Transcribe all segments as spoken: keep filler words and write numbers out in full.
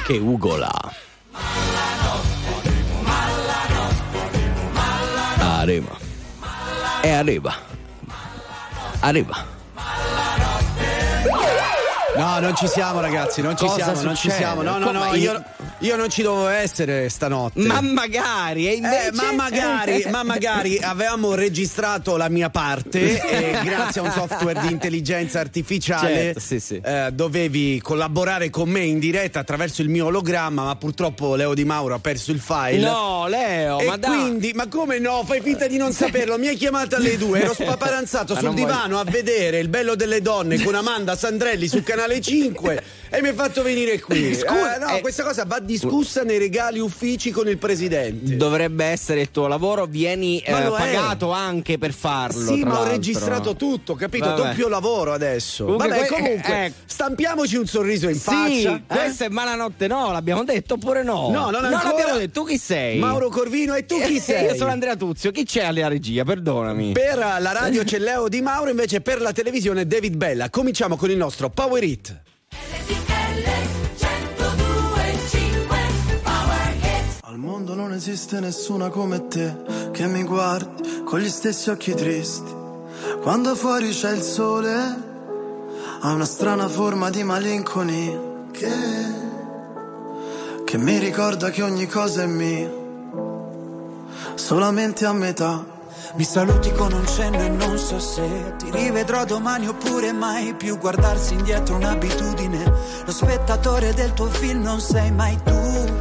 che ugola. Arriva. E arriva. Arriva. No, non ci siamo ragazzi, non ci Cosa siamo, succede? non ci siamo. No, no, Come no, io, io non ci dovevo essere stanotte. Ma magari, e invece... Eh, ma magari, ma magari avevamo registrato la mia parte e grazie a un software di intelligenza artificiale certo, sì, sì. Eh, dovevi collaborare con me in diretta attraverso il mio ologramma, ma purtroppo Leo Di Mauro ha perso il file. No, Leo, e ma dai. quindi, ma come no? Fai finta di non saperlo. Mi hai chiamato alle due, ero spaparanzato Ma sul non divano a vedere Il bello delle donne con Amanda Sandrelli su Canale cinque e mi hai fatto venire qui. Scusa, Eh, no, eh, questa cosa va discussa nei regali uffici con il presidente. Dovrebbe essere il tuo lavoro, vieni eh, Ma lo è. pagato anche per farlo. Sì, tra ma ho l'altro. registrato tutto, capito? Vabbè. Doppio lavoro adesso. Comunque, Vabbè, que- comunque, eh, eh. stampiamoci un sorriso in Sì, faccia. eh? questa è Malanotte no, l'abbiamo detto oppure no? No, non ancora. l'abbiamo detto. Tu chi sei? Mauro Corvino, e tu chi sei? Io sono Andrea Tuzio. Chi c'è alla regia? Perdonami. Per la radio c'è Leo Di Mauro, invece per la televisione David Bella. Cominciamo con il nostro Power Hit. Al mondo non esiste nessuna come te che mi guardi con gli stessi occhi tristi. Quando fuori c'è il sole ha una strana forma di malinconia che, che mi ricorda che ogni cosa è mia, solamente a metà. Mi saluti con un cenno e non so se ti rivedrò domani oppure mai più. Guardarsi indietro un'abitudine, lo spettatore del tuo film non sei mai tu.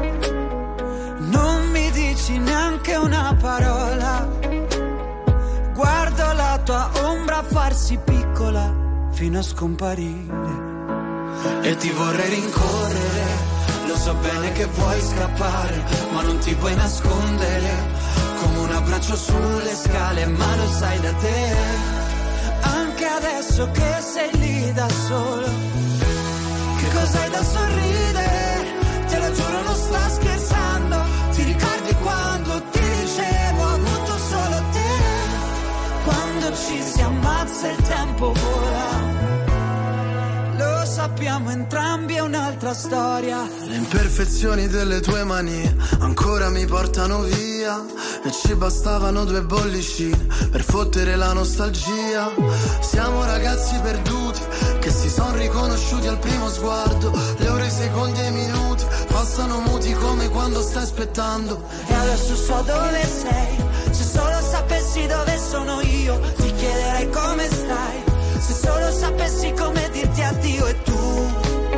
Non mi dici neanche una parola, guardo la tua ombra farsi piccola fino a scomparire. E ti vorrei rincorrere, lo so bene che vuoi scappare, ma non ti puoi nascondere. Come un abbraccio sulle scale, ma lo sai da te. Anche adesso che sei lì da solo, Che cos'hai da sorridere? Te lo giuro non sto scherzando. Ti ricordi quando ti dicevo ho avuto solo te? quando ci si ammazza il tempo vola. Lo sappiamo entrambi, è un'altra storia. Le imperfezioni delle tue manie ancora mi portano via, e ci bastavano due bollicine per fottere la nostalgia. Siamo ragazzi perduti che si son riconosciuti al primo sguardo. Le ore, i secondi e i minuti passano muti come quando stai aspettando. E adesso so dove sei, se solo sapessi dove sono io, ti chiederei come stai. Se solo sapessi come dirti addio e tu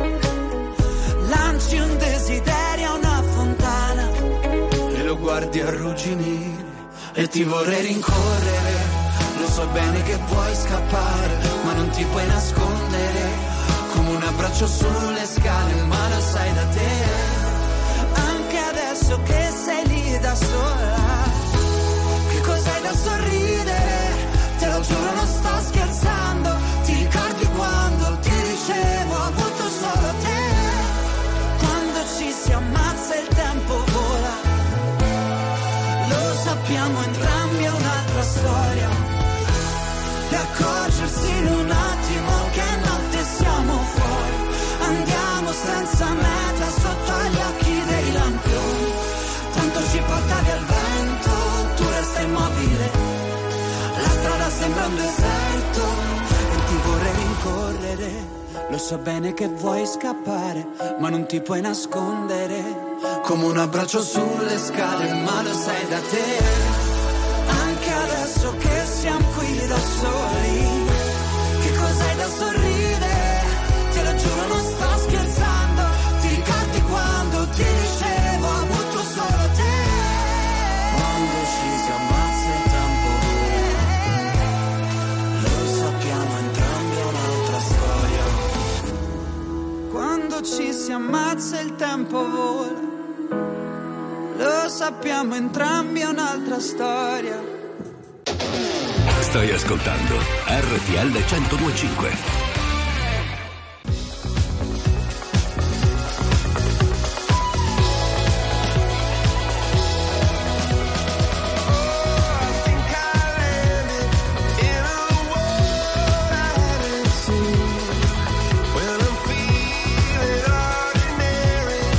lanci un desiderio a una fontana E lo guardi arrugginire e ti vorrei rincorrere. Lo so bene che vuoi scappare, ma non ti puoi nascondere. Come un abbraccio sulle scale, ma lo sai da te. anche adesso che sei lì da sola. Che cos'hai da sorridere? Te lo giuro non sto scherzando. Ti ricordi quando ti dicevo ho avuto solo te? Quando ci si ammazza il tempo vola, lo sappiamo entrambi, è un'altra storia. E accorgersi in un attimo che notte siamo fuori. Andiamo senza meta sotto agli occhi dei lampioni. Tanto ci portavi al vento, tu resta immobile. La strada sembra un deserto E ti vorrei rincorrere, lo so bene che vuoi scappare, ma non ti puoi nascondere. come un abbraccio sulle scale, ma lo sai da te. Anche adesso che siamo qui da soli, Che cos'hai da sorridere? Te lo giuro non sto scherzando. Ti ricordi quando ti dicevo ho avuto solo te? quando ci si ammazza il tempo vola, lo sappiamo entrambi, è un'altra storia. Quando ci si ammazza il tempo vola, lo sappiamo entrambi, è un'altra storia. Stai ascoltando R T L centodue e cinque. When I'm feeling ordinary,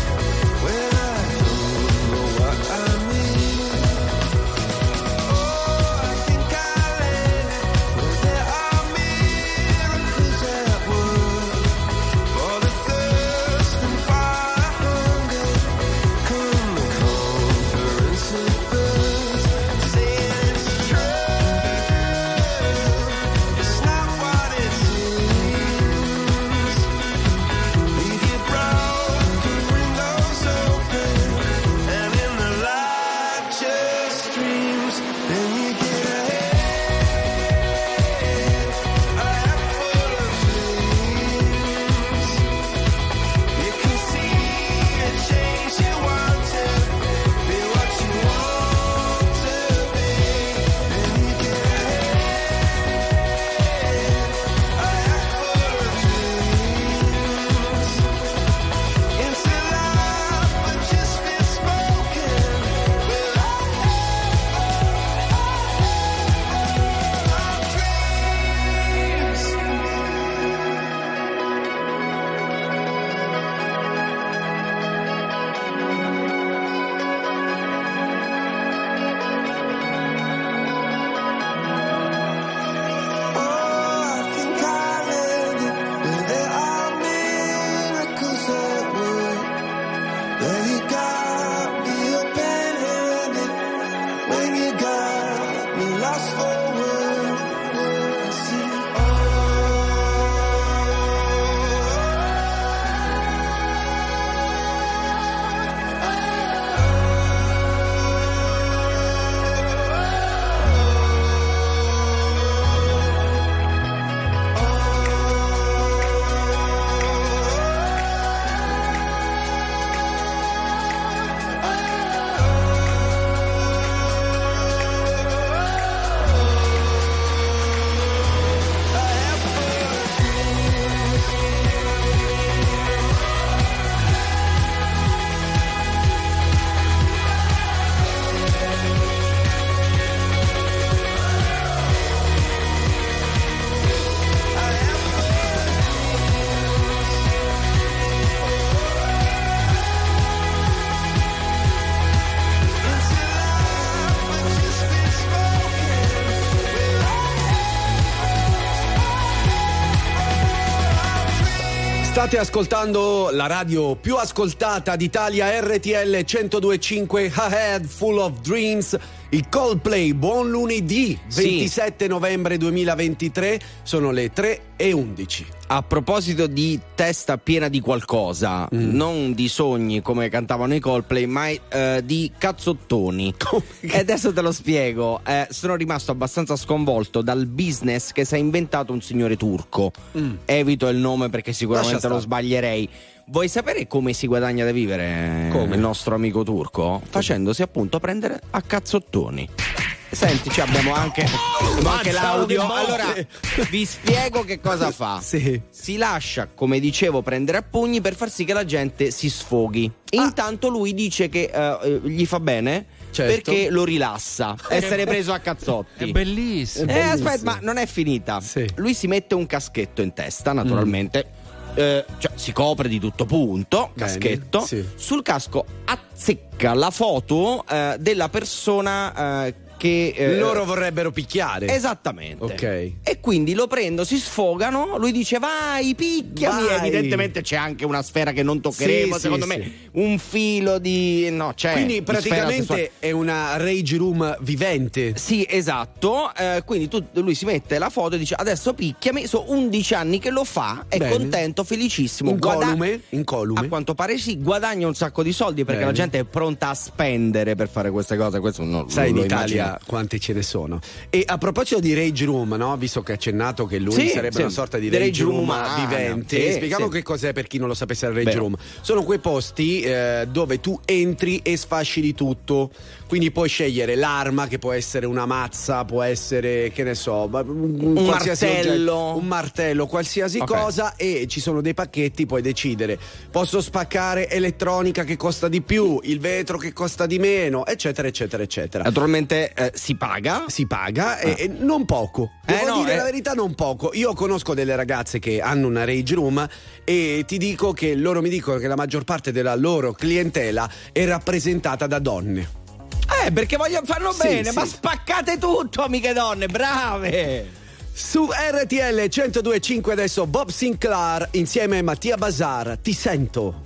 State ascoltando la radio più ascoltata d'Italia, R T L centodue e cinque, A Head Full of Dreams. Il Coldplay, buon lunedì, ventisette sì. novembre duemilaventitré, sono le tre e undici. A proposito di testa piena di qualcosa, mm. non di sogni come cantavano i Coldplay, ma eh, di cazzottoni. E adesso te lo spiego. Eh, sono rimasto abbastanza sconvolto dal business che si è inventato un signore turco. Mm. Evito il nome perché sicuramente lo sbaglierei. Vuoi sapere come si guadagna da vivere come? Il nostro amico turco? Facendosi appunto prendere a cazzottoni. Senti, cioè abbiamo anche, abbiamo anche l'audio. Allora, vi spiego che cosa fa. Sì. Si lascia, come dicevo, prendere a pugni per far sì che la gente si sfoghi. Ah. Intanto lui dice che uh, gli fa bene. Certo. Perché lo rilassa essere preso a cazzotti. È bellissimo. Eh, aspetta, ma non è finita. Sì. Lui si mette un caschetto in testa, naturalmente. Mm. Eh, cioè, si copre di tutto punto, bene, caschetto. Sì. Sul casco azzecca la foto eh, della persona eh, che eh, loro vorrebbero picchiare. Esattamente. Ok. E quindi lo prendo, si sfogano, lui dice vai, picchiami. Vai. Evidentemente c'è anche una sfera che non toccheremo, sì, secondo sì, me sì. Un filo di no, c'è. Quindi praticamente è una rage room vivente. Sì, esatto. Eh, quindi tu, lui si mette la foto e dice adesso picchiami, sono undici anni che lo fa, è bene. Contento, felicissimo. Incolume, incolume. A quanto pare sì, guadagna un sacco di soldi perché bene. La gente è pronta a spendere per fare queste cose. Questo non, sai, non in Italia immagino. Quante ce ne sono. E a proposito di rage room, no? Visto che hai accennato che lui sì, sarebbe sì. una sorta di rage, rage room, room umana, vivente, sì, spieghiamo sì. che cos'è per chi non lo sapesse il rage Beh. room. Sono quei posti eh, dove tu entri e sfasci di tutto. Quindi puoi scegliere l'arma, che può essere una mazza, può essere, che ne so, un, un martello, oggetto, un martello, qualsiasi okay. cosa, e ci sono dei pacchetti, puoi decidere. Posso spaccare elettronica che costa di più, il vetro che costa di meno, eccetera, eccetera, eccetera. Naturalmente eh, si paga. Si paga ah. e, e non poco. Devo eh no, dire eh. la verità, non poco. Io conosco delle ragazze che hanno una rage room e ti dico che loro mi dicono che la maggior parte della loro clientela è rappresentata da donne. Eh, perché vogliono farlo sì, bene, sì. Ma spaccate tutto, amiche donne, brave! Su R T L centodue e cinque adesso Bob Sinclair insieme a Mattia Bazar, Ti sento.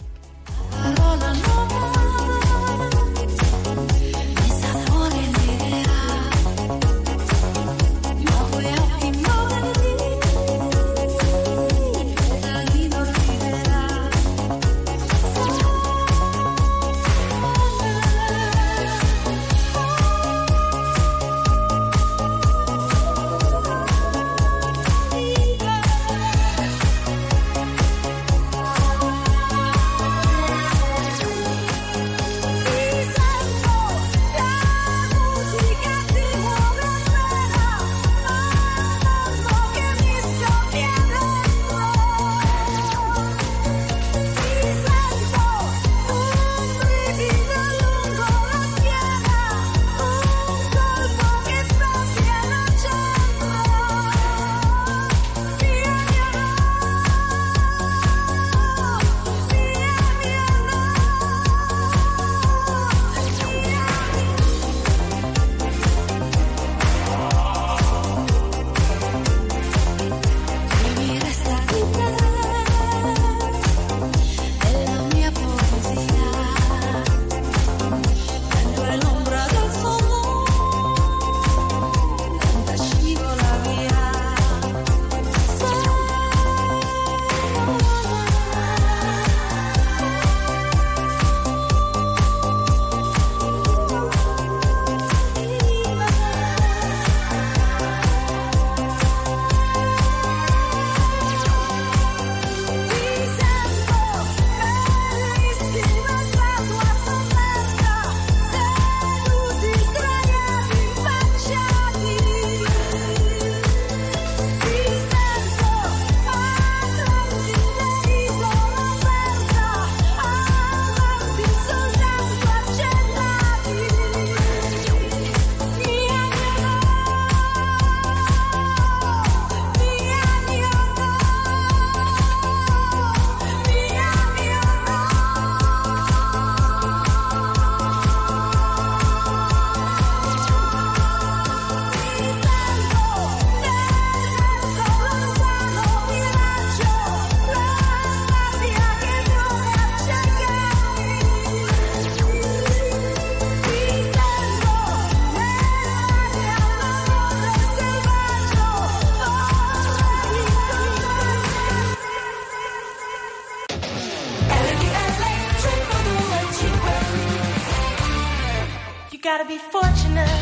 gotta be fortunate.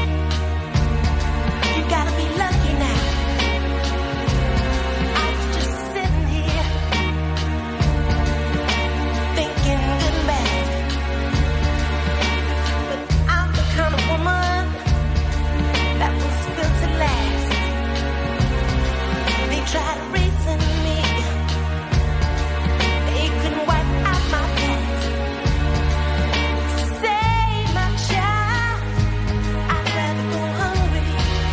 You gotta be lucky now. I was just sitting here thinking good and bad. But I'm the kind of woman that was built to last. They try to reason me. They couldn't wipe out my past. To save my child, I'd rather go hungry.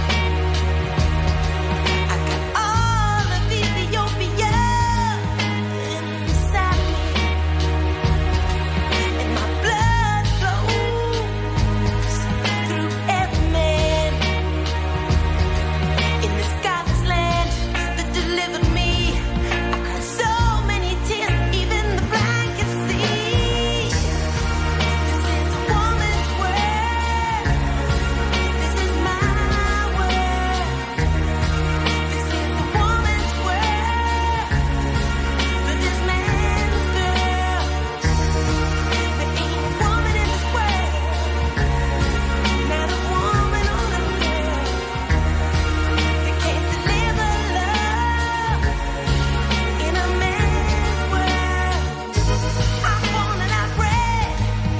I got all of Ethiopia inside of me, and my blood flows through every man in this godless land that delivered me. I cried so many tears, even the blind can see. This is a woman's world. This is my world. This is a woman's world. But this man's girl. There ain't a woman in this world, not a woman or a girl, that can't deliver love in a man's world. I'm born and I'm bred.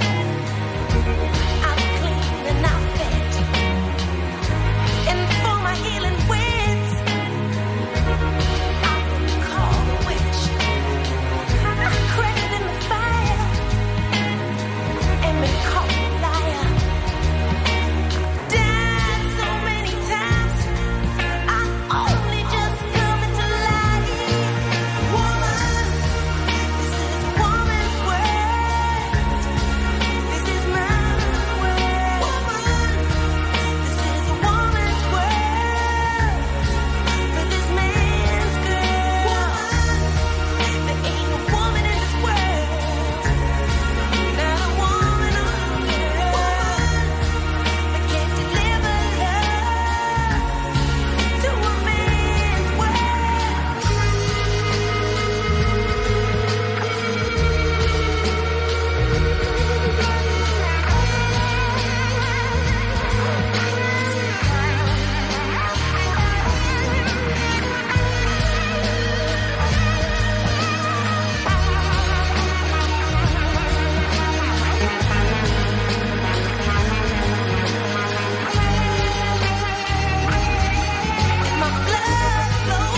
I'm clean and I'm fed. And for my healing winds, I've been called a witch. I'm credit in the fire and been called a liar. Died so many times, I'm only just coming to life. Woman, this is a woman's world. This is my world. Woman, this is a woman's world. For this man's girl. Woman, there ain't a woman in this world, not a woman or a girl, that can't deliver love to a man's my blood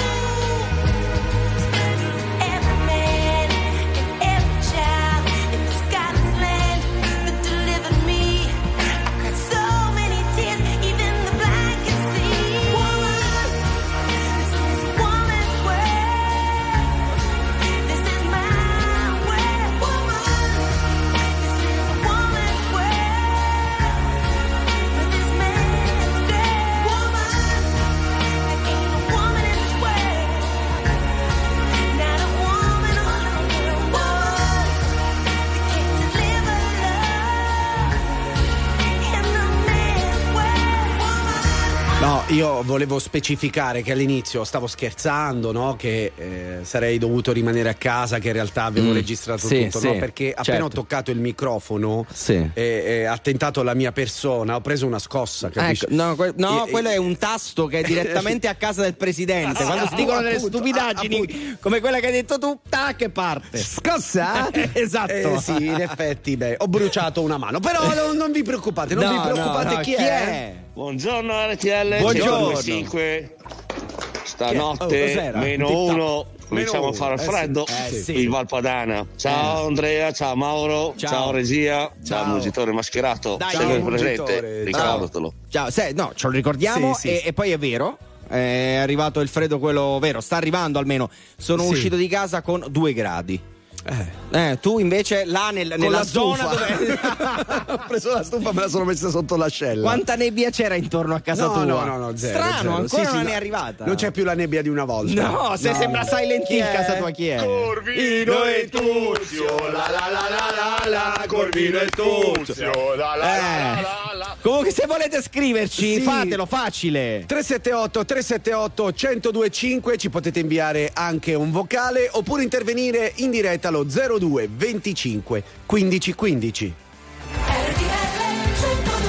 flows through every man and every child in this godless land that delivered me. I cried so many tears, even the blind can see. Woman, this is a woman's world. This is my world. Woman, this is a woman's world. For this man's girl. Woman, there ain't a woman in this world, not a woman or a girl, woman, that can't deliver love in a man's world. Woman. No, io volevo specificare che all'inizio stavo scherzando, no? Che eh, sarei dovuto rimanere a casa, che in realtà avevo Mm, registrato sì, tutto, sì, no? Perché appena certo. ho toccato il microfono Sì. e, e ha tentato la mia persona, ho preso una scossa, capisci? Ecco, no, que- no, E- quello è un tasto che è direttamente a casa del presidente. Ah, Quando si dicono delle appunto, stupidaggini appunto. come quella che hai detto tu, tac, e parte. Scossa? Esatto. Eh, sì, in effetti, beh, ho bruciato una mano, però non, non vi preoccupate, non No, vi preoccupate, no, no, chi, è? Buongiorno R T L Buongiorno. centodue e cinque. Stanotte Oh, cos'era? meno Tic-tac. uno. Cominciamo Meno a fare il uno, eh freddo sì, eh sì. in Valpadana. Ciao Andrea, ciao Mauro, Ciao. ciao, regia, ciao, Ciao. Mugitore mascherato. Dai, Sei ciao, ben presente, Mugitore. ricordatelo. Ciao, se- no, ce lo ricordiamo Sì, sì, e, sì. e poi è vero. È arrivato il freddo, quello vero, sta arrivando almeno. Sono Sì. uscito di casa con due gradi. Eh. Eh, tu invece là nel, Con nella la zona stufa. dove Ho preso la stufa, me la sono messa sotto l'ascella. quanta nebbia c'era intorno a casa no, tua? No, no, no, zero. Strano, zero. ancora Sì, sì, non no, è arrivata. Non c'è più la nebbia di una volta. No, se sembra Silent Chi Hill è? casa tua, chi è? Corvino e Tuzio, la la la la la la, Corvino e Tuzio, la la la Eh. la la. Comunque se volete scriverci, Sì. fatelo facile. tre sette otto tre sette otto uno zero due cinque, ci potete inviare anche un vocale oppure intervenire in diretta allo zero due venticinque quindici quindici. R T L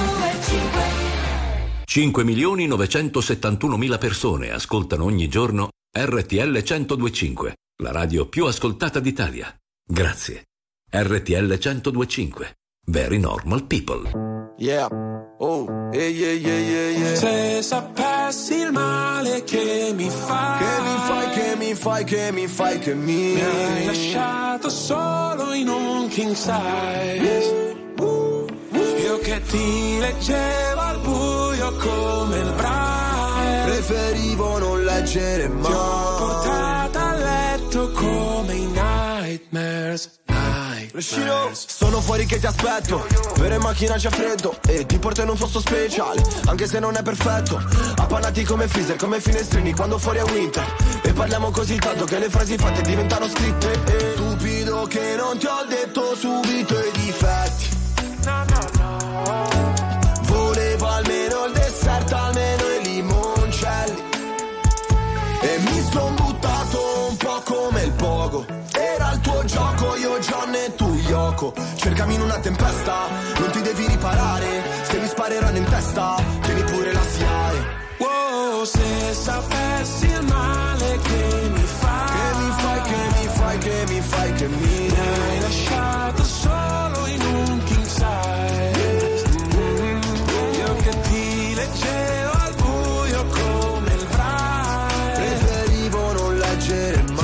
cinque milioni novecentosettantunomila persone ascoltano ogni giorno R T L centodue e cinque, la radio più ascoltata d'Italia. Grazie. R T L centodue e cinque. Very normal people. Yeah. Oh, yeah, yeah, yeah, yeah, yeah. Se sapessi il male che mi fai, che mi fai, che mi fai, che mi fai, che mi, mi hai lasciato solo in un king size. Uh, uh, uh. Io che ti leggevo al buio come il Braille, preferivo non leggere mai. Ti ho portata a letto come i nightmares. Sono fuori che ti aspetto, per in macchina c'è freddo e ti porto in un posto speciale, anche se non è perfetto. Appannati come freezer, come finestrini quando fuori è winter. E parliamo così tanto che le frasi fatte diventano scritte. E stupido che non ti ho detto subito i difetti. No, no, no. Volevo almeno il dessert, almeno i limoncelli. E mi son buttato un po' come il pogo. Era il tuo gioco, io John e tu Yoko. Cercami in una tempesta, non ti devi riparare. Se mi spareranno in testa, tieni pure la S I A E. Wow, se sapessi il male che mi fai, che mi fai, che mi fai, che mi fai, che mi, mi hai lasciato solo in un king size. Mm-hmm. Io che ti leggevo al buio come il Braille, preferivo non leggere mai.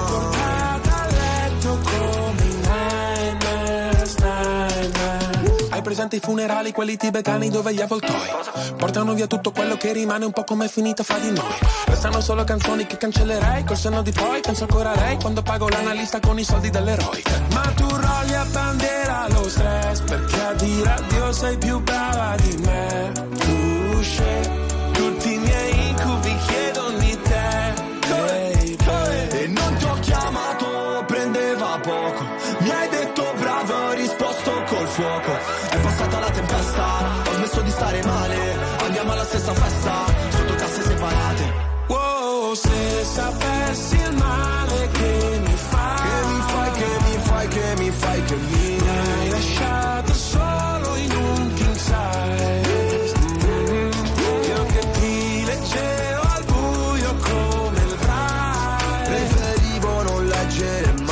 Hai presente i funerali, quelli tibetani dove gli avvoltoi portano via tutto quello che rimane, un po' come è finita fra di noi. Restano solo canzoni che cancellerei col senno di poi. Penso ancora a lei quando pago l'analista con i soldi dell'eroe. Ma tu rolli a bandiera lo stress, perché a dire addio sei più brava di me. Tu scegli tutti i miei incubi, chiedono di te. Hey, hey. E non ti ho chiamato, prendeva poco. Mi hai detto bravo, ho risposto col fuoco. È passata la tempesta, ho smesso di stare male. Andiamo alla stessa festa, sotto casse separate. Wow, se sapessi il male che mi fai, che mi fai, che mi fai, che mi fai, che mi, mi hai lasciato solo in un king size. Mm-hmm. Io che ti leggevo al buio come il Braille, preferivo non leggere mai.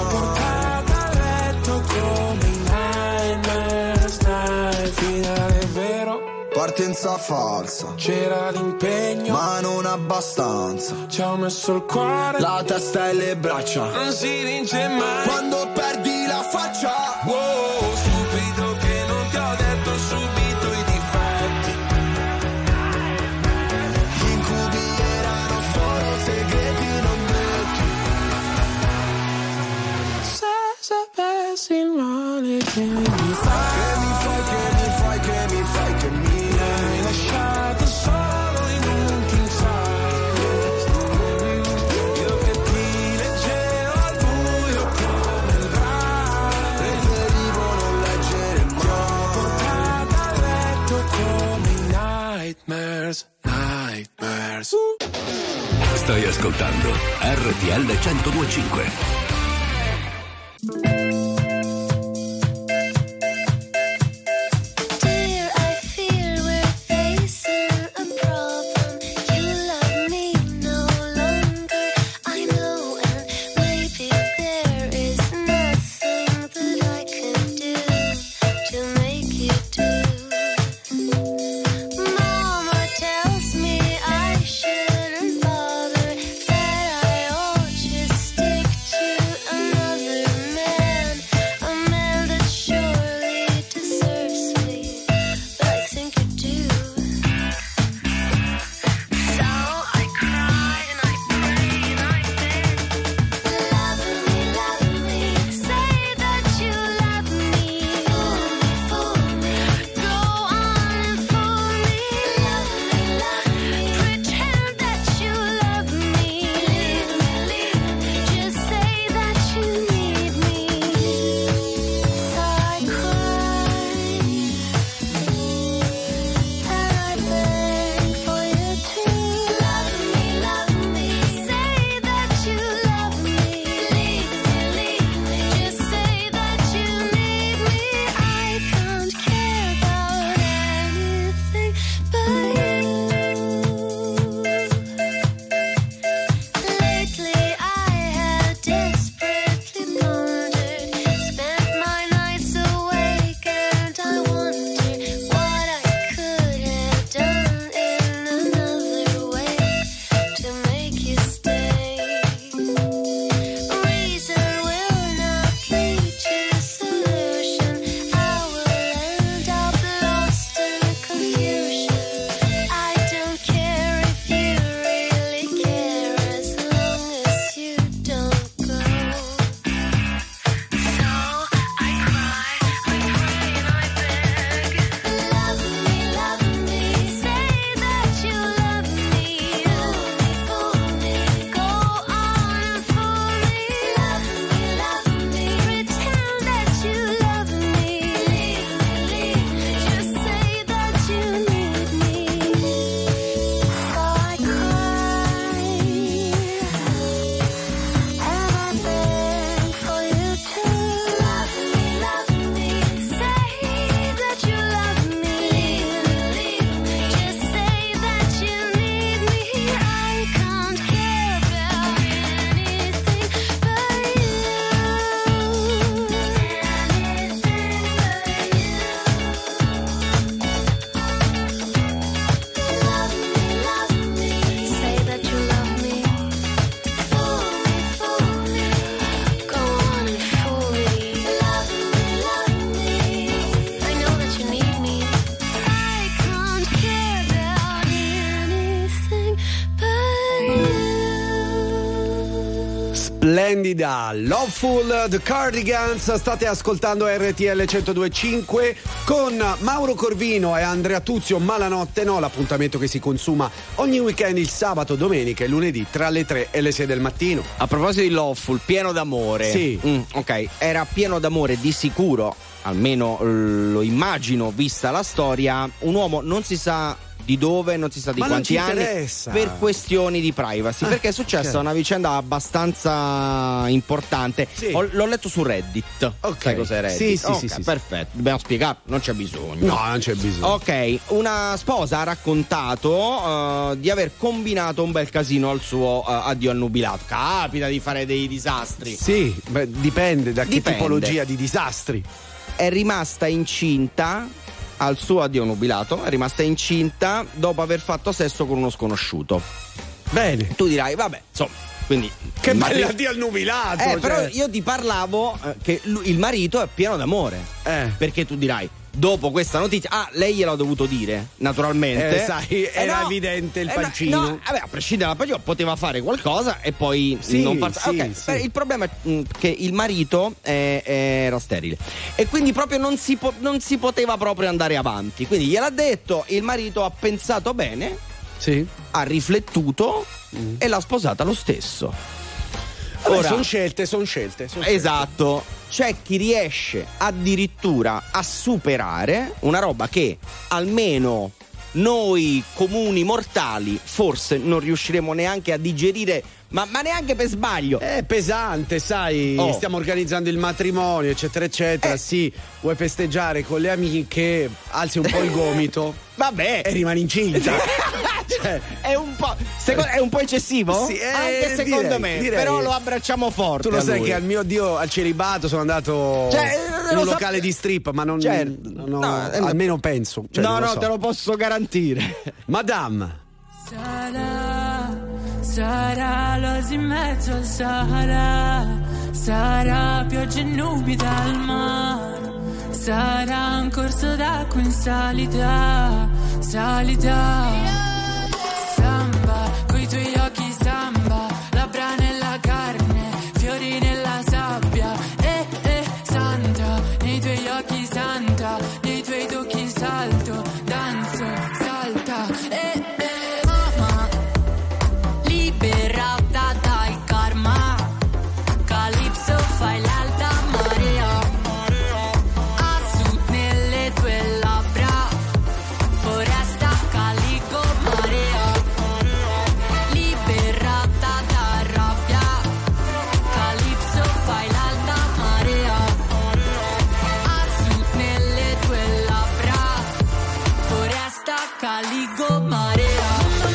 Partenza falsa, c'era l'impegno, ma non abbastanza. Ci ho messo il cuore, la testa e le braccia. Non si vince mai quando perdi la faccia. Wow, stupido che non ti ho detto subito i difetti. Gli incubi erano solo segreti non detti. Se sapessi il male che mi fai, che mi fai, che mi fai, che mi fai, che mi hai lasciato solo in un king size. Io che ti leggevo al buio come il Braille, preferivo non leggere mai. Ti ho portato a letto come i nightmares, nightmares. Stai ascoltando R T L centodue e cinque. Stick to Splendida, Loveful, The Cardigans, state ascoltando R T L centodue e cinque con Mauro Corvino e Andrea Tuzio. Malanotte no, l'appuntamento che si consuma ogni weekend il sabato, domenica e lunedì tra le tre e le sei del mattino. A proposito di Loveful, pieno d'amore. Sì. Mm, ok, era pieno d'amore di sicuro, almeno lo immagino vista la storia, un uomo non si sa di dove, non si sa di Ma quanti anni, interessa. per questioni di privacy, Ah, perché è successa okay. una vicenda abbastanza importante. Sì. Ho, l'ho letto su Reddit. Ok. Sai cos'è Reddit? Sì, sì, Ok, sì, sì, perfetto, dobbiamo spiegare, non c'è bisogno. No, non c'è bisogno. Ok, una sposa ha raccontato uh, di aver combinato un bel casino al suo uh, addio annubilato. Capita di fare dei disastri. Sì, beh, dipende da che Dipende. tipologia di disastri. È rimasta incinta al suo addio annubilato, è rimasta incinta dopo aver fatto sesso con uno sconosciuto. Bene. Tu dirai, vabbè, insomma, quindi Che il bello marito- addio annubilato. Eh, cioè. però io ti parlavo eh, che lui- il marito è pieno d'amore. Eh. Perché tu dirai, dopo questa notizia, ah, lei gliel'ha dovuto dire, naturalmente. Eh, sai, era evidente il eh, no, pancino. No, vabbè, a prescindere dal pancino, poteva fare qualcosa e poi Sì, non farsi. sì, ok, sì. beh, il problema è mh, che il marito eh, era sterile e quindi proprio non si, po- non si poteva proprio andare avanti. Quindi gliel'ha detto, il marito ha pensato bene, Sì. ha riflettuto e l'ha sposata lo stesso. Ora sono scelte, sono scelte. son scelte. Esatto. C'è chi riesce addirittura a superare una roba che almeno noi comuni mortali forse non riusciremo neanche a digerire, ma, ma neanche per sbaglio. È pesante, sai, Oh. stiamo organizzando il matrimonio, eccetera, eccetera. Eh. Sì, vuoi festeggiare con le amiche, alzi un po' il gomito Vabbè, e rimani incinta. Cioè, è un po', secondo- è un po' eccessivo? Sì, eh, anche secondo direi, me, direi. però lo abbracciamo forte. tu lo a sai lui. che al mio Dio, al celibato, sono andato Cioè, eh, in lo un so- locale di strip, ma non, Certo. non ho- No, eh, no. almeno penso. Cioè, no, non lo no, so. te lo posso garantire. Madame. Sarà, sarà l'oasi in mezzo al Sahara, sarà pioggia e nubi dal mare, sarà un corso d'acqua in salita, salita. Samba, coi tuoi occhi samba, labbra nella carne, fiori nella sabbia, eh, eh, santa, nei tuoi occhi santa, nei tuoi tocchi salto, danzo, salta, eh, eh, mamma, liberata dal karma, Calypso fai l'alta marea, a sud nelle tue labbra, foresta calico marea, liberata da rabbia, Calypso fai l'alta marea, a sud nelle tue labbra, foresta calico marea.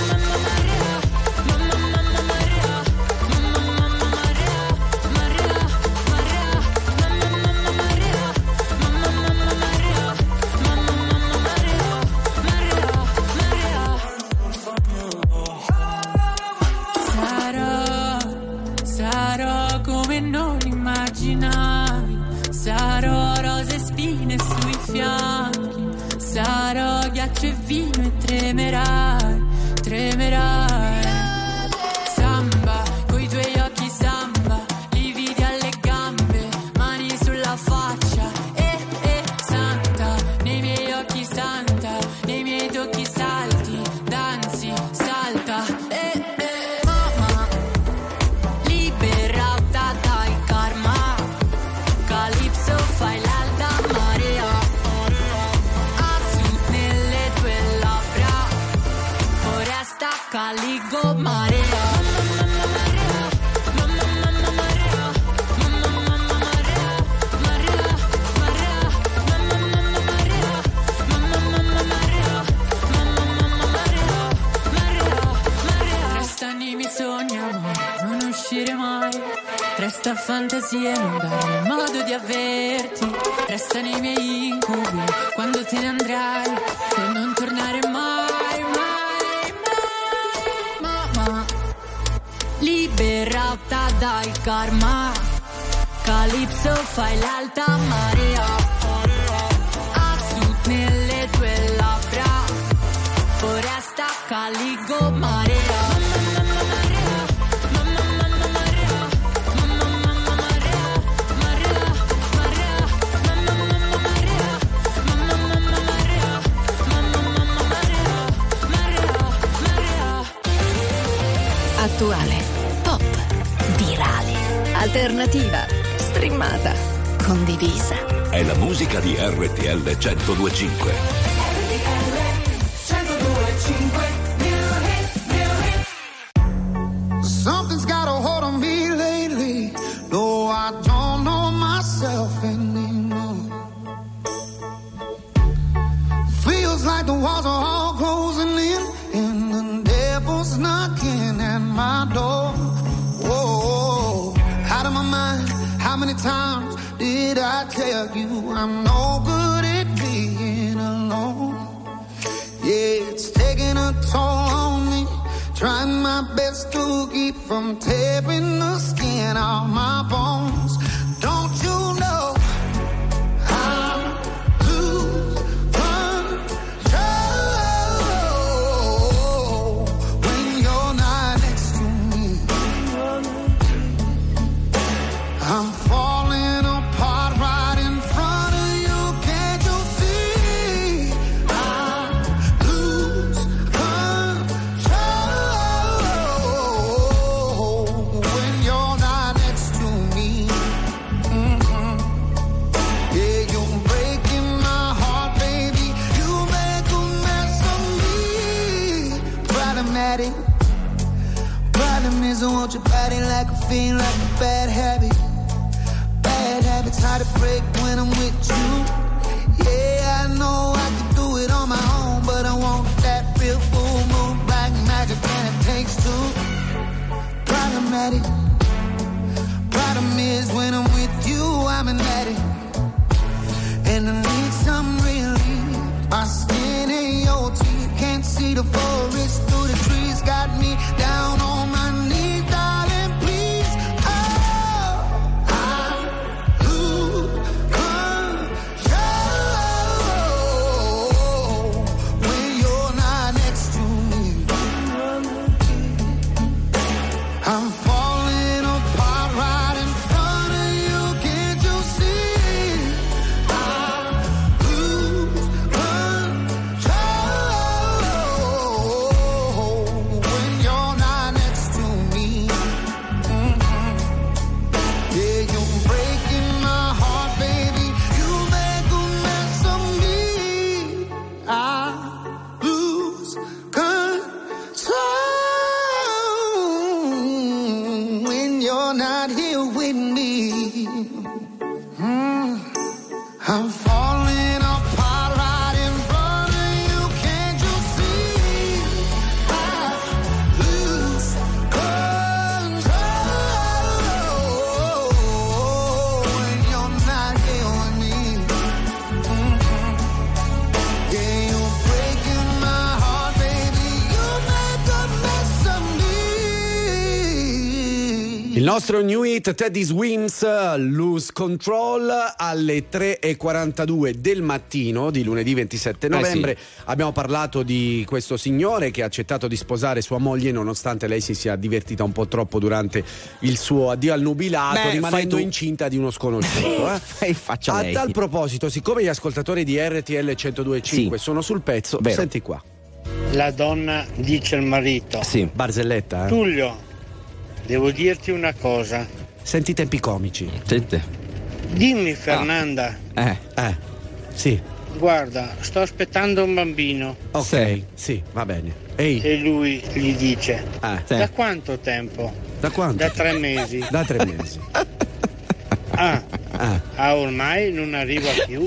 Sarò, sarò come non immaginavi, sarò rose e spine sui fianchi, sarò ghiaccio e vino e tremerai, tremerai. Samba, coi tuoi occhi samba, lividi alle gambe, mani sulla faccia, eh, eh, santa, nei miei occhi santa, nei miei tocchi salti, danzi, salta, eh, eh, mamma, liberata dal karma, Calypso fai l'alta marea, a sud nelle tue labbra, foresta calico marea. Resta nei miei sogni, amore, non uscire mai. Resta fantasia, non darmi modo di averti. Resta nei miei incubi, quando te ne andrai, per non tornare mai, mai, mai. Mamma, liberata dal karma, Calypso fai l'alta marea, a sud nelle tue labbra, foresta calico marea. alternativa, streamata, condivisa. È la musica di R T L centodue e cinque. R T L centodue e cinque. Something's got a hold on me lately. No, I don't know myself anymore. Feels like the walls are all closing in, and the devil's knocking at my door. Whoa, out of my mind. How many times did I tell you I'm no good at being alone? Yeah, it's taking a toll on me. Trying my best to keep from tearing the skin off my bones. Don't you know I lose control when you're not next to me? I'm falling apart right in front of you. Can't you see? I lose control when you're not next to me. Mm-hmm. Yeah, you're breaking my heart, baby. You make a mess of me. Problematic. Problem is I want your body like a fiend, like a bad habit. Bad habits hard to break when I'm with you. Yeah, I know I can do it on my own, but I want that real full moon, black magic, and it takes two. Problematic. Problem is when I'm with you, I'm an addict, and I need some relief. My skin and your teeth, can't see the forest through the trees. Got me down on my knees, darling, please. Oh, I lose control when you're not next to me. I'm falling apart right in front of you. Can't you see? I lose control when you're not next to me. Mhm. Yeah, you're breaking my heart, baby. You make a mess of me. I lose control when you're not here with me. Mm. I'm falling apart right in front of you. Can't you see? I lose control when you're not here with me. Mhm. Yeah, you're breaking my heart, baby. You make a mess of me. Il nostro new hit Teddy Swims, Lose Control, alle tre e quarantadue del mattino di lunedì ventisette novembre. Eh sì. Abbiamo parlato di questo signore che ha accettato di sposare sua moglie nonostante lei si sia divertita un po' troppo durante il suo addio al nubilato. Beh, rimanendo fai tu. incinta di uno sconosciuto. Eh? Fai faccia A lei. tal proposito, siccome gli ascoltatori di R T L centodue e cinque Sì. sono sul pezzo, Vero. senti qua. La donna dice al marito: Sì. Barzelletta, eh? Tullio, devo dirti una cosa. Senti i tempi comici. Sente. Dimmi, Fernanda. Eh. Eh, sì. Guarda, sto aspettando un bambino. Ok, Sì. sì, va bene. Ehi, E lui gli dice: eh, Sì. da quanto tempo? da quanto? Da tre mesi. Da tre mesi. Ah, Ah, ah, ormai non arriva più.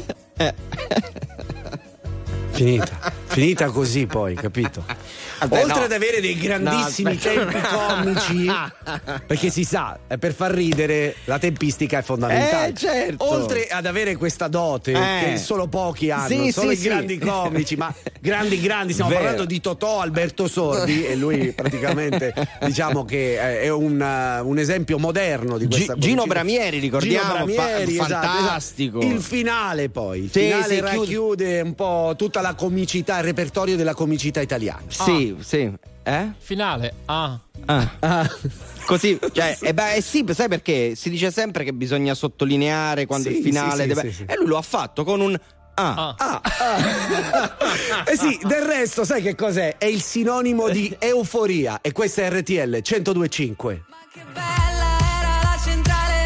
finita. Finita così poi, capito? Vabbè, Oltre no. ad avere dei grandissimi No, aspetta. tempi comici, perché si sa, eh, per far ridere la tempistica è fondamentale. Eh, certo. Oltre ad avere questa dote Eh. che solo pochi hanno, Sì, solo sì, i sì. grandi comici, ma grandi grandi, stiamo Vero. parlando di Totò Alberto Sordi e lui praticamente diciamo che eh, è un, uh, un esempio moderno di questa Gi- Gino comicità. Bramieri, ricordiamo, Gino Bramieri, fa- esatto, fantastico. esatto. Il finale poi, il Sì, finale sì, racchiude un po' tutta la comicità, il repertorio della comicità italiana. Sì, sì. Eh? Finale. Ah. Ah. Così, cioè, eh beh, eh sì, sai perché? Si dice sempre che bisogna sottolineare quando Sì, il finale sì, deve... sì, sì, sì. E lui lo ha fatto con un ah. Ah, ah. Eh sì, del resto sai che cos'è? È il sinonimo di euforia e questa è R T L centodue e cinque. Bella era la centrale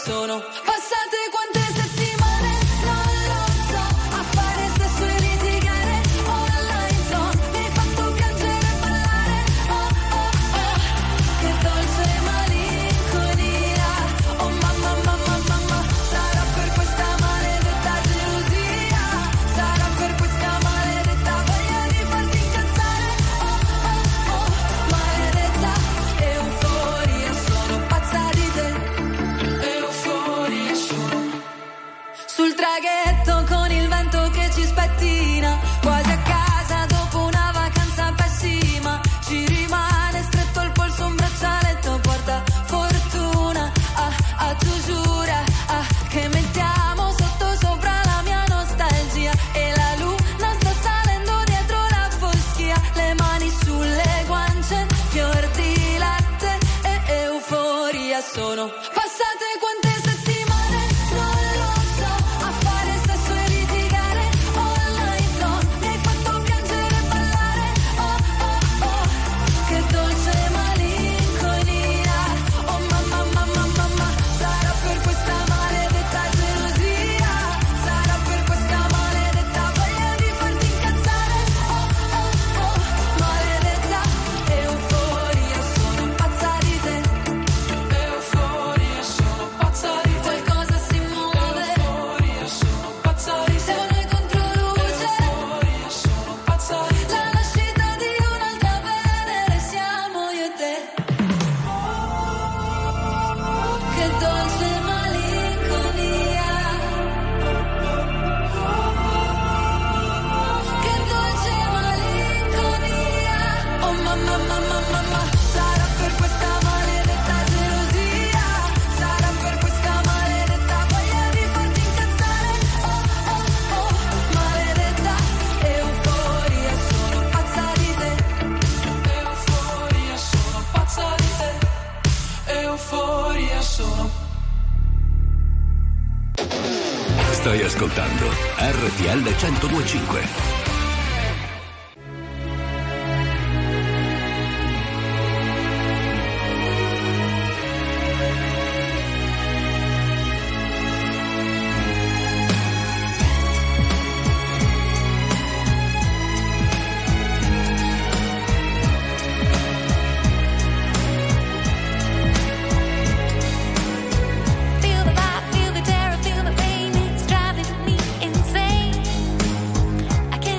sono passate quante settimane, non lo so, a fare sesso e litigare online zone. Mi hai fatto piangere e ballare, oh oh oh, che dolce malinconia. Oh mamma mamma mamma, sarà per questa maledetta gelosia, sarà per questa maledetta voglia di farti incazzare, oh oh oh, maledetta euforia, sono pazza di te, euforia sono. Sul traghetto con il vento che ci spettina, quasi a casa dopo una vacanza pessima, ci rimane stretto al polso un braccialetto porta fortuna, ah ah tu giura, ah che mettiamo sotto sopra la mia nostalgia, e la luna sta salendo dietro la foschia, le mani sulle guance, fior di latte e euforia sono passate quante settimane, non lo so, a fare sesso e litigare online zone. Mi hai fatto piangere e ballare, oh oh oh, che dolce malinconia. Oh mamma mamma mamma, sarà per questa maledetta gelosia, sarà per questa maledetta voglia di farti incazzare, oh oh oh, maledetta euforia, sono pazza di te, euforia, sono pazza di te. Qualcosa si muove, euforia, sono pazza di te. Siamo noi contro luce, euforia, sono pazza di te. La nascita di un'altra Venere siamo io e te. Che dolce malinconia, che dolce malinconia. Oh mamma mamma mamma, sarà per questa maledetta gelosia, sarà per questa maledetta voglia di farti incazzare, oh oh oh, maledetta euforia, sono pazza di te, euforia, sono pazza di te, euforia sono. Stai ascoltando R T L centodue e cinque. Feel the vibe, feel the terror, feel the pain, it's driving me insane. I can't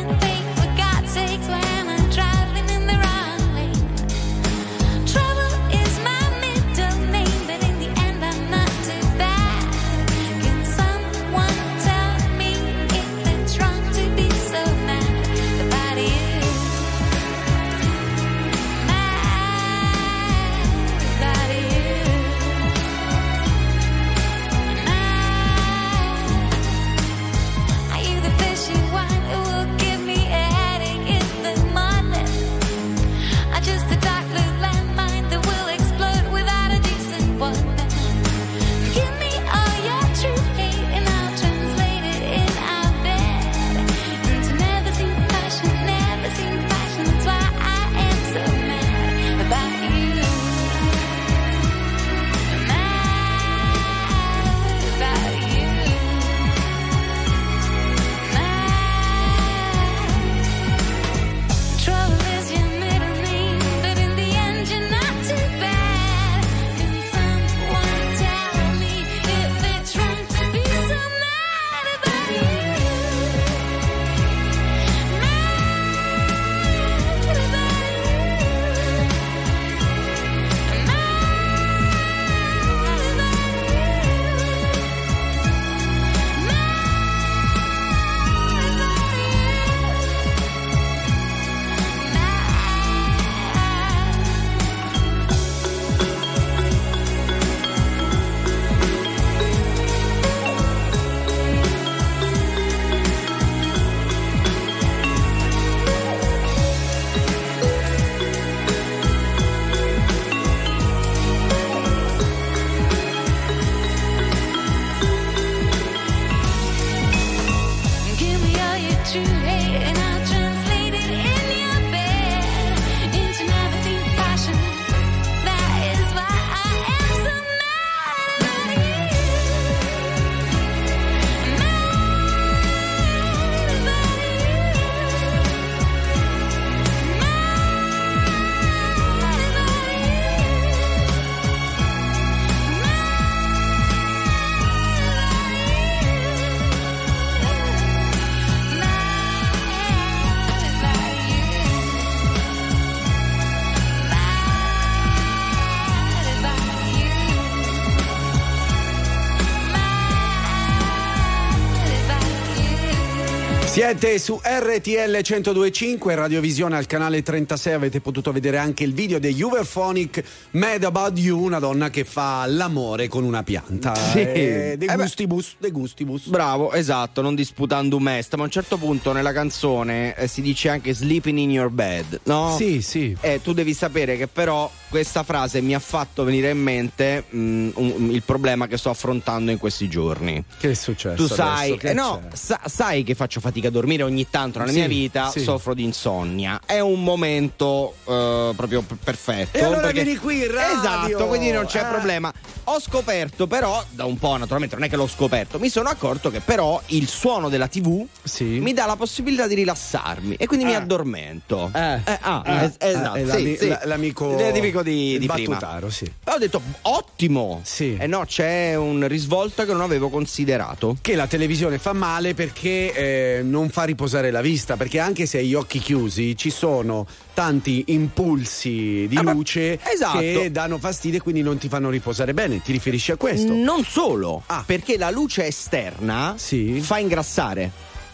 Siete su R T L centodue e cinque, Radiovisione al canale trentasei. Avete potuto vedere anche il video degli Uberphonic, Mad About You, una donna che fa l'amore con una pianta. Sì. Eh, de Eh gustibus, de gustibus. Bravo, esatto, non disputando un mest, ma a un certo punto nella canzone eh, si dice anche sleeping in your bed, no? Sì, sì. E tu devi sapere che però questa frase mi ha fatto venire in mente mh, un, un, il problema che sto affrontando in questi giorni. Che è successo? Tu sai, adesso? Che eh no, sa, sai che faccio fatica a dormire ogni tanto nella Sì, mia vita, sì. soffro di insonnia. È un momento eh, proprio p- perfetto. E allora perché- vieni qui in radio. Esatto, quindi non c'è Eh. problema. Ho scoperto però, da un po' naturalmente, non è che l'ho scoperto, mi sono accorto che però il suono della tivù Sì. mi dà la possibilità di rilassarmi e quindi mi Ah. addormento. Eh. Eh, ah, Eh. es- esatto, Eh, sì, l'ami- sì. la- l'amico L'amico di, il di prima. battutaro, sì. Poi ho detto ottimo. Sì. E no, c'è un risvolto che non avevo considerato. Che la televisione fa male perché eh, non fa riposare la vista, perché anche se hai gli occhi chiusi ci sono tanti impulsi di Ah, ma- luce esatto. che danno fastidio e quindi non ti fanno riposare bene. Ti riferisci a questo? Non solo, Ah. perché la luce esterna Sì. fa ingrassare.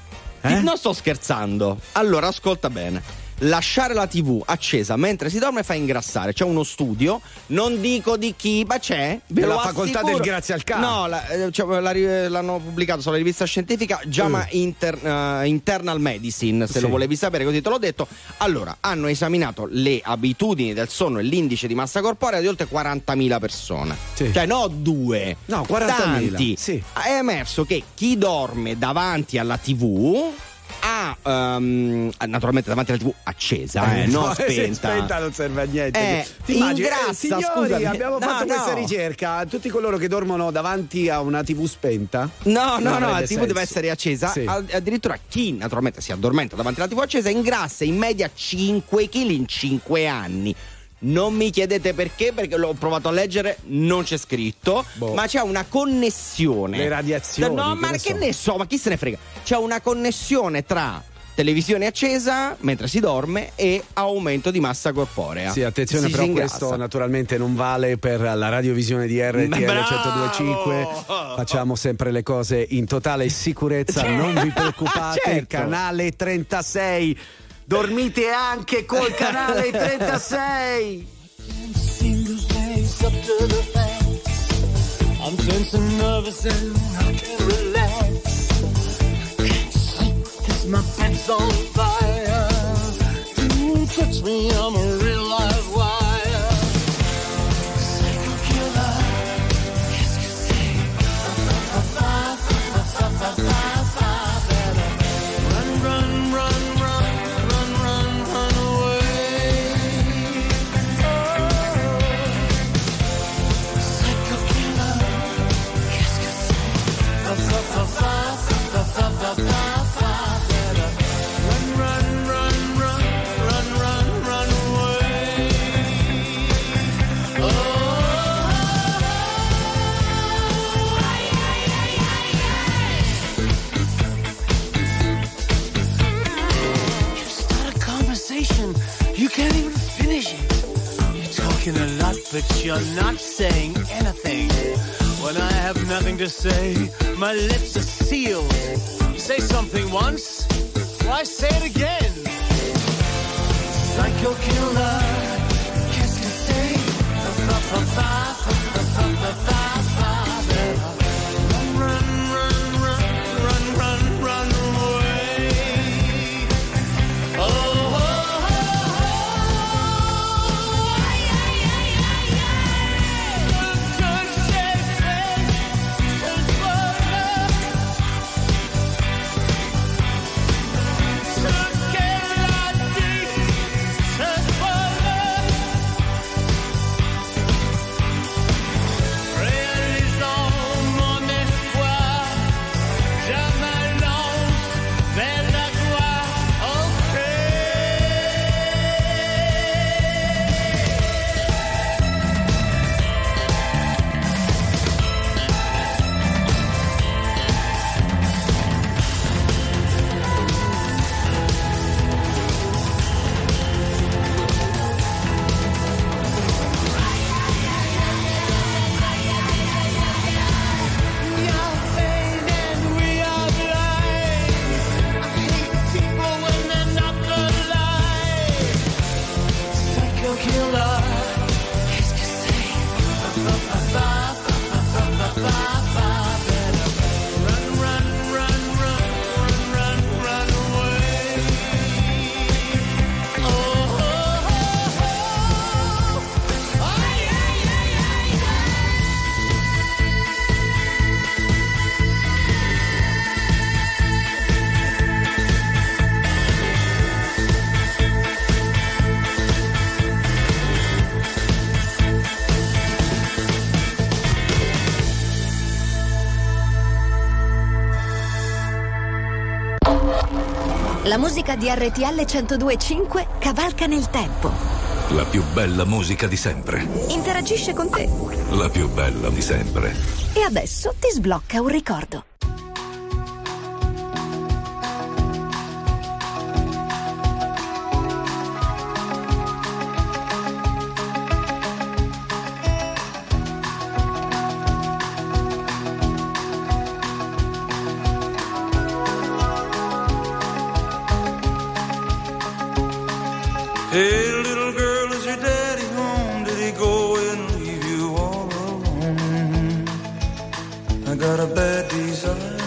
Eh? Non sto scherzando. Allora, ascolta bene. Lasciare la tivù accesa mentre si dorme fa ingrassare. C'è uno studio, non dico di chi, ma c'è. ve Della lo facoltà assicuro. del Grazie al Ca. No, la- eh, cioè, la ri- l'hanno pubblicato sulla rivista scientifica JAMA Inter- eh, Internal Medicine, se Sì. lo volevi sapere, così te l'ho detto. Allora, hanno esaminato le abitudini del sonno e l'indice di massa corporea di oltre quarantamila persone. Sì. Cioè, no due. No, quarantamila. Tanti. Sì. È emerso che chi dorme davanti alla tivù ha ehm, naturalmente davanti alla tivù accesa, eh, non se spenta. spenta non serve a niente. Eh, Ti immagini, ingrassa, eh, signori, scusami. abbiamo No, fatto no. questa ricerca. Tutti coloro che dormono davanti a una tivù spenta? No, Non no, no, avrebbe la tivù senso. deve essere accesa. Sì. Ad- Addirittura chi naturalmente si addormenta davanti alla tivù accesa ingrassa in media cinque chili in cinque anni. Non mi chiedete perché, perché l'ho provato a leggere, non c'è scritto, Boh. ma c'è una connessione. Le radiazioni, No, che ma ne che so. ne so, ma chi se ne frega? C'è una connessione tra televisione accesa mentre si dorme e aumento di massa corporea. Sì, attenzione, Si però ingrassa. questo naturalmente non vale per la radiovisione di R T L Bravo! centodue e cinque. Facciamo sempre le cose in totale sicurezza, non vi preoccupate. Certo. Canale trentasei. Dormite anche col canale trentasei. Single face up to the face. I'm tense and nervous and I can't relax. I can't sleep 'cause my bed's on fire. Don't touch me, I'm a real live wire. Psycho killer. Qu'est-ce que c'est? Run, run, run, run, run, run, run away. Psycho killer. Qu'est-ce que c'est? Fa, fa, fa, fa, fa, fa, fa, fa, fa. Run, run, run, run, run, run, run away. Oh. You start a conversation, you can't even finish it. You're talking a lot, but you're not saying anything. When I have nothing to say, my lips are sealed. Say something once, why say it again? Psycho killer, qu'est-ce que c'est? Fa, fa, fa, fa, fa, fa, fa, fa, fa. Run, run, run, run, run, run, run away. Oh, oh, oh, oh. Ay, ay, ay, ay, ay. Good shape face, search for love. Search for love. La musica di R T L centodue e cinque cavalca nel tempo. La più bella musica di sempre. Interagisce con te. La più bella di sempre. E adesso ti sblocca un ricordo. Hey, little girl, is your daddy home? Did he go and leave you all alone? I got a bad desire.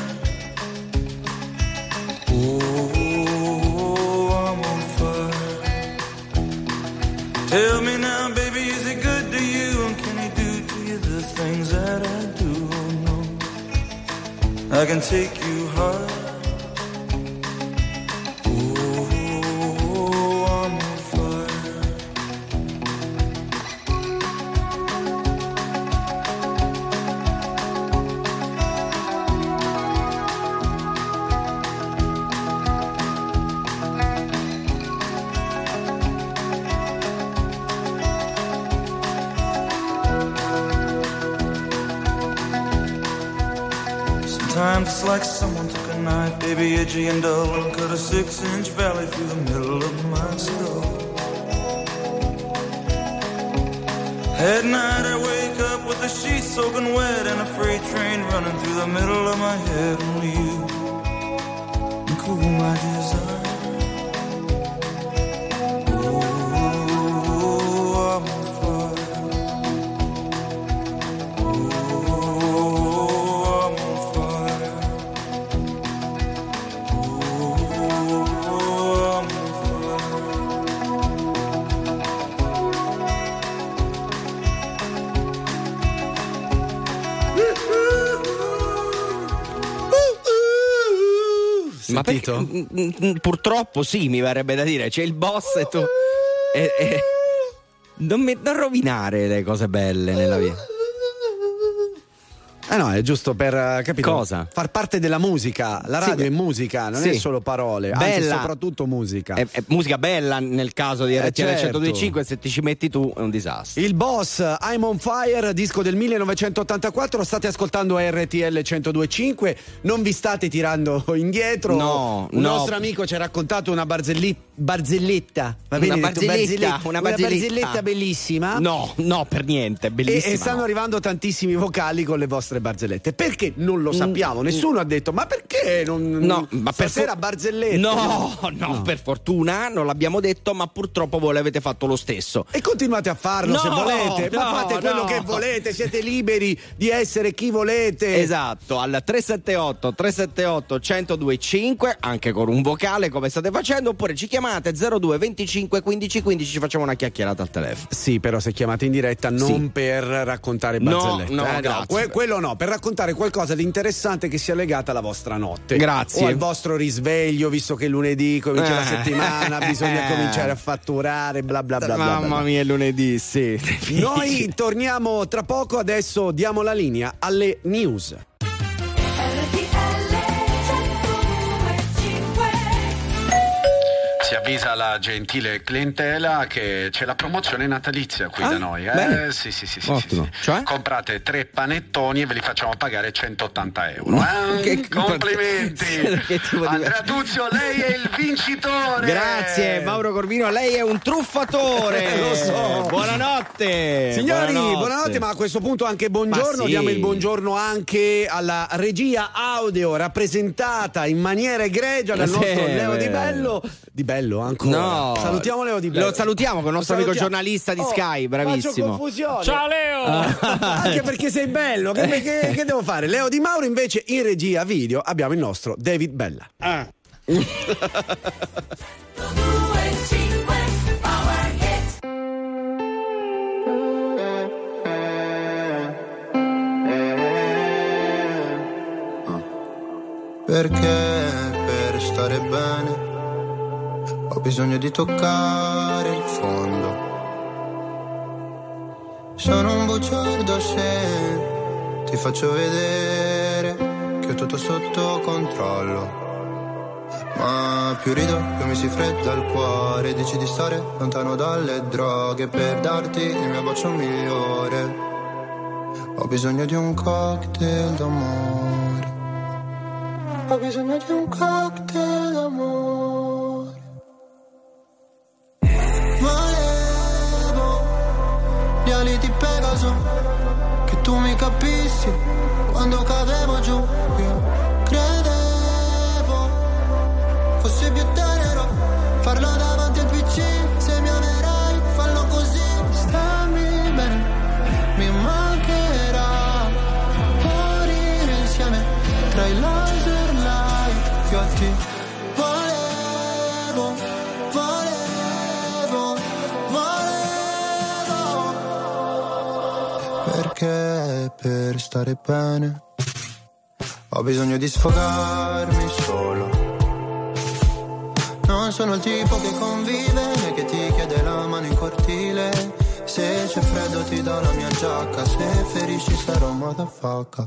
Oh, I'm on fire. Tell me now, baby, is he good to you? And can he do to you the things that I do? Oh, no, I can take you high. Sometimes it's like someone took a knife, baby, edgy and dull, and cut a six-inch valley through the middle of my skull. At night I wake up with the sheets soaking wet and a freight train running through the middle of my head. Only you can cool my desire. Oh, I'm on fire. Ma perché, m- m- purtroppo sì, mi verrebbe da dire, c'è il boss e tu e, e, non, mi, non rovinare le cose belle nella vita. Eh no, è giusto per, capito? Cosa? Far parte della musica. La radio Sì, è musica, non sì. è solo parole, Bella. anzi soprattutto musica. È, è musica bella nel caso di Eh, R T L certo. centodue e cinque, se ti ci metti tu è un disastro. Il Boss, I'm on Fire, disco del millenovecentottantaquattro, state ascoltando R T L centodue e cinque, non vi state tirando indietro. No, un no. nostro amico ci ha raccontato una barzelli- barzelletta, va Una bene detto? barzelletta, una barzelletta. bellissima. No, no, per niente, E, bellissima. e stanno no. arrivando tantissimi vocali con le vostre barzellette. Perché non lo sappiamo? Nessuno ha detto, ma perché non. No, ma per stasera for- barzellette? No, no, per fortuna non l'abbiamo detto, ma purtroppo voi l'avete fatto lo stesso. E continuate a farlo No, se volete, ma no, fate quello no. che volete, siete liberi di essere chi volete. Esatto, al tre sette otto tre sette otto uno zero due cinque, anche con un vocale come state facendo, oppure ci chiamate zero due venticinque quindici quindici, ci facciamo una chiacchierata al telefono. Sì, però se chiamate in diretta non Sì. per raccontare No, barzellette. no, eh, grazie. que- quello no, per raccontare qualcosa di interessante che sia legata alla vostra notte. Grazie. O al vostro risveglio, visto che lunedì comincia la Eh. settimana, bisogna cominciare a fatturare, bla bla bla bla. bla, Mamma bla. mia, è lunedì, sì. Noi torniamo tra poco, adesso diamo la linea alle news. Si avvisa la gentile clientela che c'è la promozione natalizia qui Ah, da noi. Eh? bene. Sì, sì, sì, sì, Ottimo. sì, sì. Cioè? Comprate tre panettoni e ve li facciamo pagare centottanta euro. Eh? Che- Complimenti! che tipo di- Andrea Tuzio, lei è il vincitore! Grazie, Mauro Corvino, lei è un truffatore. Lo so. Buonanotte. Signori, buonanotte. Ma a questo punto anche buongiorno. Ma sì. Diamo il buongiorno anche alla regia audio rappresentata in maniera egregia dal Sì, nostro Leo beh. Di Bello. Di Bello ancora. No. Salutiamo Leo Di Bello. Lo salutiamo con il nostro Lo amico salutiamo. giornalista di Oh, Sky, Faccio bravissimo. confusione. Ciao Leo! Anche perché sei bello. Che, che- che devo fare? Leo Di Mauro invece in regia video abbiamo il nostro David Bella. Ah, Perché per stare bene ho bisogno di toccare il fondo. Sono un bugiardo se ti faccio vedere che ho tutto sotto controllo. Ma più rido, più mi si fredda il cuore. Dici di stare lontano dalle droghe per darti il mio bacio migliore. Ho bisogno di un cocktail d'amore. Ho bisogno di un cocktail d'amore. Volevo gli ali di Pegaso, che tu mi capissi quando cadevo giù. Io credevo fosse più tenero farlo davanti al P C. Se mi amerai, fallo così. Stammi bene, mi mancherà morire insieme tra i laser light. Io a te volevo, volevo, volevo. Perché per stare bene ho bisogno di sfogarmi solo. Non sono il tipo che convive né che ti chiede la mano in cortile. Se c'è freddo ti do la mia giacca, se ferisci sarò motherfucker.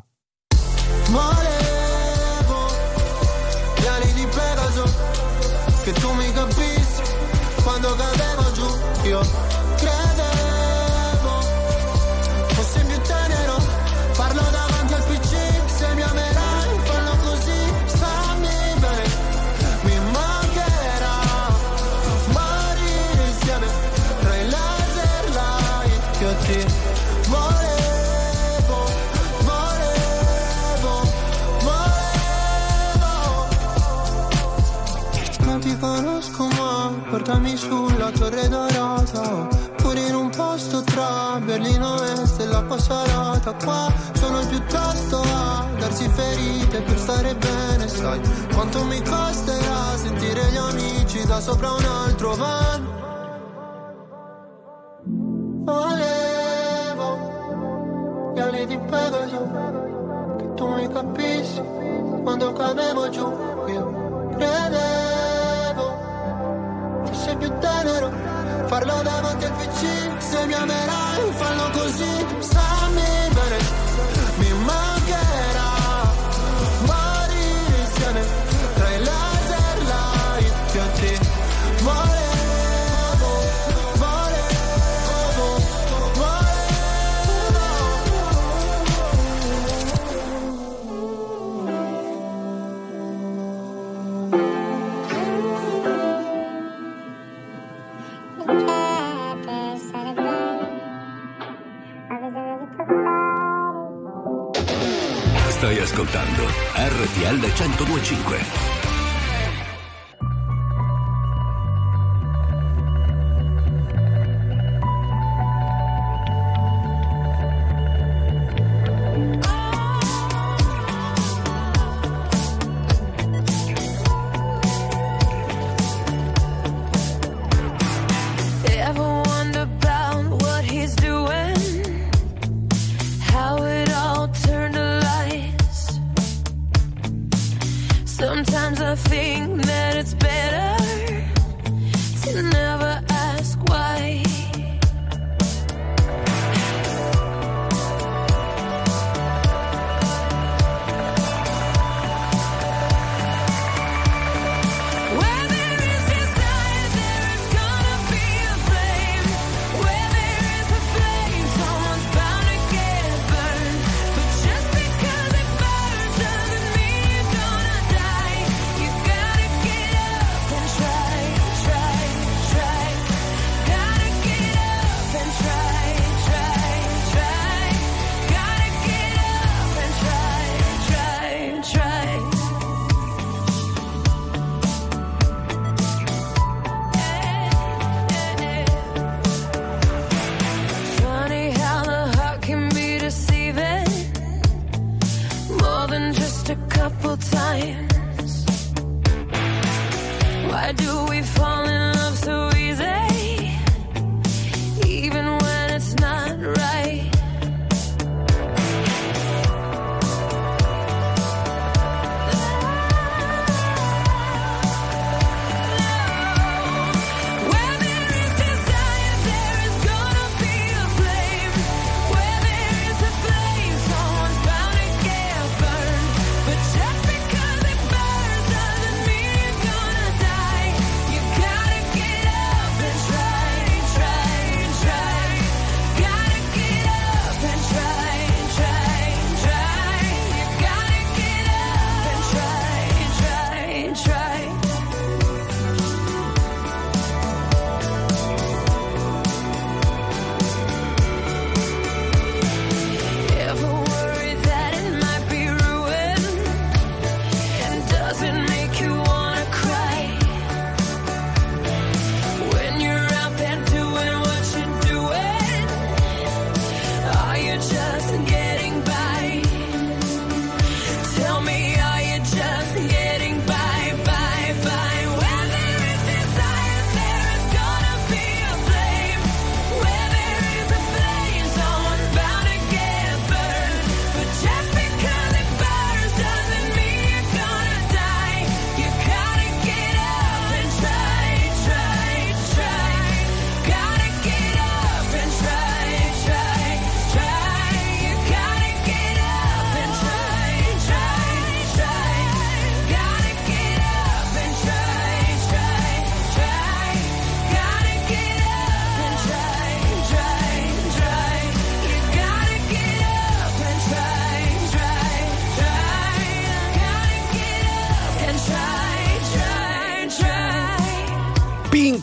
Volevo gli ali di Pegaso, che tu mi capissi quando cadevo giù. Io credevo fosse più tenero farlo davanti al P C. Se mi amerai, fallo così. Stammi bene, mi mancherà morire insieme tra i laser light. Io ti volevo, volevo, volevo. Non ti conosco ma portami sulla Torre Dorata, pure in un posto tra Berlino Est e la Passarata. Qua sono piuttosto a darsi ferite per stare bene. Sai quanto mi costerà sentire gli amici da sopra un altro van. Volevo gli ali di Pegaso, che tu mi capissi quando cadevo giù. Io credevo fosse più tenero farlo davanti al P C. Se mi amerai, fallo così. Stammi bene, mi mancherà morire insieme tra i laser light. Che a te volevo, volevo, Stai ascoltando R T L centodue e cinque. Sometimes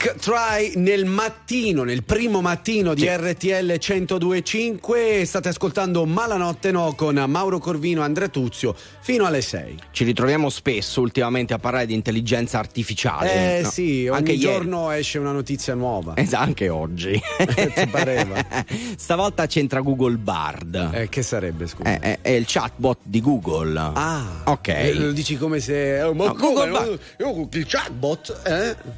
Think Try nel mattino, nel primo mattino di Sì. R T L centodue e cinque. State ascoltando Malanotte No con Mauro Corvino e Andrea Tuzio fino alle sei. Ci ritroviamo spesso ultimamente a parlare di intelligenza artificiale. Eh no? sì, ogni Anche giorno ieri esce una notizia nuova. Esatto, anche oggi. Ti pareva? Stavolta c'entra Google Bard. Eh, che sarebbe, scusa? È, è, è il chatbot di Google. Ah, ok. Eh, lo dici come se. Oh, ma No, come? Google No, Bard. io, il chatbot, eh?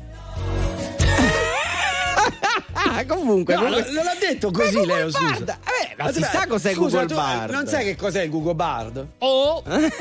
Comunque, No, comunque- non l'ha detto così, Google Leo, scusa. Bard. Eh, ma si Aspetta, sa cos'è scusa, Google tu, Bard? Non sai che cos'è il Google Bard? Oh!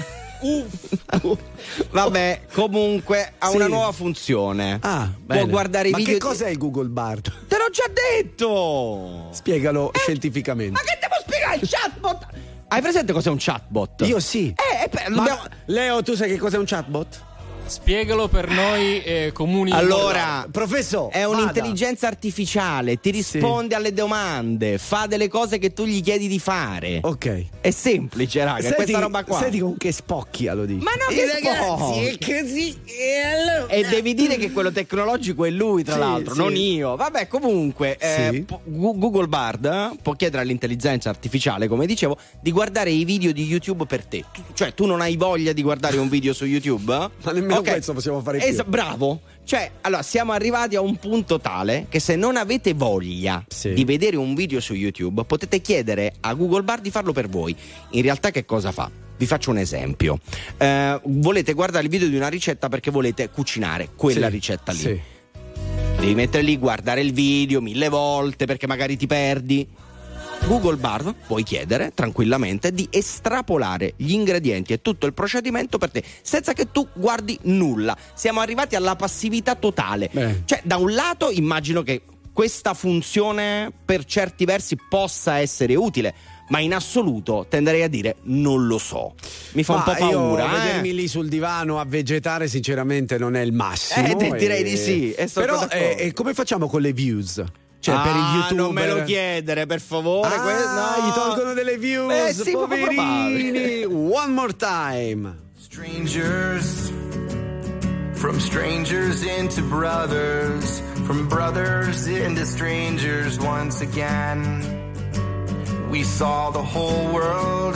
Vabbè, comunque ha Sì. una nuova funzione. Ah, può bene. guardare i Ma video. che cos'è il Google Bard? Te l'ho già detto! Spiegalo scientificamente. Ma che devo spiegare il chatbot? Hai presente cos'è un chatbot? Io sì. Eh, eh, beh, Ma dobbiamo- Leo, tu sai che cos'è un chatbot? Spiegalo per noi eh, comuni. Allora, professore, è un'intelligenza artificiale, ti risponde alle domande, fa delle cose che tu gli chiedi di fare. Ok. È semplice, raga, è questa roba qua. Senti con che spocchia lo dici. Ma no, Eh, che ragazzi, spocchi. è così. E allora. E devi dire che quello tecnologico è lui, tra Sì, l'altro, sì. non io. Vabbè, comunque, eh, Sì. po- Gu- Google Bard eh, può chiedere all'intelligenza artificiale, come dicevo, di guardare i video di YouTube per te. Tu- cioè, tu non hai voglia di guardare un video su YouTube? Ma nemmeno Ok. questo possiamo fare più. Esa- bravo. Cioè, allora, siamo arrivati a un punto tale che se non avete voglia Sì. di vedere un video su YouTube, potete chiedere a Google Bard di farlo per voi. In realtà che cosa fa? Vi faccio un esempio. Eh, volete guardare il video di una ricetta perché volete cucinare quella Sì, ricetta lì. sì. Devi mettere lì, guardare il video mille volte perché magari ti perdi. Google Bard puoi chiedere tranquillamente di estrapolare gli ingredienti e tutto il procedimento per te senza che tu guardi nulla. Siamo arrivati alla passività totale. Beh. Cioè, da un lato immagino che questa funzione per certi versi possa essere utile, ma in assoluto tenderei a dire non lo so. Mi fa Ma un po' paura. io eh. vedermi lì sul divano a vegetare sinceramente non è il massimo. Eh, te- direi di sì, e sono Però d'accordo. eh, e come facciamo con le views? Cioè, ah, per i YouTuber. non me lo chiedere, per favore. Ah, que- no. gli tolgono delle views, Eh sì, proprio poverini. One more time. Strangers, from strangers into brothers, from brothers into strangers once again. We saw the whole world,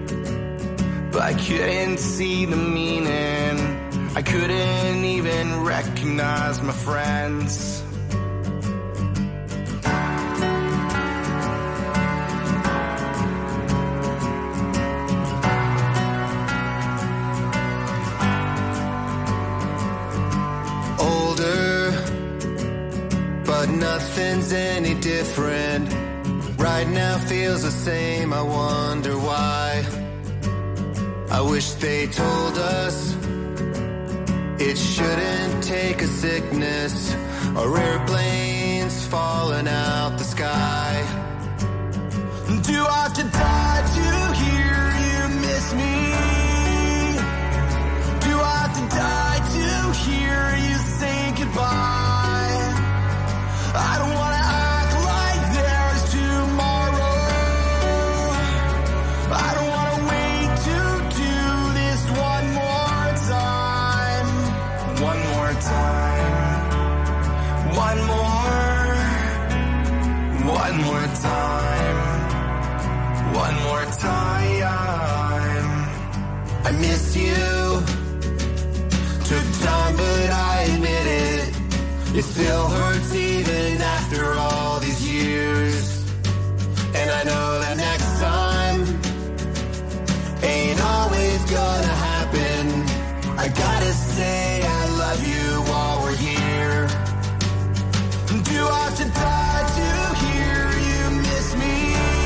but I couldn't see the meaning. I couldn't even recognize my friends. Older, but nothing's any different. Right now feels the same, I wonder why. I wish they told us it shouldn't take a sickness or airplanes falling out the sky. Do I have to die to hear you miss me? Do I have to die to hear you say goodbye? I don't wanna act like there's tomorrow. I don't wanna wait to do this one more time. One more time. One more. One more time. One more time. I miss you. Took time, but I admit it. It still hurts even after all these years. And I know that next time ain't always gonna happen. I gotta say I love you while we're here. Do I have to die to hear you miss me?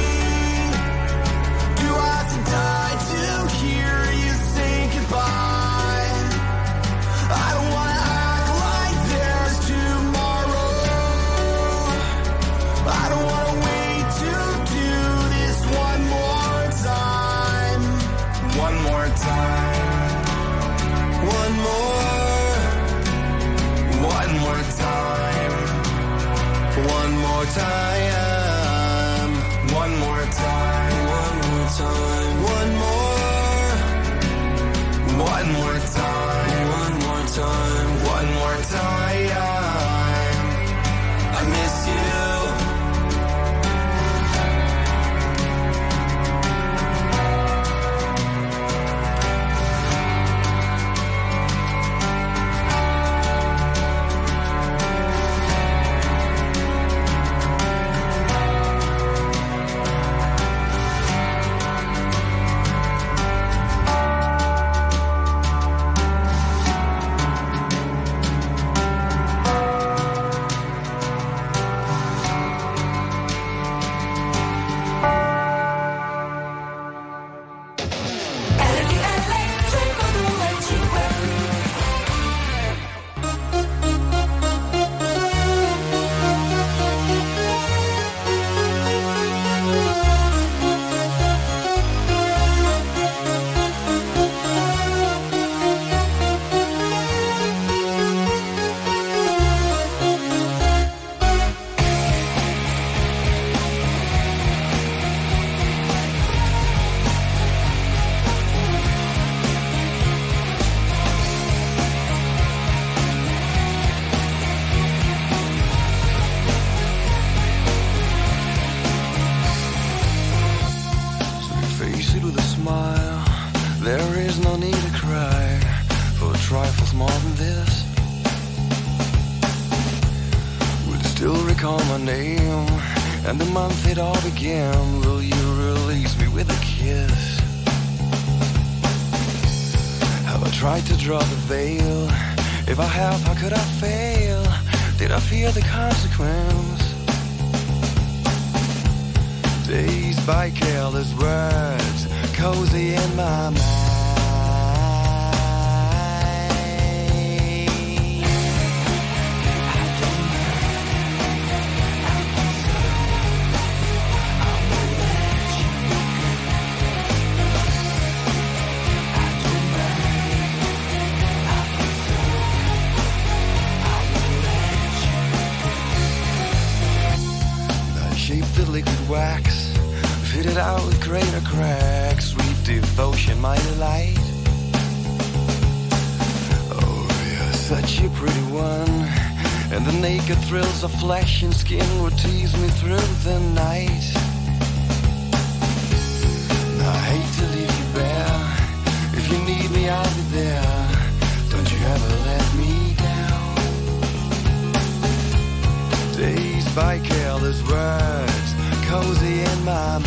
Do I have to die to hear you say goodbye? I don't wanna act like there's tomorrow. I don't wanna wait to do this one more time. One more time. One more, One more time. one more time, One more time. one more time, one more, One more time. one more time. One more time. smile. There is no need to cry for trifles more than this. Will you still recall my name and the month it all began? Will you release me with a kiss? Have I tried to draw the veil? If I have, how could I fail? Did I fear the consequence? Dazed by careless words, cozy in my mind. Liquid wax, fitted out with greater cracks, sweet devotion, my delight. Oh, you're such a pretty one, and the naked thrills of flesh and skin would tease me through the night. Now, I hate to leave you bare. If you need me, I'll be there. Don't you ever let me down. Dazed by careless words, cozy in my mind.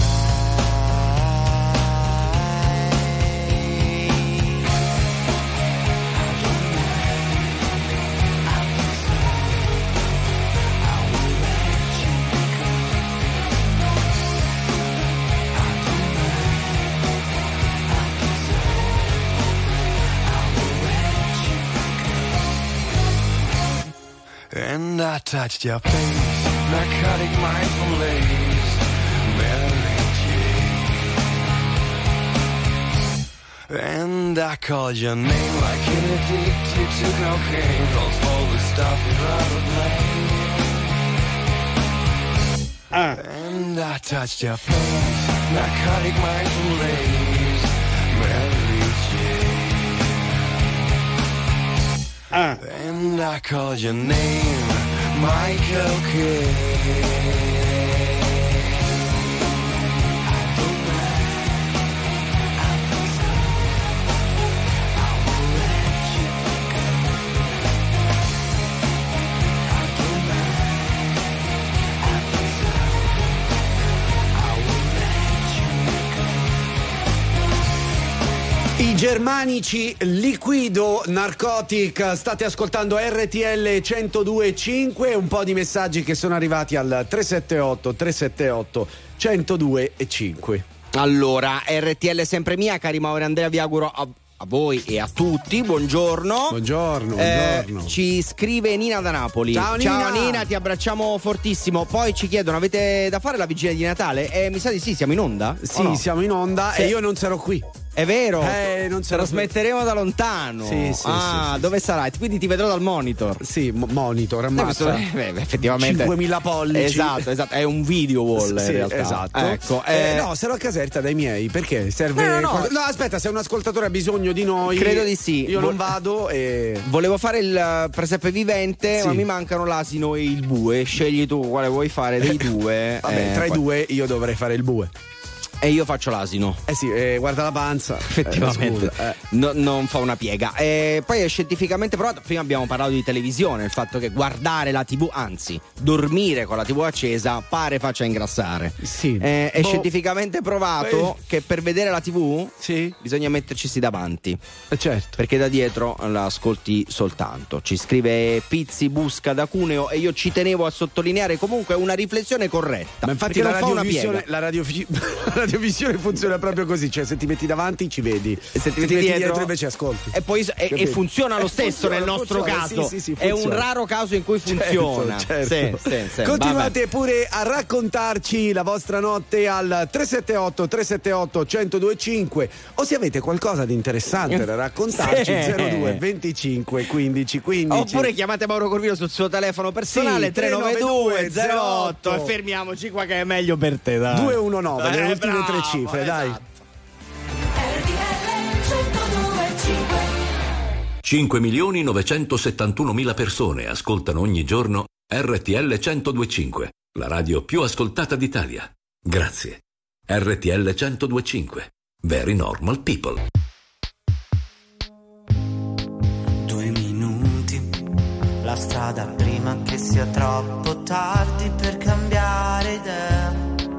And I touched your face, narcotic mindful lace, Mary Jane. And I called your name like an addicted to cocaine, calls all the stuff you'd rather play. Ah. And I touched your face, narcotic mindful lace, Mary Jane. Ah. And I called your name, Michael Kidd. I germanici Liquido Narcotic, state ascoltando R T L centodue e cinque, un po' di messaggi che sono arrivati al tre sette otto tre sette otto centodue e cinque. Allora, R T L sempre mia, cari Mauro e Andrea, vi auguro a, a voi e a tutti buongiorno. Buongiorno, Eh, buongiorno. ci scrive Nina da Napoli. Ciao, Nina. Ciao Nina, ti abbracciamo fortissimo. Poi ci chiedono, avete da fare la vigilia di Natale? E mi sa di sì, siamo in onda? Sì, O no? siamo in onda Sì. e io non sarò qui. È vero? Eh, non sarò Trasmetteremo da lontano. Sì, sì, ah, sì, sì, dove sarai? Quindi ti vedrò dal monitor. Sì, mo- monitor, ammazza. Eh, beh, beh, effettivamente cinquemila pollici. Esatto, esatto, è un video wall Sì, in realtà. esatto. Ecco, Eh, eh, no, sarò a Caserta dai miei, perché serve. No, no, no. qualche- no, aspetta, se un ascoltatore ha bisogno di noi. Credo di sì. Io Vol- non vado e. Volevo fare il presepe vivente, Sì. ma mi mancano l'asino e il bue. Scegli tu quale vuoi fare dei due. Vabbè, eh, tra i poi- due io dovrei fare il bue. E io faccio l'asino. Eh sì, eh, guarda la panza. Effettivamente Eh, scusa, eh. no- non fa una piega. E poi è scientificamente provato. Prima abbiamo parlato di televisione, il fatto che guardare la tivù, anzi dormire con la tivù accesa, pare faccia ingrassare. Sì. Eh, è Boh. scientificamente provato Eh. che per vedere la tivù Sì. bisogna mettercisi davanti, Eh, certo. perché da dietro la ascolti soltanto. Ci scrive Pizzi Busca da Cuneo e io ci tenevo a sottolineare comunque una riflessione corretta. Ma infatti perché la non fa una radiovisione, piega. la, radiofi- la radiovisione funziona proprio così, cioè se ti metti davanti ci vedi, E se ti metti metti dietro, dietro invece ascolti. E poi e, e Capito? funziona lo Eh, stesso funziona, nel nostro funziona, caso. sì, sì, sì, è un funziona. raro caso in cui funziona. Certo, certo. Sì, sì, sì, Continuate vabbè. pure a raccontarci la vostra notte al tre sette otto tre sette otto centodue e cinque, o se avete qualcosa di interessante da raccontarci. Sì. zero due venticinque quindici quindici. Oppure chiamate Mauro Corvino sul suo telefono personale Sì, tre nove due zero otto e fermiamoci qua che è meglio per te, dai. due uno nove, le Eh, ultime bravo, tre cifre, dai. esatto. cinque milioni novecentosettantunomila persone ascoltano ogni giorno R T L centodue e cinque, la radio più ascoltata d'Italia. Grazie. R T L centodue e cinque, Very Normal People. Due minuti, la strada prima che sia troppo tardi per cambiare idea.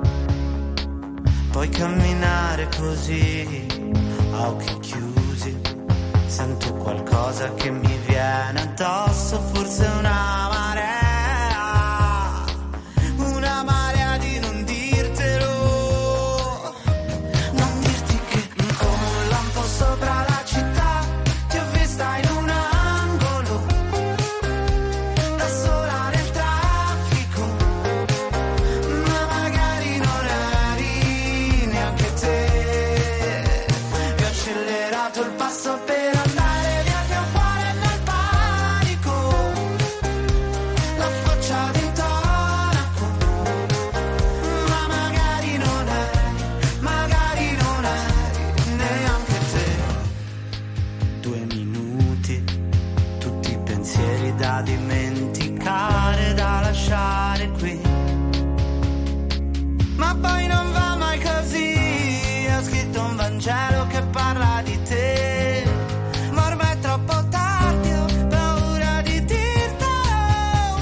Puoi camminare così, a occhi chiusi. Sento qualcosa che mi viene addosso, forse una marea, una marea di non dirtelo. Non dirti che come un lampo sopra la città ti ho vista in un angolo, da sola nel traffico, ma magari non eri neanche te. E ho accelerato il passo per andare via, il mio cuore nel panico, la faccia d'intonaco, ma magari non eri, magari non eri neanche te. Due minuti, tutti i pensieri da dimenticare, da lasciare qui, ma poi non va mai così. Ho scritto un Vangelo che parla di te, ma ormai è troppo tardi, ho paura di dirtelo.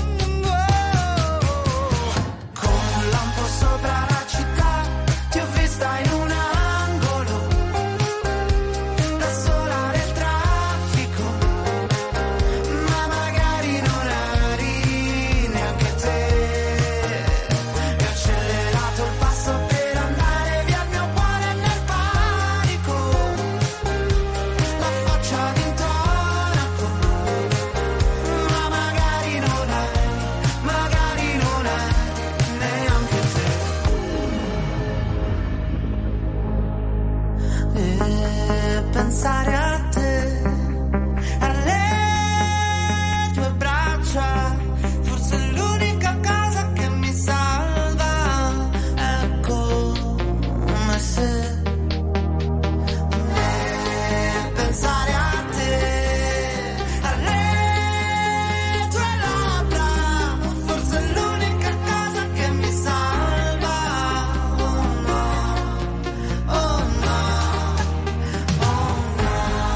Come un lampo sopra la città ti ho vista in un angolo, da sola nel traffico, ma magari non eri neanche te. E ho accelerato il passo per andare via, il mio cuore nel panico, la faccia d'intonaco, ma magari non eri, magari non eri neanche te. E pensare a te, alle tue braccia, forse è l'unica cosa che mi salva. È come se e pensare a te, alle tue labbra, forse è l'unica cosa che mi salva. Oh no, oh no, oh no.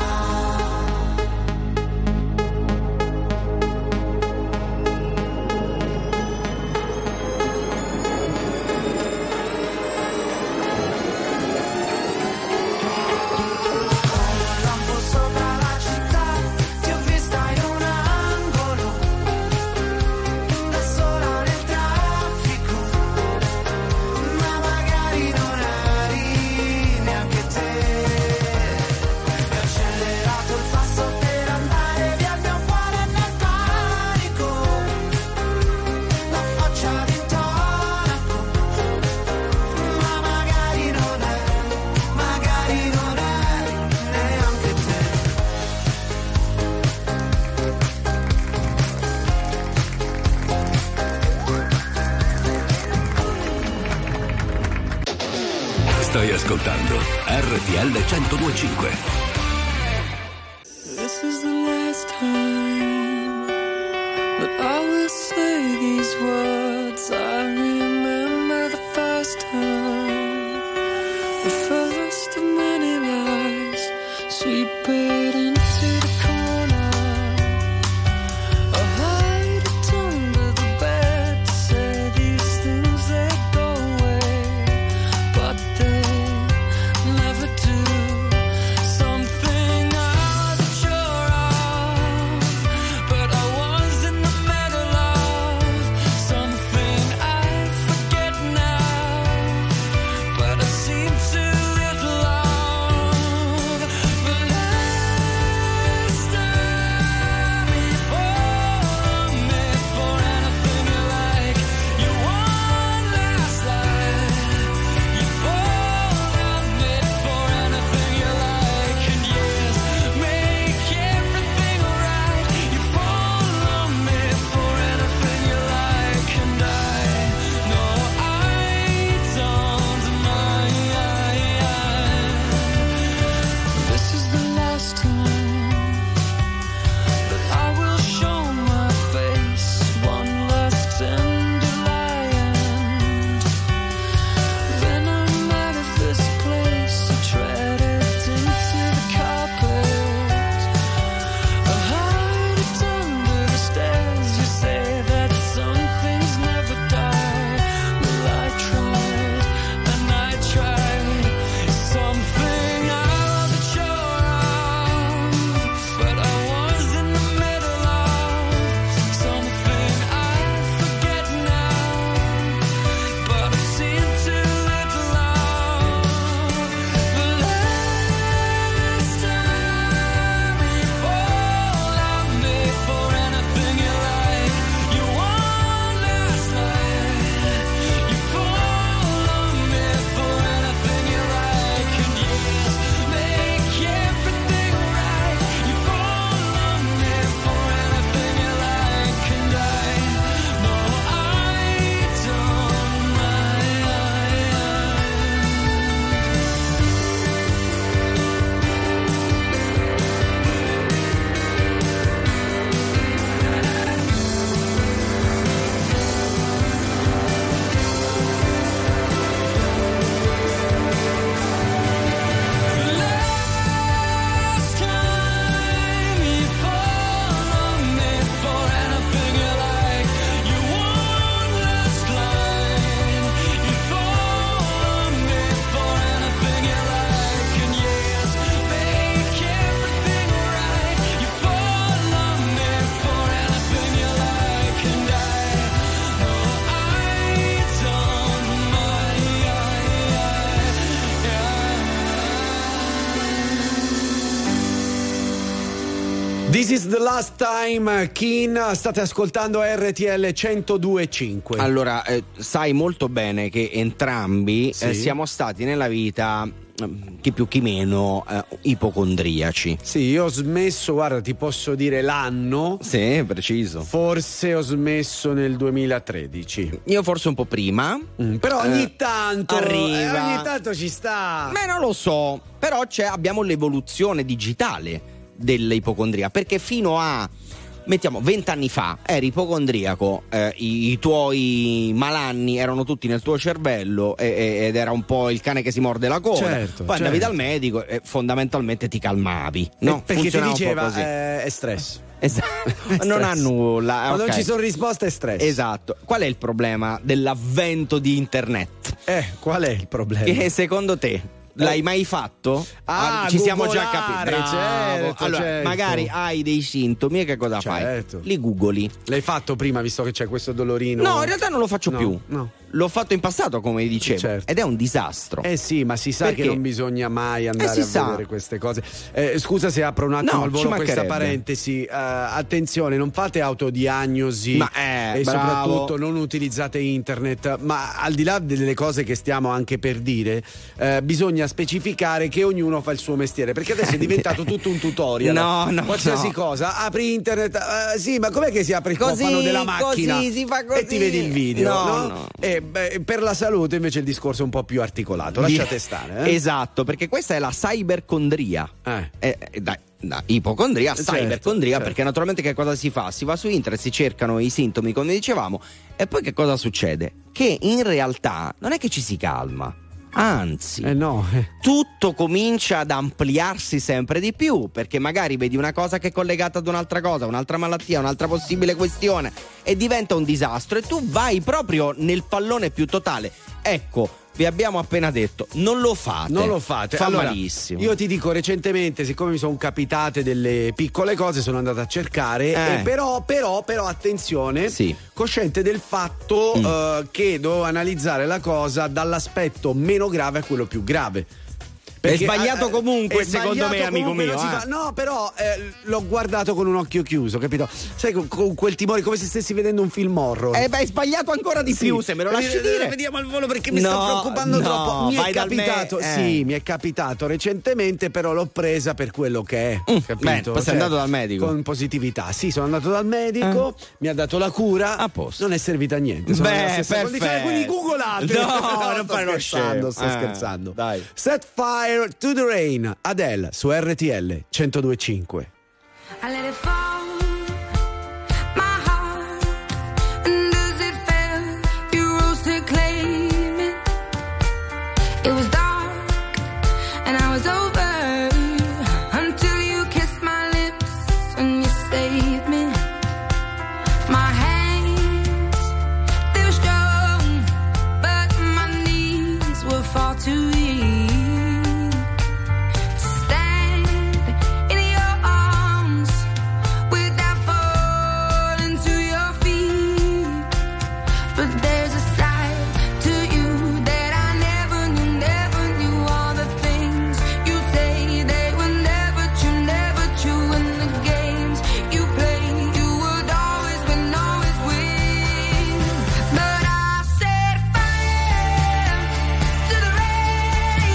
Un lampo sopra la città ti ho vista in un angolo, da sola nel traffico, ma magari non eri neanche te. E ho accelerato il passo per andare via, il mio cuore nel panico, la faccia d'intonaco, ma magari non eri, magari non eri neanche te. Stai ascoltando R T L centodue e cinque. This is the last time that I will say these words. I remember the first time, the first of many lies, sweep it into the corner. I hide it under the bed, say these things they go away, but they never do. Some This is the last time, Keen, state ascoltando R T L centodue e cinque. Allora, eh, sai molto bene che entrambi sì. eh, siamo stati nella vita, chi più chi meno, eh, ipocondriaci. Sì, io ho smesso, guarda, ti posso dire l'anno. Sì, preciso. Forse ho smesso nel duemilatredici. Io forse un po' prima. Mm, però ogni eh, tanto arriva. Eh, ogni tanto ci sta. Beh, non lo so, però c'è, abbiamo l'evoluzione digitale dell'ipocondria, perché fino a mettiamo vent'anni fa eri ipocondriaco, eh, i, i tuoi malanni erano tutti nel tuo cervello e, e, ed era un po' il cane che si morde la coda. Certo, poi andavi certo. dal medico e fondamentalmente ti calmavi, no? Eh, perché ti Funzionava un po' diceva così. eh, è stress. Esatto. Non ha nulla. Quando okay. non ci sono risposte è stress. Esatto. Qual è il problema dell'avvento di internet? Eh, qual è il problema? Che secondo te l'hai mai fatto? Ah, ci siamo già googolare, capiti. certo, allora, certo. magari hai dei sintomi e che cosa Certo. fai? Li googoli. L'hai fatto prima, visto che c'è questo dolorino? No, in realtà non lo faccio No, più. no. L'ho fatto in passato, come dicevo, Certo. ed è un disastro. Eh sì, ma si sa Perché? che non bisogna mai andare Eh, si a sa. vedere queste cose. Eh, scusa se apro un attimo No, al ci volo questa mancherebbe. parentesi. Eh, attenzione, non fate autodiagnosi Ma, eh, e bravo. soprattutto non utilizzate internet. Ma al di là delle cose che stiamo anche per dire, eh, bisogna specificare che ognuno fa il suo mestiere. Perché adesso è diventato tutto un tutorial. No, no, Qualsiasi no. cosa, apri internet. eh, sì, ma com'è che si apre il Così, cofano della macchina? così, si fa così. E ti vedi il video, No, no? no. E beh, per la salute invece il discorso è un po' più articolato. Lasciate stare. Eh? Esatto, perché questa è la cybercondria. Eh. Eh, eh, dai, da ipocondria, Certo, cybercondria, certo. perché naturalmente che cosa si fa? Si va su internet, si cercano i sintomi, come dicevamo, e poi che cosa succede? Che in realtà non è che ci si calma. Anzi, Eh no. eh. tutto comincia ad ampliarsi sempre di più, perché magari vedi una cosa che è collegata ad un'altra cosa, un'altra malattia, un'altra possibile questione, e diventa un disastro, e tu vai proprio nel pallone più totale. Ecco, vi abbiamo appena detto, non lo fate. Non lo fate. Fa Allora, malissimo. Io ti dico, recentemente, siccome mi sono capitate delle piccole cose, sono andato a cercare. Eh. E però, però, però, attenzione, Sì. cosciente del fatto Mm. eh, che devo analizzare la cosa dall'aspetto meno grave a quello più grave. È sbagliato comunque, è secondo sbagliato me, amico comunque, mio, non si eh. fa- No, però eh, l'ho guardato con un occhio chiuso, capito? Sai, con, con quel timore, come se stessi vedendo un film horror. Eh beh, è sbagliato ancora di Sì. più, se me lo lasci Eh, dire. Vediamo al volo perché mi No, sto preoccupando no, troppo. Mi è vai dal me- capitato, eh. sì, mi è capitato recentemente, però l'ho presa per quello che è. Mm, capito? bene, poi sei andato dal medico? Con positività. Sì, sono andato dal medico, mi ha dato la cura. A posto. Non è servita a niente. Sono Beh, nella stessa perfetto. condizione, quindi googolate. No, non sto fare lo scherzando, scemo. sto Eh, scherzando. dai. Set fire to the rain. Adele su R T L centodue e cinque. I let it fall, my heart, and does it fail? You rose to claim it. It was dark, and I was over until you kissed my lips and you saved me. My hands, they were strong, but my knees were far too weak. But I set fire to the rain.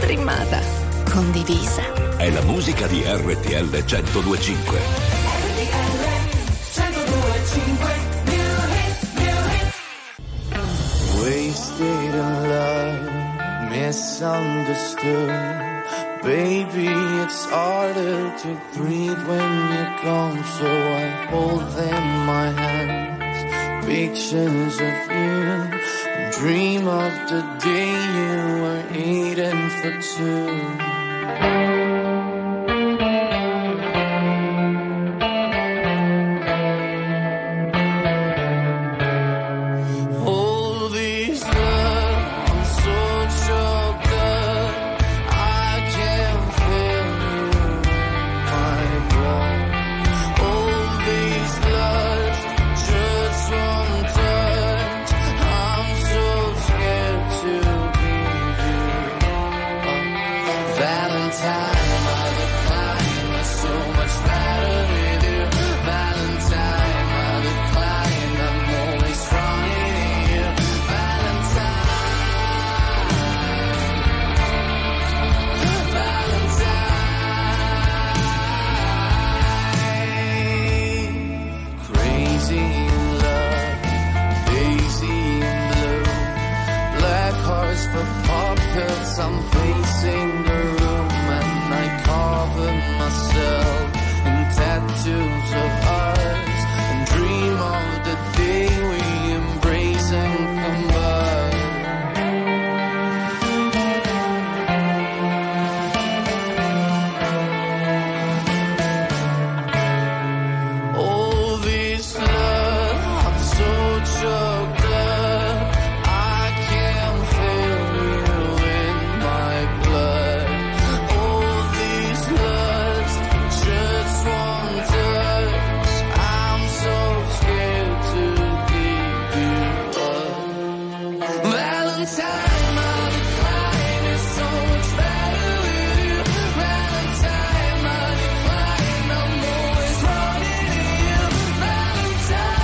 streamata, condivisa. È la musica di R T L centodue e cinque. R T L centodue e cinque. Wasted in love, misunderstood. Baby, it's harder to breathe when you're gone, so I hold them in my hands, pictures of you, and dream of the day you were eating for two. I'm pacing the room and I cover myself in tattoos of ours and dream of the day we embrace and combine. All this love, I'm so choked up, I can't feel you in my blood. All this lust, just one touch, I'm so scared to give you up. Valentine, my decline is so much better with you. Valentine, my decline, I'm always running to you. Valentine,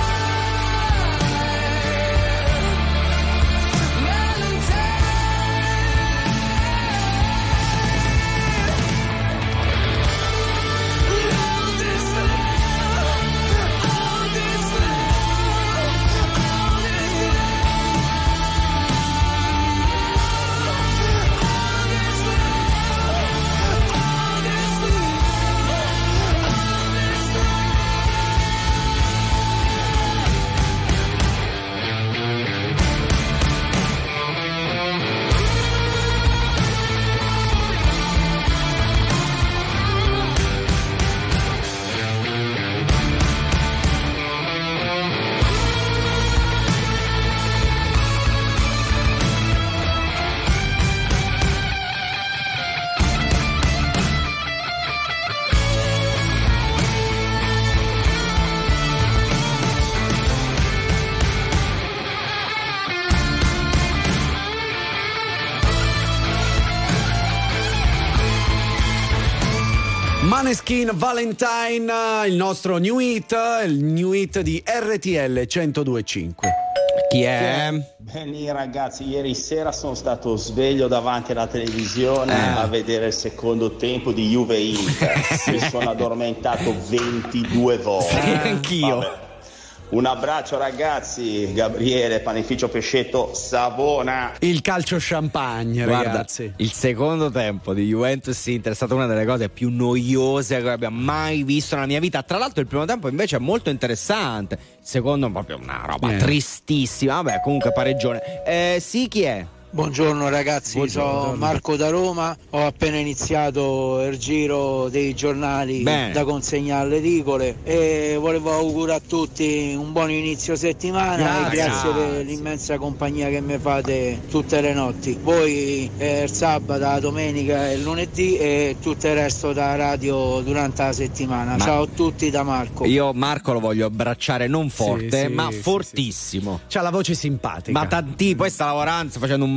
Maneskin, Valentine, il nostro new hit, il new hit di R T L centodue e cinque. Chi è? Bene ragazzi, ieri sera sono stato sveglio davanti alla televisione eh. a vedere il secondo tempo di Juve Inter. Mi sono addormentato ventidue volte. Sì, anch'io. Vabbè. Un abbraccio ragazzi, Gabriele, panificio Pescetto, Savona. Il calcio champagne, Guarda, ragazzi. Il secondo tempo di Juventus Inter è stata una delle cose più noiose che abbia mai visto nella mia vita. Tra l'altro il primo tempo invece è molto interessante. Il secondo è proprio una roba eh. tristissima. Vabbè, comunque pareggione. Eh, sì, chi è? Buongiorno ragazzi, Buongiorno. sono Marco da Roma, ho appena iniziato il giro dei giornali Bene. da consegnare alle edicole e volevo augurare a tutti un buon inizio settimana Grazie. e grazie per l'immensa compagnia che mi fate tutte le notti. Voi eh, il sabato, la domenica e il lunedì e tutto il resto da radio durante la settimana. Ma- Ciao a tutti da Marco. Io Marco lo voglio abbracciare non forte, sì, ma sì, fortissimo. C'ha la voce simpatica. Ma tanti, poi sta lavorando, sta facendo un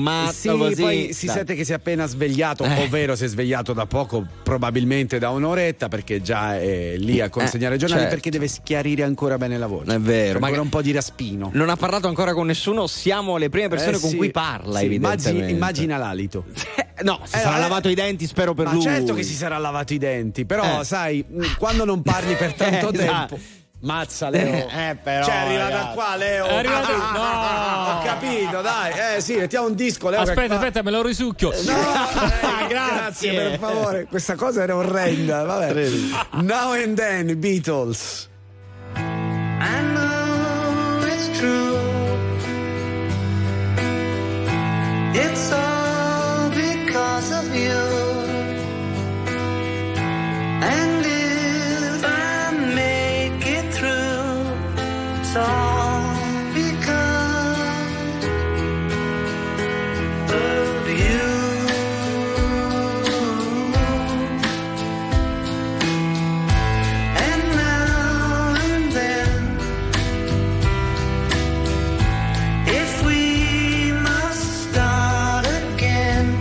matto sì, così. Poi si Dai. sente che si è appena svegliato, Eh. ovvero si è svegliato da poco, probabilmente da un'oretta, perché già è lì a consegnare Eh, i giornali, certo. perché deve chiarire ancora bene la voce. È vero, C'è ma ancora un po' di raspino. Non ha parlato ancora con nessuno, siamo le prime persone Eh, con sì, cui parla, sì, evidentemente. immagini- immagina l'alito. No, si Eh, sarà eh, lavato i denti, spero per Ma lui. certo che si sarà lavato i denti, però Eh. sai, mh, quando non parli per tanto Eh, tempo. Mazza Leo. Eh, però, Cioè, è arrivato ragazzi. qua, Leo. È arrivato- Ah, no. ah, ho capito, dai. Eh sì, mettiamo un disco, Leo. che Aspetta, qua- aspetta, me lo risucchio. No, eh, grazie per favore. Questa cosa era orrenda. Vabbè. Now and then, Beatles. I know it's true. It's all because of you. And if I make it through, it's all because of you. And now and then, if we must start again,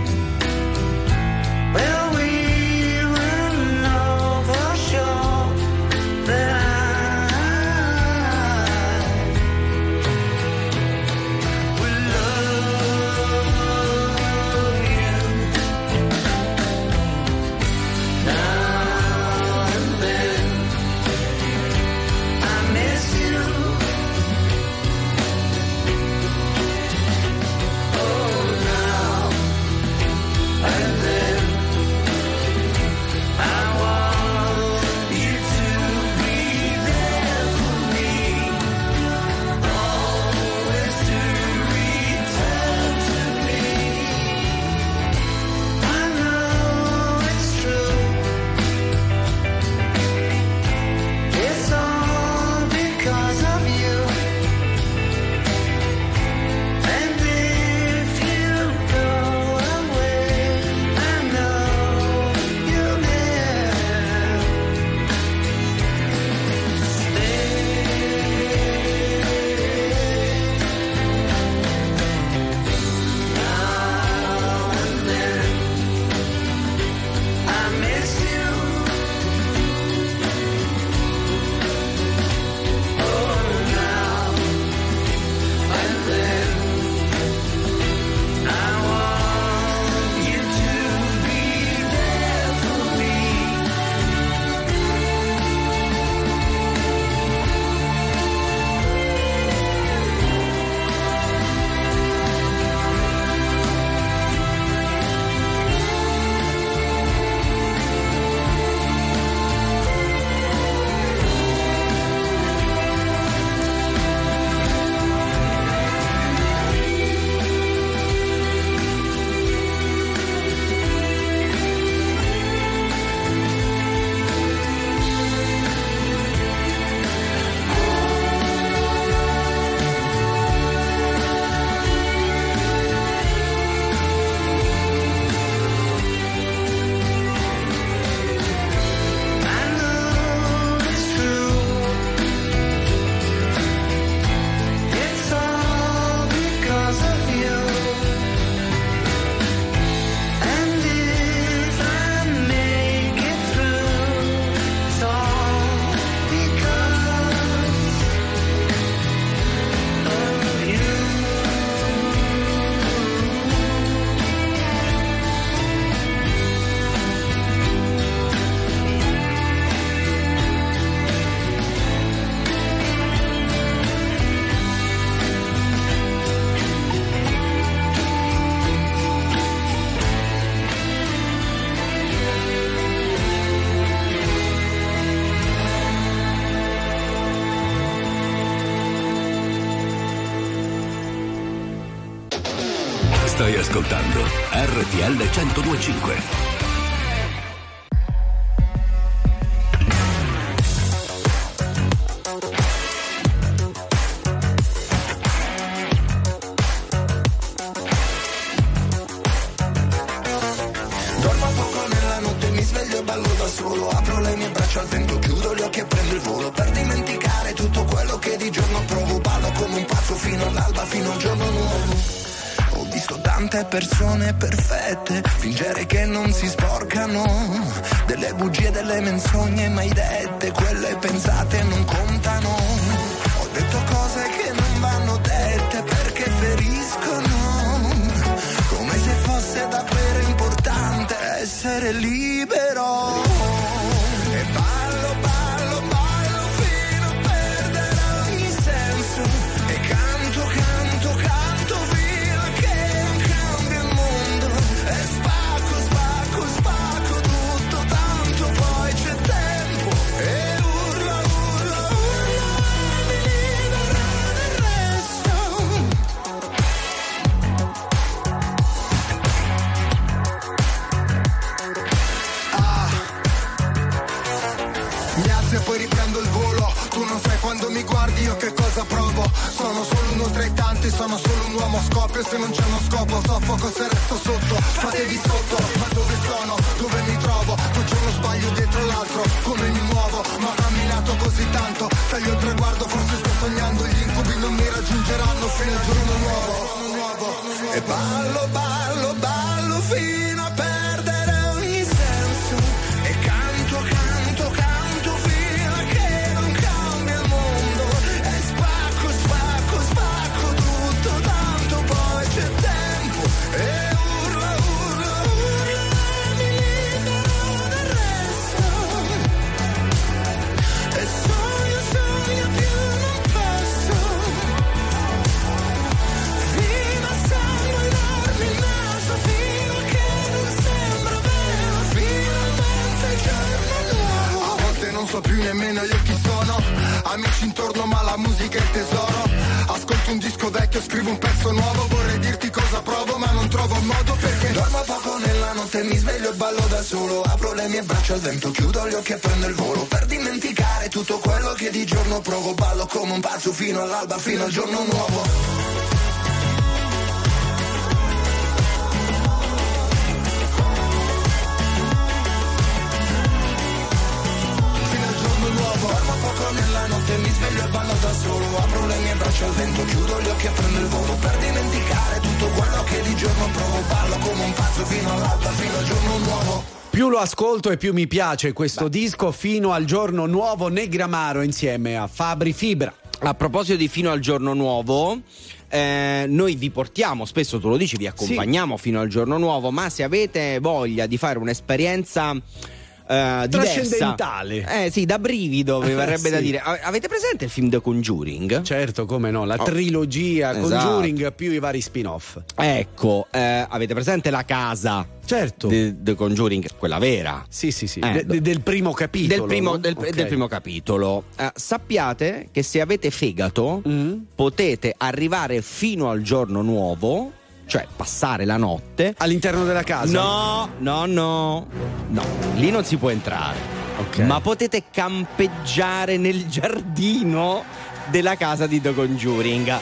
well, we will know for sure that I will love you. Now and then, I miss you. Oh, now and then, I want you to be there for me, always to return to me. I know it's true. It's all because of you. And if you go away, I know you'll never stay. Now and then, I miss you. Oh, now and then, I want you to be there for me. I know it's true. It's all because of you. And if I make it through, it's all because of you. Stai ascoltando R T L centodue e cinque. Dormo poco nella notte, mi sveglio e ballo da solo. Apro le mie braccia al vento, chiudo gli occhi e prendo il volo. Per dimenticare tutto quello che di giorno provo. Ballo come un pazzo fino all'alba, fino al giorno nuovo. Ho visto tanto tante persone perfette, fingere che non si sporcano, delle bugie, delle menzogne mai dette, quelle pensate non contano. Ho detto cose che non vanno dette perché feriscono, come se fosse davvero importante essere libero. E ballo, ballo, ballo fino a perdere ogni senso, e canto, canto, canto fino a che non cambia il mondo, e spacco, spacco, spacco tutto, tanto poi c'è tempo, e urla, urla, urla, mi libero del resto. Ah, mi alzo e poi riprendo il volo, tu non sai quando mi guardi io che cosa provo, sono solo uno tra i tanti, sono solo un uomo, scoppio se non c'è uno scopo, soffoco se resto sotto, fatevi sotto, ma dove sono, dove mi trovo, faccio uno sbaglio dietro l'altro, come mi muovo, ma ho camminato così tanto, taglio il traguardo, forse sto sognando, gli incubi non mi raggiungeranno fino al giorno nuovo, e ballo, ballo, ballo fino a perdere ogni senso, e canto, canto, canto fino a che non cambia il mondo, e spacco, spacco, spacco tutto, tanto poi c'è tempo, e urla, urla, urla, mi libero del resto, e sogno, sogno più non posso, fino a sanguinarmi il naso, fino a che non sembra vero, finalmente il giorno nuovo. A volte non so più nemmeno io chi sono, amici intorno ma la musica è il tesoro, ascolto un disco vecchio, scrivo un pezzo nuovo, vorrei dirti cosa provo ma non trovo modo, perché dormo poco nella notte, mi sveglio e ballo da solo, apro le mie braccia al vento, chiudo gli occhi e prendo il volo, per dimenticare tutto quello che di giorno provo, ballo come un pazzo fino all'alba, fino al giorno nuovo. Dormo poco nella notte, mi sveglio e ballo da solo, apro le mie braccia al vento, chiudo gli occhi e prendo il volo, per dimenticare tutto quello che di giorno provo, ballo come un pazzo fino all'alba, fino al giorno nuovo. Più lo ascolto e più mi piace questo disco, Fino al giorno nuovo, Negramaro insieme a Fabri Fibra. A proposito di Fino al giorno nuovo, eh, noi vi portiamo, spesso tu lo dici, vi accompagniamo sì. fino al giorno nuovo, ma se avete voglia di fare un'esperienza Uh, trascendentale, eh sì, da brivido mi verrebbe sì. da dire. Avete presente il film The Conjuring? Certo, come no, la oh. trilogia esatto. Conjuring più i vari spin-off. Ecco, eh, avete presente la casa? Certo. The, The Conjuring, quella vera. Sì, sì, sì. Eh, de, del primo capitolo. Del primo, no? del, okay. del primo capitolo. Uh, sappiate che se avete fegato mm. potete arrivare fino al giorno nuovo, cioè passare la notte all'interno della casa. No, no, no. No, lì non si può entrare. Okay. Ma potete campeggiare nel giardino della casa di The Conjuring.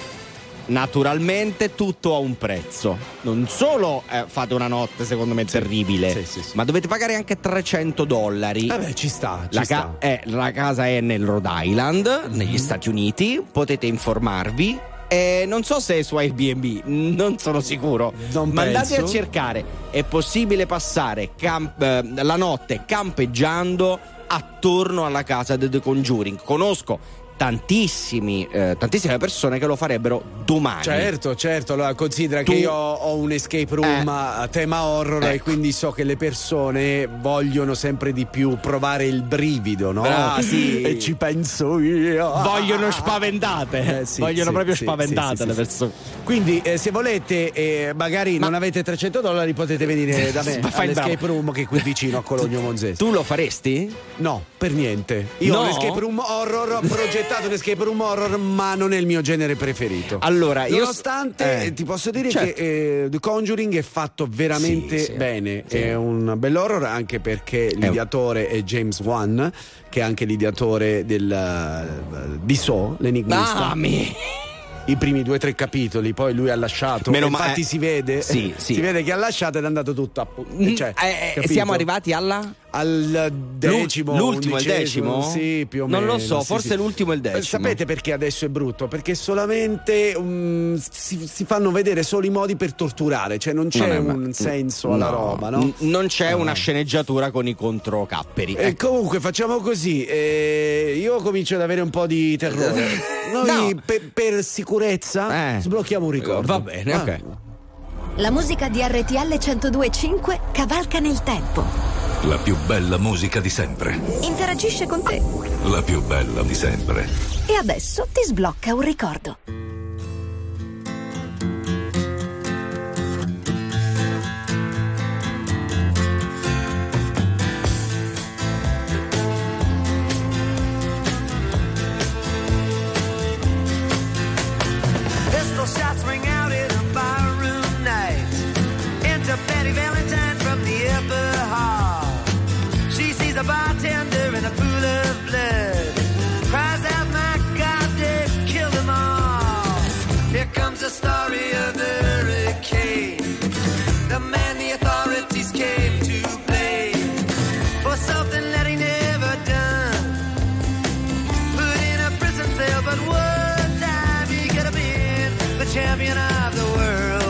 Naturalmente tutto a un prezzo. Non solo eh, fate una notte secondo me terribile, sì, sì, sì. ma dovete pagare anche trecento dollari. Vabbè, ci sta, ci la, sta. Ca- è, la casa è nel Rhode Island, mm-hmm. negli Stati Uniti. Potete informarvi. Eh, non so se è su Airbnb, non sono sicuro. Non ma andate penso. a cercare. È possibile passare camp- eh, la notte campeggiando attorno alla casa di The Conjuring. Conosco tantissimi eh, tantissime persone che lo farebbero domani. Certo, certo, allora considera Tu... che io ho un escape room eh. a tema horror ecco. e quindi so che le persone vogliono sempre di più provare il brivido, no? Ah, sì. E ci penso io. Vogliono spaventate, eh, sì, vogliono sì, proprio sì, spaventate sì, sì, le sì, persone. Quindi eh, se volete eh, magari Ma... non avete trecento dollari potete venire da me all'escape room che è qui vicino a Cologno Monzese. Tu lo faresti? No, per niente. Io no? ho l'escape room horror, ho progettato l'escape room horror, ma non è il mio genere preferito. Allora, io nonostante eh, ti posso dire certo. che eh, The Conjuring è fatto veramente sì, sì, bene. sì. È un bel horror anche perché l'ideatore è James Wan, che è anche l'ideatore del uh, di Saw, l'enigmista. Ah, mi... I primi due o tre capitoli, poi lui ha lasciato. Meno infatti ma... si vede sì, sì. si vede che ha lasciato ed è andato tutto a pu- cioè, eh, eh, siamo arrivati alla al decimo, l'ultimo e il decimo? Sì, più o meno. Non lo so, sì, forse sì. l'ultimo e il decimo. Sapete perché adesso è brutto? Perché solamente um, si, si fanno vedere solo i modi per torturare, cioè non c'è non è, un senso alla no, roba, no? N- non c'è no. una sceneggiatura con i controcapperi. E ecco. comunque facciamo così, eh, io comincio ad avere un po' di terrore. Noi No. per, per sicurezza Eh. sblocchiamo un ricordo. Va bene, Ah. ok. La musica di R T L centodue e cinque cavalca nel tempo. La più bella musica di sempre. Interagisce con te. La più bella di sempre. E adesso ti sblocca un ricordo. Pistol shots ring out in a barroom night. Enter Betty Valentine from the upper hall. She sees a bartender in a pool of blood. Cries out, my God, they've killed them all. Here comes the story of the hurricane. The man the authorities came to blame for something that he never done. Put in a prison cell, but one time he could have been the champion of the world.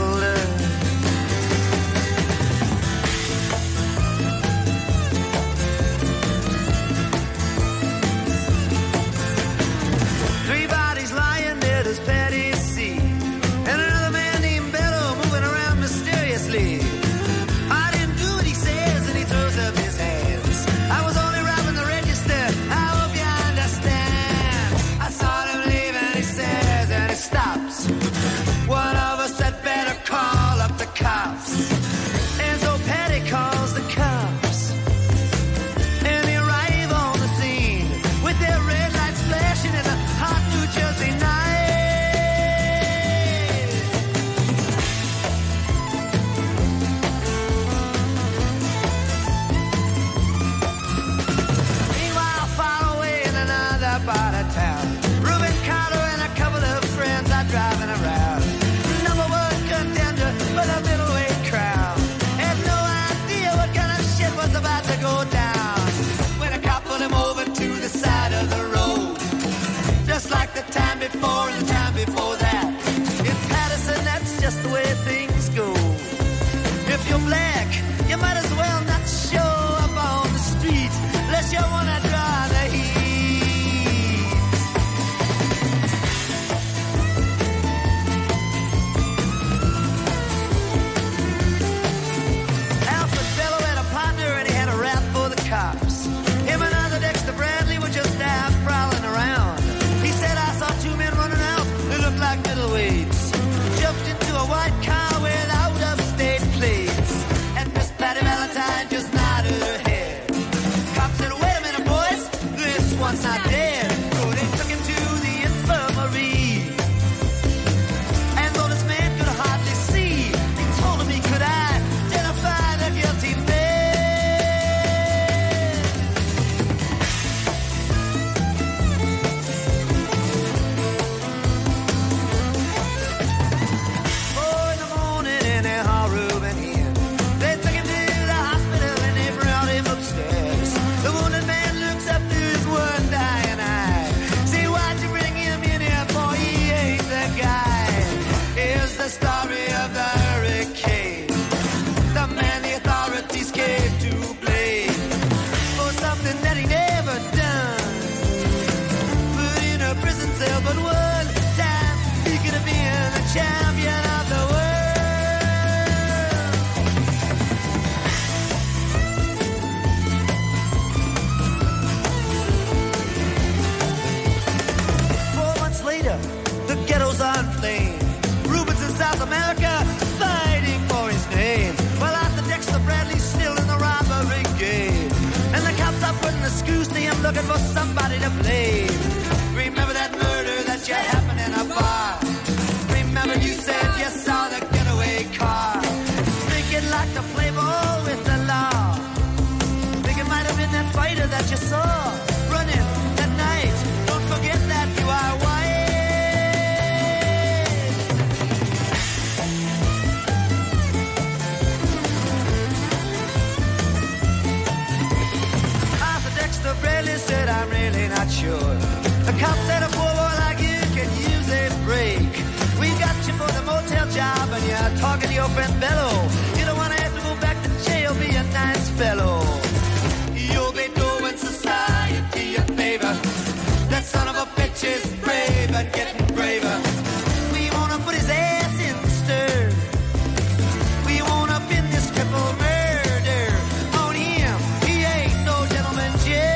Three bodies lying there, does Patty see? And another man named Bello moving around mysteriously. I didn't do what he says, and he throws up his hands. I was only robbing the register, I hope you understand. I saw him leave and he says, and he stops. One of us had better call up the cops. And so Patty calls the cops. And they arrive on the scene with their red lights flashing in the hot New Jersey night. Meanwhile, far away in another part of town, Reuben Carter and a couple of friends are driving around. Number one contender for the middleweight crown. Had no idea what kind of shit was about to go down. When a cop pulled him over to the side of the road. Just like the time before and the time before that. In Patterson, that's just the way things go. If you're black, you might as well not show up on the street unless you wanna draw the heat. Alfred Bello had a partner and he had a rap for the cops. Him and other Dexter Bradley were just out prowling around. He said, I saw two men running out who looked like middleweights. Jumped into a white car with out-of-state plates. And Miss Patty Valentine just nodded her head. Cop said, wait a minute, boys, this one's not dead. So they took him to the infirmary. And though this man could hardly see, he told him he could identify the guilty man. Four in the morning in a hall room and in. They took him to the hospital and they brought him upstairs. The wounded man looks up to his one dying eye. Say, why'd you bring him in here, boy? He ain't the guy. Here's the story of the hurricane. The man the authorities came to blame for something that he never done. Put in a prison cell, but one time he could have been the champion of the world. Four months later, the ghetto's on flame. Rubens in South America fighting for his name. Well, Arthur Dexter Bradley's still in the robbery game. And the cops are putting the screws to him looking for somebody to blame. Remember that murder that you happened in a bar? Remember you said you saw the getaway car? Think you'd like to play ball with the law? Think it might have been that fighter that you saw running that night. Don't forget that you are white. I'm really not sure. The cop said a poor boy like you can use a break. We got you for the motel job and you're talking to your friend Bello. You don't want to have to go back to jail, be a nice fellow. You'll be doing society a favor. That son of a bitch is brave and getting braver. We wanna put his ass in the stir. We wanna pin this triple murder on him. He ain't no gentleman Jay.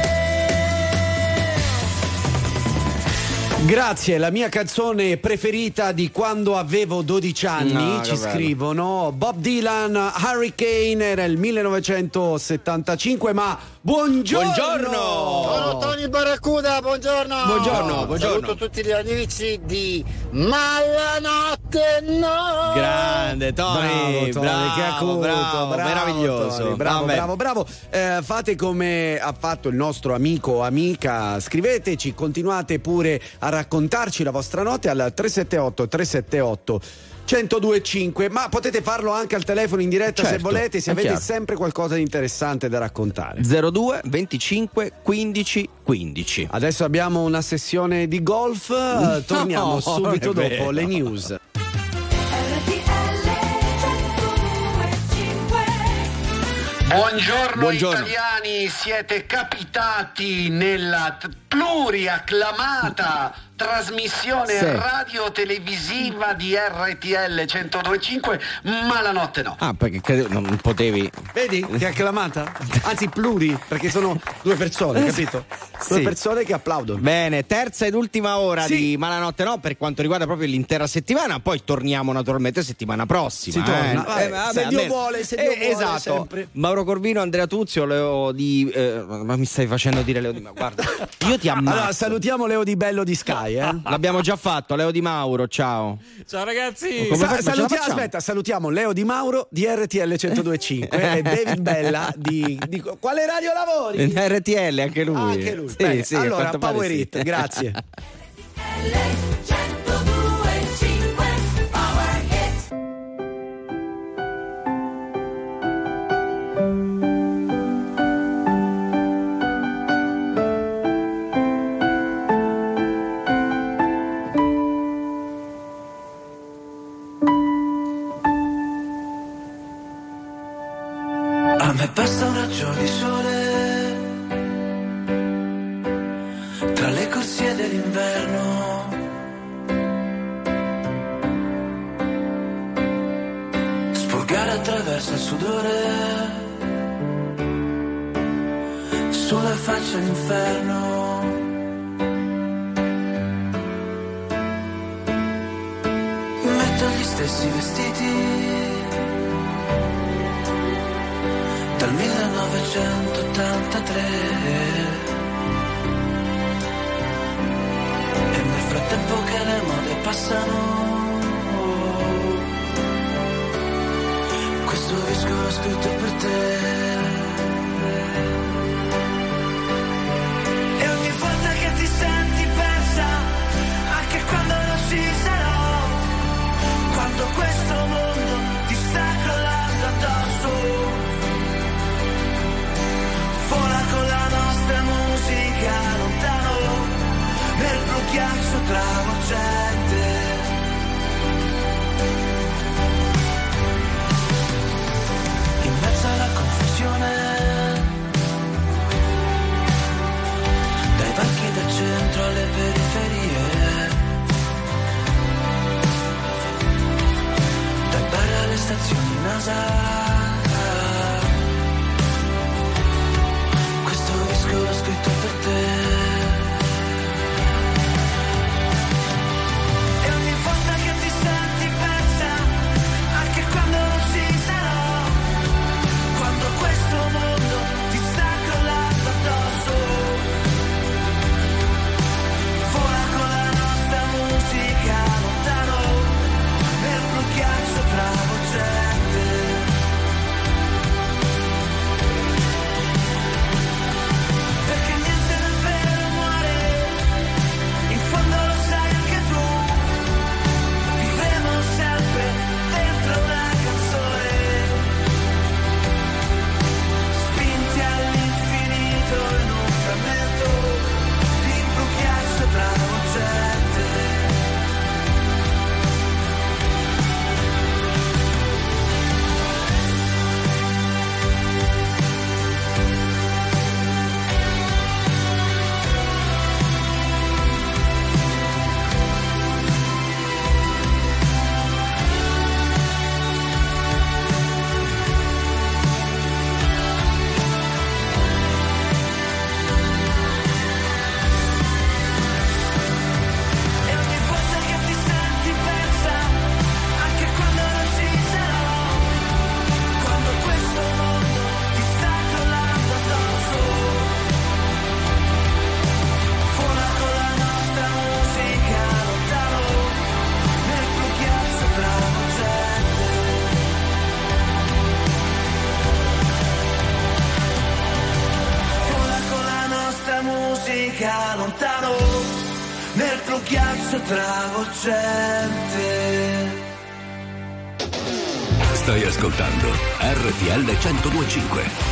Grazie, la mia canzone preferita di quando avevo dodici anni, No, ci che bello. scrivono. Bob Dylan, Hurricane, era il millenovecentosettantacinque, ma buongiorno! Buongiorno! Sono Tony Barracuda, buongiorno! Buongiorno, buongiorno. Saluto tutti gli amici di Malanotte No! Grande Tony, Bravo, Tony, bravo, che acuto, bravo, bravo, meraviglioso. Tony, bravo, Vabbè. bravo, bravo. Eh, fate come ha fatto il nostro amico o amica, scriveteci, continuate pure a raccontarci la vostra notte al tre sette otto tre sette otto uno zero due cinque, ma potete farlo anche al telefono in diretta, se Certo, volete, se è avete chiaro. sempre qualcosa di interessante da raccontare. zero due venticinque quindici quindici. Adesso abbiamo una sessione di golf, eh, torniamo No, subito è dopo vero. le news. Buongiorno, Buongiorno. italiani, siete capitati nella t- pluriacclamata trasmissione Sì. radio-televisiva di R T L centodue e cinque, ma la notte no. Ah, perché credo non potevi. Vedi che acclamata? Anzi pluri, perché sono due persone, capito? Due Sì. persone che applaudono. Bene, terza ed ultima ora Sì. di Malanotte No per quanto riguarda proprio l'intera settimana, poi torniamo naturalmente settimana prossima. Si torna. eh. Vabbè, vabbè, se Dio almeno- vuole, se Dio vuole, esatto. sempre. Mauro Corvino, Andrea Tuzio, Leo di eh, ma mi stai facendo dire Leo di Mauro? Guarda, io ti ammazzo. Allora, salutiamo Leo Di Bello di Sky, eh? L'abbiamo già fatto, Leo Di Mauro, ciao. Ciao ragazzi. Come Sa- fai- ma ce la salutia- facciamo? aspetta, salutiamo Leo Di Mauro di R T L centodue e cinque e David Bella di, di quale radio lavori? In R T L anche lui. Ah, anche lui. Sì, Bene, sì, a allora, quanto pare Power sì. It, grazie. A me basta un raggio di sole tra le corsie dell'inverno. Spurgare attraverso il sudore sulla faccia l'inferno. Metto gli stessi vestiti dal millenovecentottantatré e nel frattempo che le mode passano questo disco l'ho scritto per te. E ogni volta che ti senti persa, anche quando non ci sarò, quando questo mondo ti sta crollando addosso, vola con la nostra musica lontano nel blu ghiaccio travolgente. In mezzo alla confusione, dai banchi del centro alle periferie, dai bar alle stazioni NASA, questo disco l'ho scritto per te. l'America lontano nel tuo ghiaccio travolgente. Stai ascoltando R T L centodue e cinque.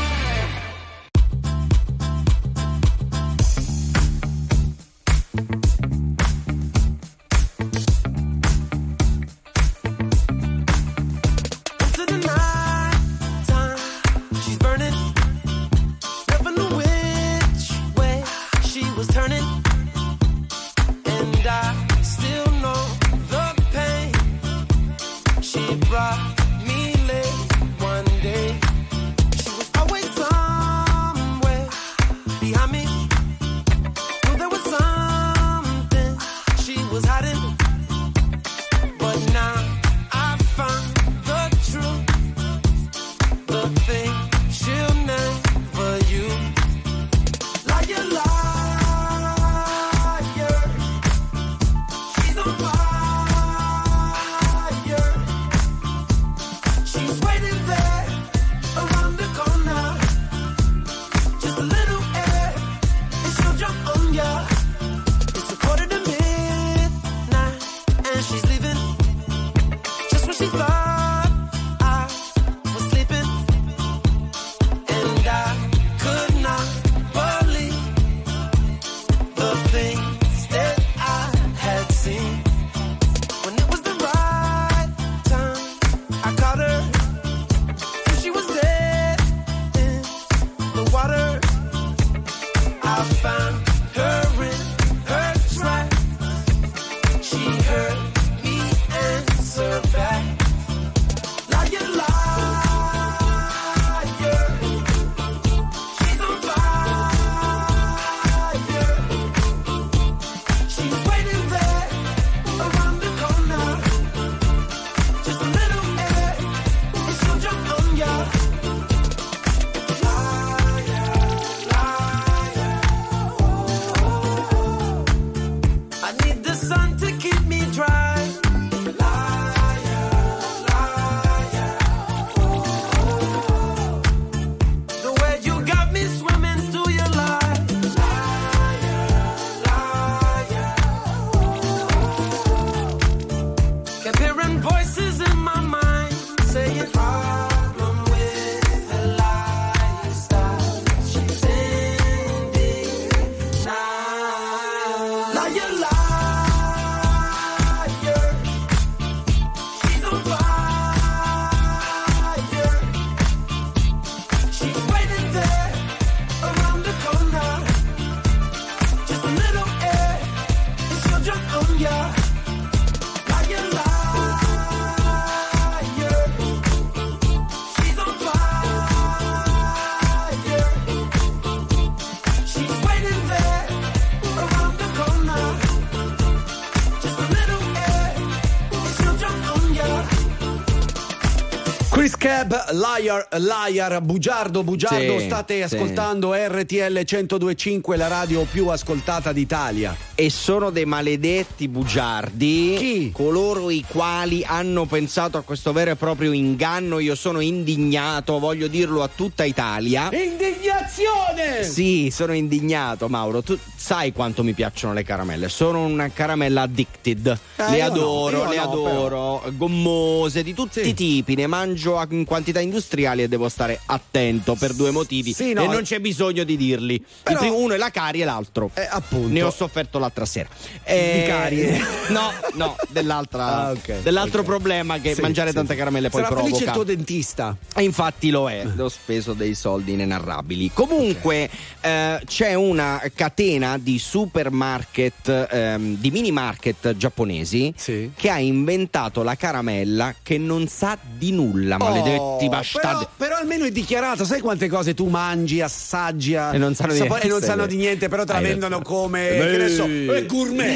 Chris Cab, Liar, Liar, bugiardo, bugiardo, sì, state ascoltando sì. R T L centodue e cinque, la radio più ascoltata d'Italia. E sono dei maledetti bugiardi. Chi? Coloro i quali hanno pensato a questo vero e proprio inganno. Io sono indignato, voglio dirlo a tutta Italia. Indignazione! Sì, sono indignato, Mauro. Tu sai quanto mi piacciono le caramelle. Sono una caramella addicted. Eh, le adoro, no, le no, adoro. Però. Gommose, di tutti sì. i tipi. Ne mangio in quantità industriali e devo stare attento per due motivi. Sì, no, e non c'è bisogno di dirli. Però, il primo, uno è la carie e l'altro. Eh, appunto. Ne ho sofferto l'altra sera. Eh, di carie? No, no, dell'altra, ah, okay, dell'altro okay. problema che sì, mangiare sì, tante sì. caramelle poi sarà provoca. Felice il tuo dentista. E infatti lo è, ho speso dei soldi inenarrabili. Comunque okay. eh, c'è una catena di supermarket, ehm, di mini market giapponesi sì. che ha inventato la caramella che non sa di nulla, maledetti oh, bastardi. Però, però almeno è dichiarato, sai quante cose tu mangi, assaggi e non sanno di niente, e non sanno di niente, però te la vendono come che ne so, è gourmet.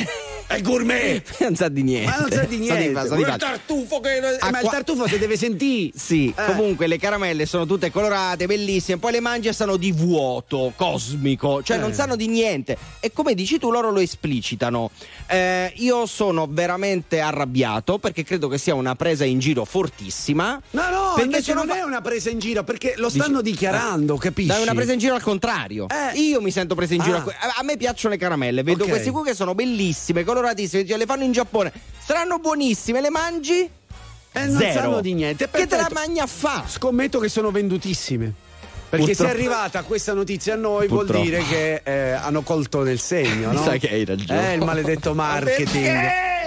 È gourmet! Non sa di niente. Ma non sa di niente. Sa di fa, sa di il fa. tartufo che. A Ma qua- il tartufo si deve sentire. Sì, Eh. comunque le caramelle sono tutte colorate, bellissime, poi le mangi e sanno di vuoto cosmico, cioè Eh. non sanno di niente. E come dici tu, loro lo esplicitano. Eh, io sono veramente arrabbiato perché credo che sia una presa in giro fortissima. No, no, perché invece sono non è una presa in giro, perché lo stanno Dici- dichiarando, capisci? Dai, una presa in giro al contrario. Eh. Io mi sento presa in giro. Ah. A a me piacciono le caramelle. Vedo Ok. questi qui che sono bellissime, coloratissime. cioè, le fanno in Giappone. Saranno buonissime. Le mangi? Eh, non Zero. sanno di niente. Che te la Perfetto. mangi a fa? Scommetto che sono vendutissime. Perché Purtroppo- se è arrivata questa notizia a noi Purtroppo. vuol dire che eh, hanno colto nel segno, Mi no? sa che hai ragione. Eh, il maledetto marketing.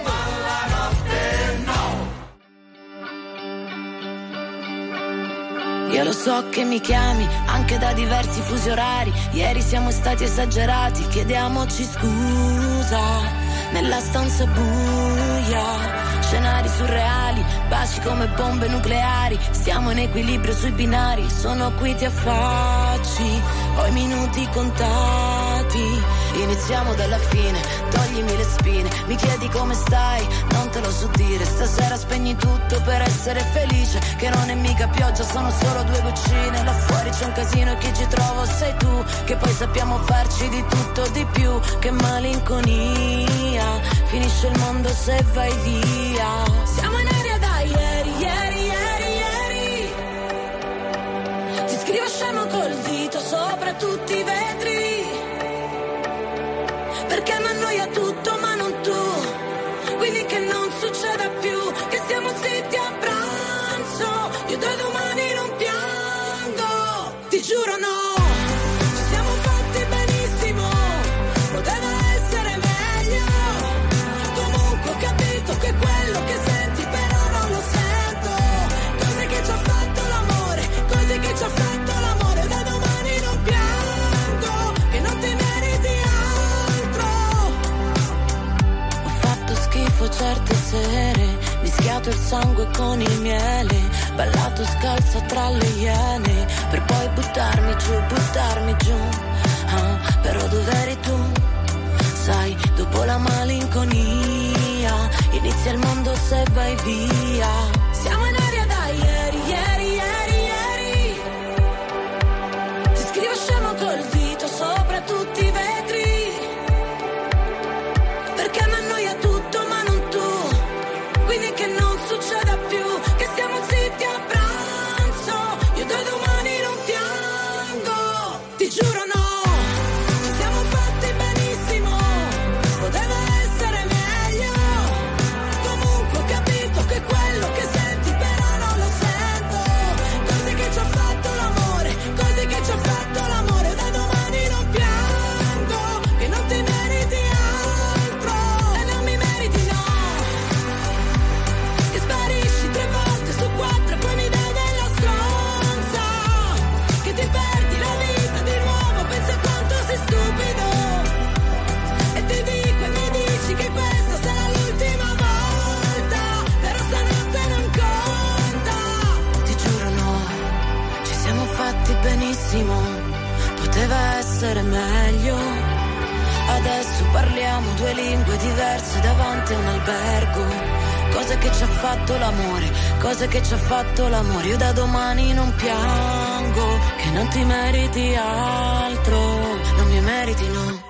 Io lo so che mi chiami anche da diversi fusi orari. Ieri siamo stati esagerati, chiediamoci scusa. Nella stanza buia, scenari surreali, baci come bombe nucleari. Stiamo in equilibrio sui binari, sono qui ti affacci, ho i minuti contati. Iniziamo dalla fine, toglimi le spine. Mi chiedi come stai, non te lo so dire. Stasera spegni tutto per essere felice. Che non è mica pioggia, sono solo due goccine. Là fuori c'è un casino e chi ci trovo sei tu. Che poi sappiamo farci di tutto di più. Che malinconia, finisce il mondo se vai via. Siamo in aria da ieri, ieri, ieri, ieri. Ti scrivo scemo col dito sopra tutti i vetri. Perché mi annoia tutto ma non tu. Quindi che non succeda più, che stiamo zitti a pranzo. Io da domani non piango, ti giuro no. Ci siamo fatti benissimo, poteva essere meglio. Comunque ho capito che quello che senti però non lo sento. Cose che ci ha fatto l'amore, cose che ci ha fatto l'amore. Da domani non piango, che non ti meriti altro. Ho fatto schifo certe sere, mischiato il sangue con il miele, ballato scalza tra le iene, per poi buttarmi giù, buttarmi giù. Ah, però dov'eri tu? Sai, dopo la malinconia, inizia il mondo se vai via. Siamo in aria da ieri, ieri, ieri, ieri. Ti scrivo scemo col dito sopra tutti i vetri. Perché mi annoia tutto ma non tu. Quindi che non succeda più, che stiamo zitti a pranzo. Io da domani non piango, ti giuro no. Ci siamo fatti benissimo, poteva essere meglio. Comunque ho capito che quello che senti però non lo sento. Cose che ci ha fatto l'amore, cose che ci ha fatto l'amore. Da domani non piango, che non ti meriti altro. E non mi meriti no. Che sparisci tre volte su quattro e poi mi dai della stronza. Che ti perdi la vita di nuovo, pensa quanto sei stupido. E ti dico e mi dici che questa sarà l'ultima volta. Però stanotte non conta. Ti giuro no, ci siamo fatti benissimo, poteva essere meglio. Adesso parliamo due lingue diverse davanti a un albergo. Cose che ci ha fatto l'amore, cose che ci ha fatto l'amore. Io da domani non piango, che non ti meriti altro, non mi meriti no.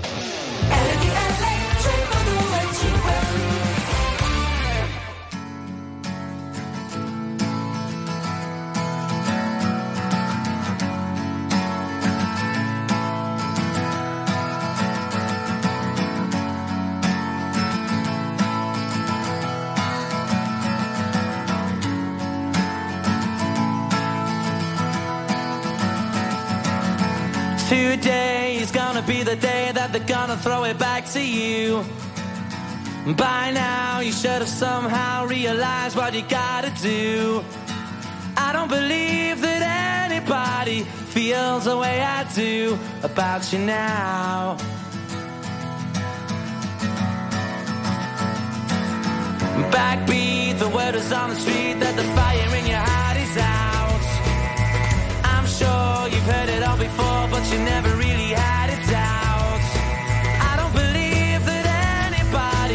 Today is gonna be the day that they're gonna throw it back to you. By now you should have somehow realized what you gotta do. I don't believe that anybody feels the way I do about you now. Backbeat, the word is on the street that the fire in your heart is out. I'm sure you've heard it all before, but you never really had it out. I don't believe that anybody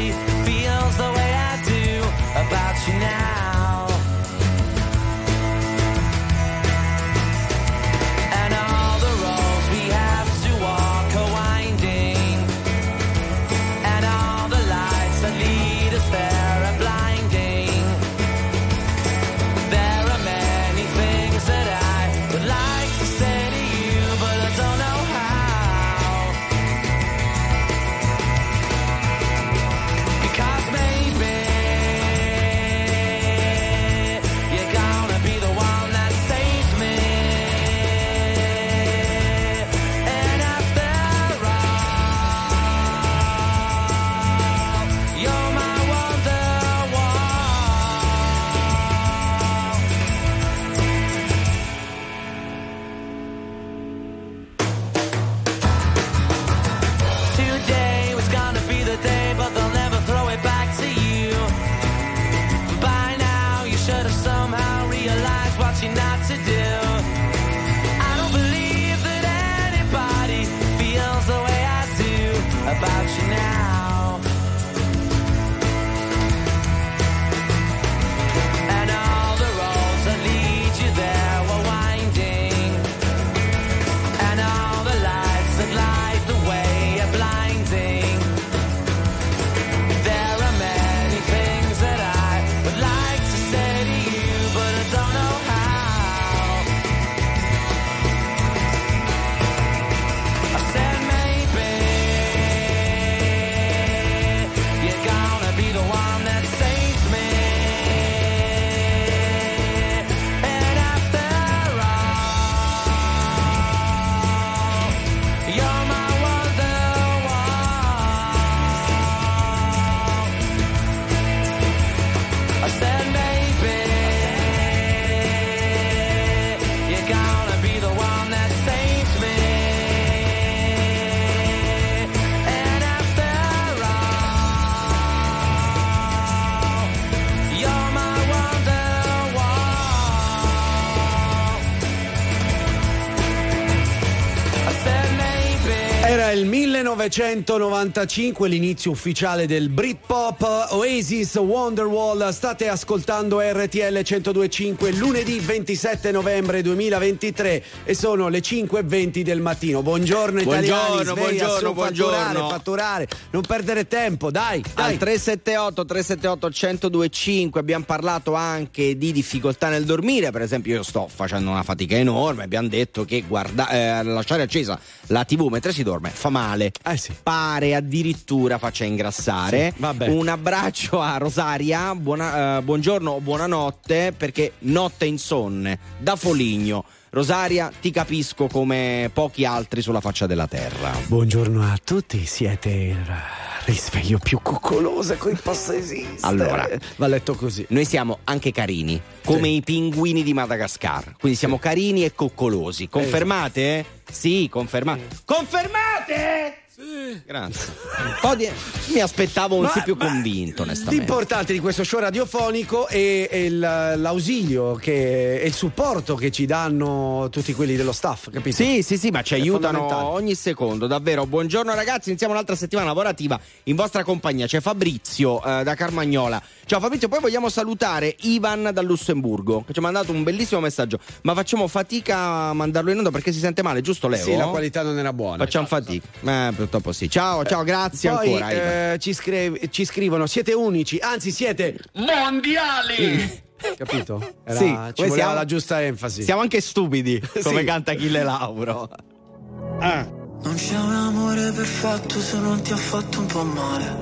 Era il millenovecentonovantacinque, l'inizio ufficiale del Britpop. Oasis, Wonderwall. State ascoltando R T L centodue e cinque, lunedì ventisette novembre duemilaventitré e sono le cinque e venti del mattino. Buongiorno italiani, buongiorno, sveglia, buongiorno, su, buongiorno. fatturare, fatturare, non perdere tempo, dai, dai. Al tre sette otto tre sette otto centodue e cinque abbiamo parlato anche di difficoltà nel dormire. Per esempio, io sto facendo una fatica enorme. Abbiamo detto che guarda, eh, lasciare accesa la tivù mentre si dorme fa male, eh sì. pare addirittura faccia ingrassare. Sì, vabbè. Un abbraccio a Rosaria, buona, eh, buongiorno o buonanotte, perché notte insonne da Foligno. Rosaria, ti capisco come pochi altri sulla faccia della terra. Buongiorno a tutti, siete il risveglio più coccoloso che possa esistere. Allora, va letto così. Noi siamo anche carini, come sì. i pinguini di Madagascar. Quindi siamo sì. carini e coccolosi. Confermate? Sì, confermate. Sì. Confermate? Sì. Grazie. Un po' di... Mi aspettavo un sì più convinto, onestamente. L'importante di questo show radiofonico è, è il, l'ausilio che, e il supporto che ci danno tutti quelli dello staff, capito? Sì, sì, sì, ma ci è aiutano ogni secondo, davvero. Buongiorno ragazzi, iniziamo un'altra settimana lavorativa in vostra compagnia. C'è Fabrizio eh, da Carmagnola. Ciao Fabrizio, poi vogliamo salutare Ivan dal Lussemburgo, che ci ha mandato un bellissimo messaggio, ma facciamo fatica a mandarlo in onda perché si sente male, giusto Leo? Sì, la qualità non era buona. Facciamo ciao, fatica. Eh, purtroppo sì. Ciao, ciao, grazie poi, ancora. Eh, ci, scri- ci scrivono, siete unici, anzi siete mondiali. Capito? Era, sì, ci voleva siamo, la giusta enfasi. Siamo anche stupidi, come sì. canta Achille Lauro. Ah. Non c'è un amore perfetto se non ti ha fatto un po' male.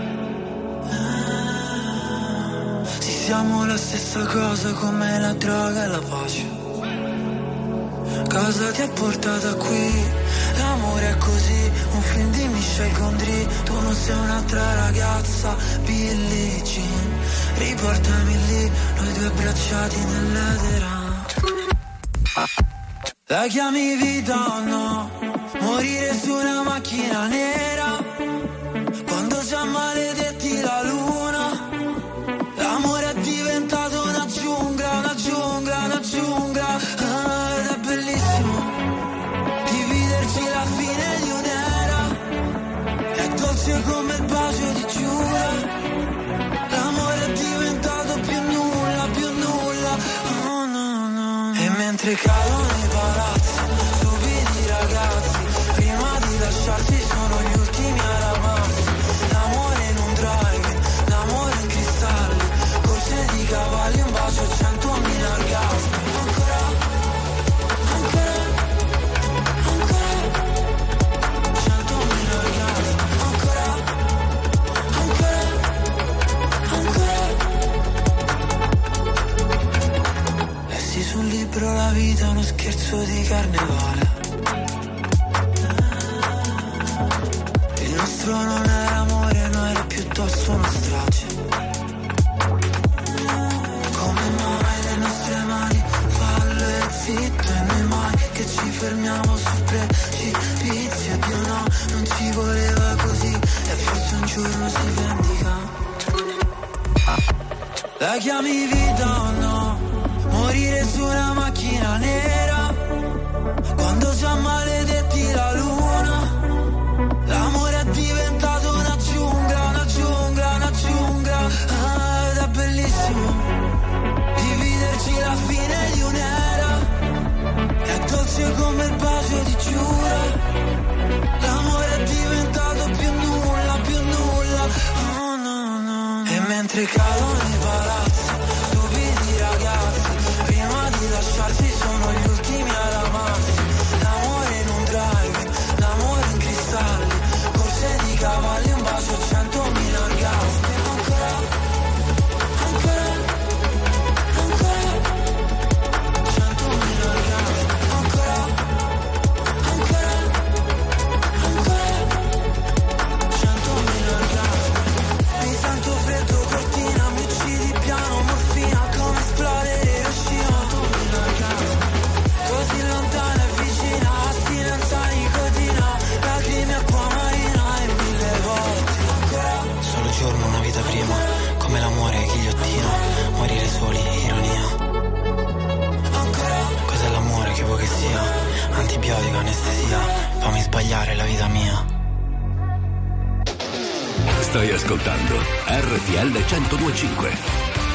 Sì, siamo la stessa cosa come la droga e la pace. Cosa ti ha portato qui? L'amore è così, un film di Michel Gondry. Tu non sei un'altra ragazza, Billie Jean. Riportami lì, noi due abbracciati nell'edera. La chiami vita o no? Morire su una macchina nera, quando già maledetti la luna. L'amore è diventato una giungla, una giungla, una giungla. Ah, ed è bellissimo dividerci la fine di un'era. È dolce come il bacio di Giura. L'amore è diventato più nulla, più nulla. Oh no, no. E mentre cadono i palazzi, stupidi ragazzi, prima di lasciarsi sono gli ultimi a ramarsi. L'amore in un drive, l'amore in cristalli, corse di cavalli, un bacio, centomila orgasmi. Ancora, ancora, ancora, centomila orgasmi. Ancora, ancora, ancora. Lessi sul libro La vita è uno scherzo di carnevale. Il nostro non era amore, no, era piuttosto una strage. Come mai le nostre mani fallo e zitto, e noi mai che ci fermiamo sul precipizio. E Dio no, non ci voleva così, e forse un giorno si vendica. La chiami vita o no? Morire su una macchina nera, quando già maledetti la luna. L'amore è diventato una giungla, una giungla, una giungla. Ah, ed è bellissimo dividerci la fine di un'era. È dolce come il bacio di Giura. L'amore è diventato più nulla, più nulla. Oh no, no. E mentre cadono i palazzi, stupidi ragazzi, prima di lasciarsi sono gli ultimi a ramarsi. L'amore in un drive, l'amore in cristalli, corse di cavalli, un bacio, centomila orgasmi. Ancora, ancora, ancora, centomila orgasmi. Ancora, ancora, ancora, centomila orgasmi. Mi sento freddo, cortina mi uccide. via, fammi sbagliare la vita mia. Stai ascoltando R T L centodue e cinque.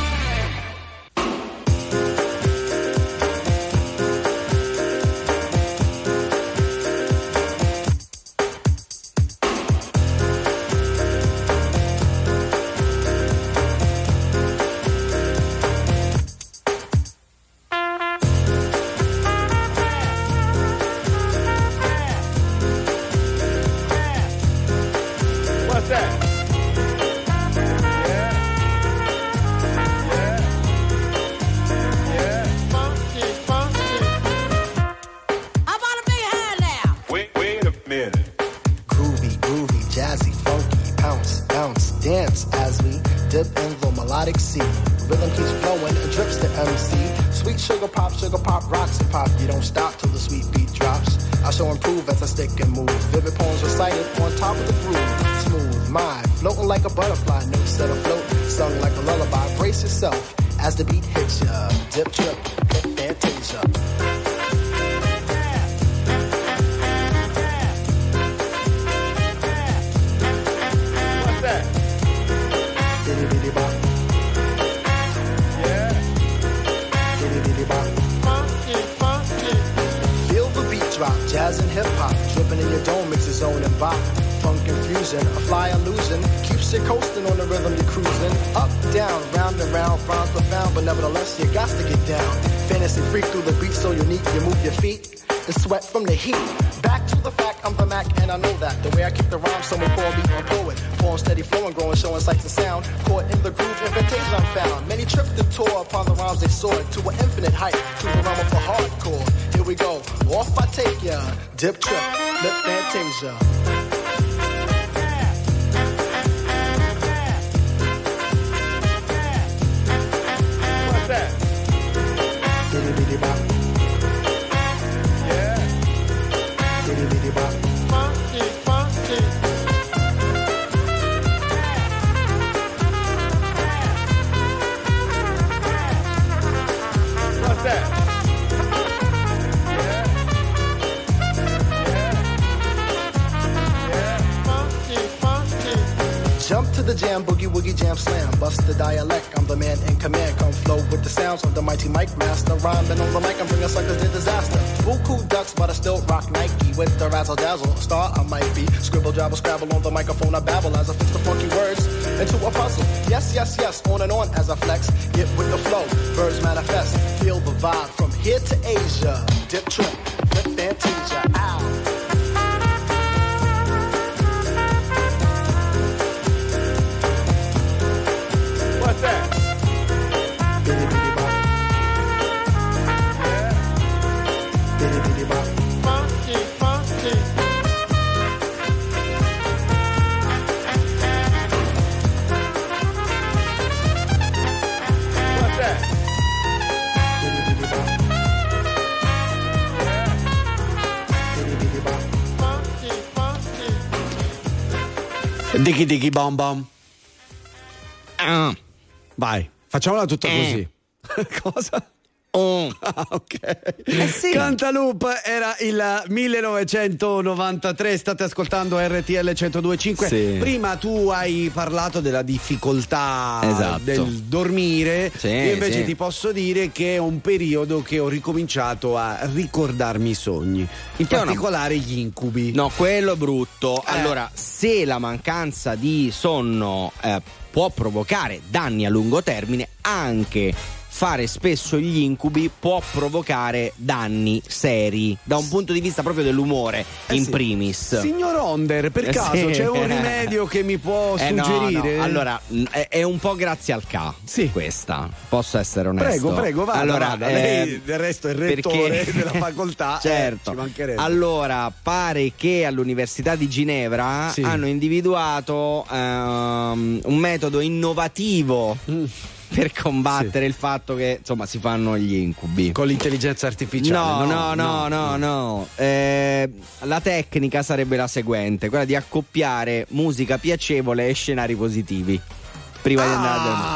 As the beat hits ya, dip, trip, flip, fantasia. What's that? Diddy diddy bop. Yeah. Diddy diddy bop. Funky, funky. Feel the beat drop, jazz and hip hop, dripping in your dome, mix your zone and bop. Funk confusion, a fly illusion, keeps you coasting on the rhythm you're cruising. Up, down, round and round, rhymes profound, but nevertheless you got to get down. Fantasy freak through the beat so unique, you move your feet and sweat from the heat. Back to the fact, I'm the Mac and I know that. The way I kick the rhyme, someone call me a poet. Poem steady flowing, growing, showing sights and sound. Caught in the groove, invitation I'm found. Many tripped and tore upon the rhymes they soared to an infinite height, to the realm of the hardcore. Here we go, off I take ya, dip, trip, flip, fantasia. Diddy diddy bop. Yeah. Diddy diddy bop. Funky, funky. What's that? Yeah. Yeah. Yeah. Funky, funky. Jump to the jam, boogie woogie jam slam. Bust the dialect, I'm the man in command. Come flow with the sounds of the mighty mic master. Rhyming on the mic, I'm bringing suckers to disaster. Buku ducks, but I still rock Nike. With the razzle dazzle, a star I might be. Scribble, jabble, scrabble on the microphone, I babble as I fix the funky words into a puzzle. Yes, yes, yes, on and on as I flex. Get with the flow, birds manifest. Feel the vibe from here to Asia. Dip, trip, flip, fantasia, ow. What's that? Diddy diddy bop. Yeah. Diddy diddy bop. Funky, funky. What's that? Diddy diddy bop. Yeah. Diddy diddy bop. Funky, funky. Diggy diggy bom bom. Ah. Vai, facciamola tutta Eh. così. Cosa? Oh. Ah, ok. Eh sì. Cantaloupe era il millenovecentonovantatré. State ascoltando R T L centodue e cinque. Sì. Prima tu hai parlato della difficoltà Esatto. del dormire. Sì, Io invece sì. ti posso dire che è un periodo che ho ricominciato a ricordarmi i sogni, in Che è una- particolare gli incubi. No, quello è brutto. Eh. Allora, se la mancanza di sonno eh, può provocare danni a lungo termine, anche fare spesso gli incubi può provocare danni seri da un punto di vista proprio dell'umore, Eh in sì. primis. Signor Onder, per Eh caso sì. c'è un rimedio che mi può Eh, no, suggerire? no. Allora, mh, è, è un po' grazie al K. Sì. Questa. Posso essere onesto? Prego, prego, vada, allora, vada. eh, Lei del resto è il rettore perché- della facoltà. Certo. eh, ci mancherebbe. Allora, pare che all'Università di Ginevra Sì. hanno individuato ehm, un metodo innovativo Mm. per combattere il fatto che insomma si fanno gli incubi. Con l'intelligenza artificiale? No, no, no, no, no. Eh, la tecnica sarebbe la seguente, quella di accoppiare musica piacevole e scenari positivi prima di andare a dormire. Ah,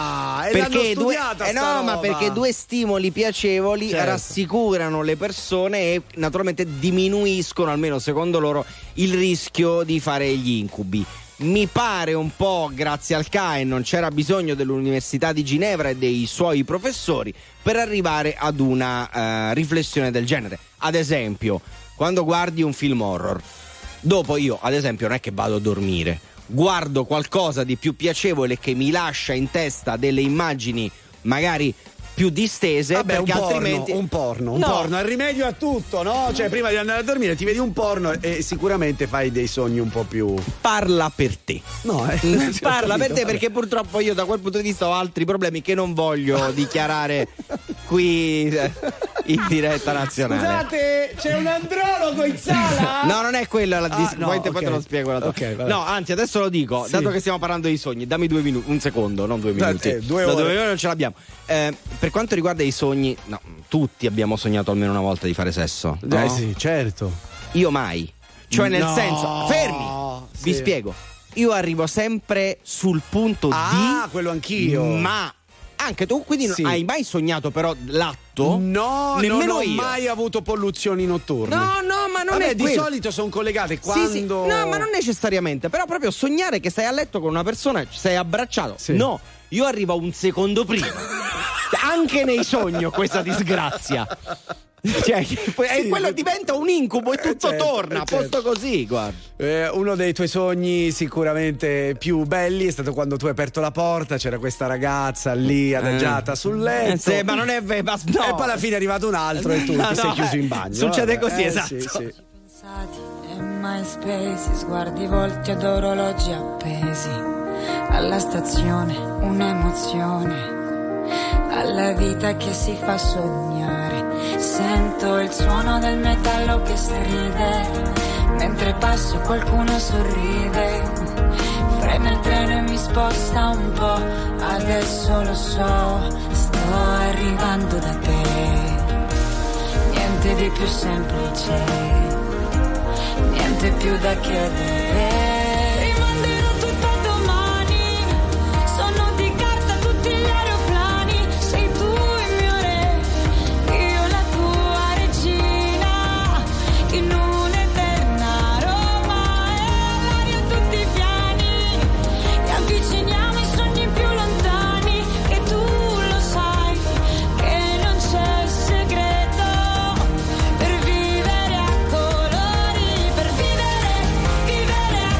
e perché l'hanno due, studiata eh sta no, ma roba. perché due stimoli piacevoli Certo. rassicurano le persone e naturalmente diminuiscono, almeno secondo loro, il rischio di fare gli incubi. Mi pare un po', grazie al C A E, non c'era bisogno dell'Università di Ginevra e dei suoi professori per arrivare ad una uh, riflessione del genere. Ad esempio, quando guardi un film horror, dopo io, ad esempio, non è che vado a dormire, guardo qualcosa di più piacevole che mi lascia in testa delle immagini magari più distese. Vabbè, perché un porno, altrimenti un porno, un No. porno è il rimedio a tutto, no? Cioè, prima di andare a dormire ti vedi un porno e sicuramente fai dei sogni un po' più. Parla per te. No, eh, Parla ho per capito, te, vabbè. perché purtroppo io da quel punto di vista ho altri problemi che non voglio dichiarare qui eh, in diretta nazionale. Scusate, c'è un andrologo in sala? No, non è quella la dis- Ah, no, poi, te, ok. poi te lo spiego. La Ok, vabbè. no, anzi, adesso lo dico. Sì. Dato che stiamo parlando di sogni, dammi due minuti, un secondo, non due minuti. Eh, due No, ore. due ore non ce l'abbiamo. Eh, per quanto riguarda i sogni, no, tutti abbiamo sognato almeno una volta di fare sesso. No? Eh sì, certo. Io mai. Cioè, nel No. senso, fermi. Vi Sì. spiego. Io arrivo sempre sul punto Ah, di. quello anch'io. Ma anche tu, quindi non- Sì. hai mai sognato però l'atto? No, nemmeno non ho io. mai avuto polluzioni notturne. No, no, ma non Vabbè, è di quello. solito sono collegate Sì, quando. sì. No, ma non necessariamente. Però proprio sognare che stai a letto con una persona, ci sei abbracciato. Sì. No, io arrivo un secondo prima. Anche nei sogni ho questa disgrazia. Cioè, e Sì, quello diventa un incubo e eh, tutto certo, torna a eh, certo. posto così, guarda. Eh, uno dei tuoi sogni sicuramente più belli è stato quando tu hai aperto la porta, c'era questa ragazza lì adagiata sul letto. Eh, sì, ma non è vero, ma no. E poi alla fine è arrivato un altro e tu No, ti sei no, chiuso eh, in bagno. succede Vabbè, così, eh, esatto. sì, sì. Pensati e MySpace, sguardi volti ad orologi appesi. Alla stazione un'emozione, alla vita che si fa sognare. Sento il suono del metallo che stride, mentre passo qualcuno sorride. Frena il treno e mi sposta un po', adesso lo so, sto arrivando da te. Niente di più semplice, niente più da chiedere. Rimanderò tutto a domani, sono di carta tutti gli aeroplani. Sei tu il mio re, io la tua regina, in un'eterna Roma. E all'aria tutti i piani, e avviciniamo i sogni più lontani. Che tu lo sai, che non c'è segreto per vivere a colori, per vivere, vivere a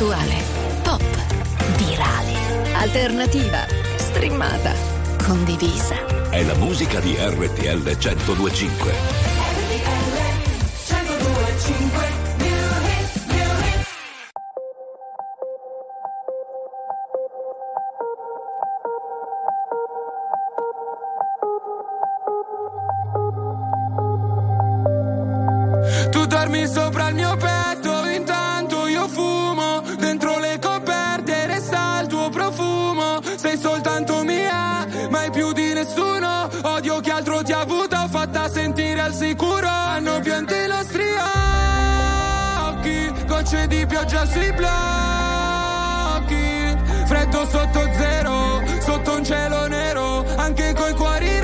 attuale, pop, virale, alternativa, streamata, condivisa. È la musica di R T L centodue e cinque. Tu dormi sopra il mio petto, intanto io fumo. Dentro le coperte resta il tuo profumo. Sei soltanto mia, mai più di nessuno. Odio chi altro ti ha avuto, fatta sentire al sicuro. Hanno pianto i nostri occhi, gocce di pioggia sui blocchi. Freddo sotto zero, sotto un cielo nero, anche coi cuori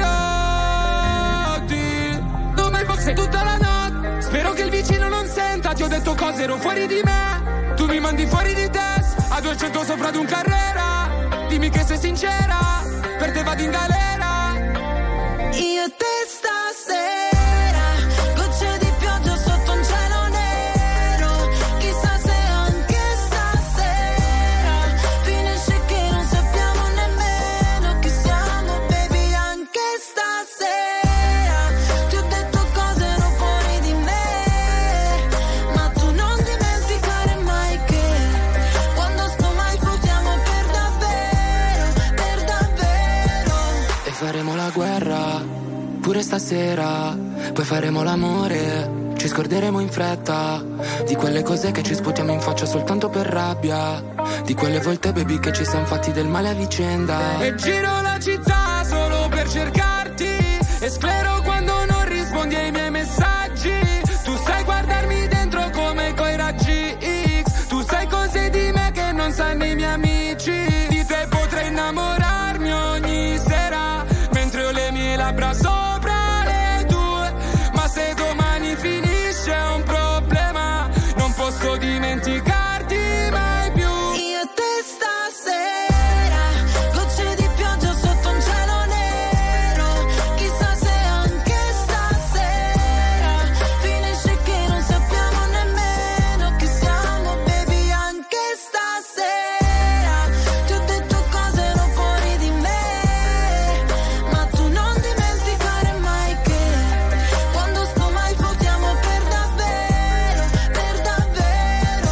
rotti. Non mai fosse tutta la notte, spero che il vicino non senta. Ti ho detto cose, ero fuori di me, tu mi mandi fuori di testa. A duecento sopra ad un Carrera, dimmi che sei sincera, per te vado in galera. Io e te stasera, gocce di pioggia sotto un cielo nero. Chissà se anche stasera finisce che non sappiamo nemmeno chi siamo, baby, anche stasera. Ti ho detto cose ero fuori di me, ma tu non dimenticare mai che quando sto mai votiamo per davvero, per davvero. E faremo la guerra pure stasera, poi faremo l'amore, ci scorderemo in fretta di quelle cose che ci sputiamo in faccia soltanto per rabbia, di quelle volte baby che ci siamo fatti del male a vicenda. E giro la città solo per cercarti, e sclero quando non rispondi ai miei messaggi. Tu sai guardarmi dentro come coi raggi X, tu sai cose di me che non sanno i miei amici. Di te potrei innamorarmi ogni sera, mentre ho le mie labbra sopra le tue. Ma se domani finisce è un problema, non posso dimenticarti mai più. Io e te stasera, gocce di pioggia sotto un cielo nero. Chissà se anche stasera finisce che non sappiamo nemmeno chi siamo, baby, anche stasera. Ti ho detto cose ero fuori di me, ma tu non dimenticare mai che quando sto mai votiamo per davvero, per davvero.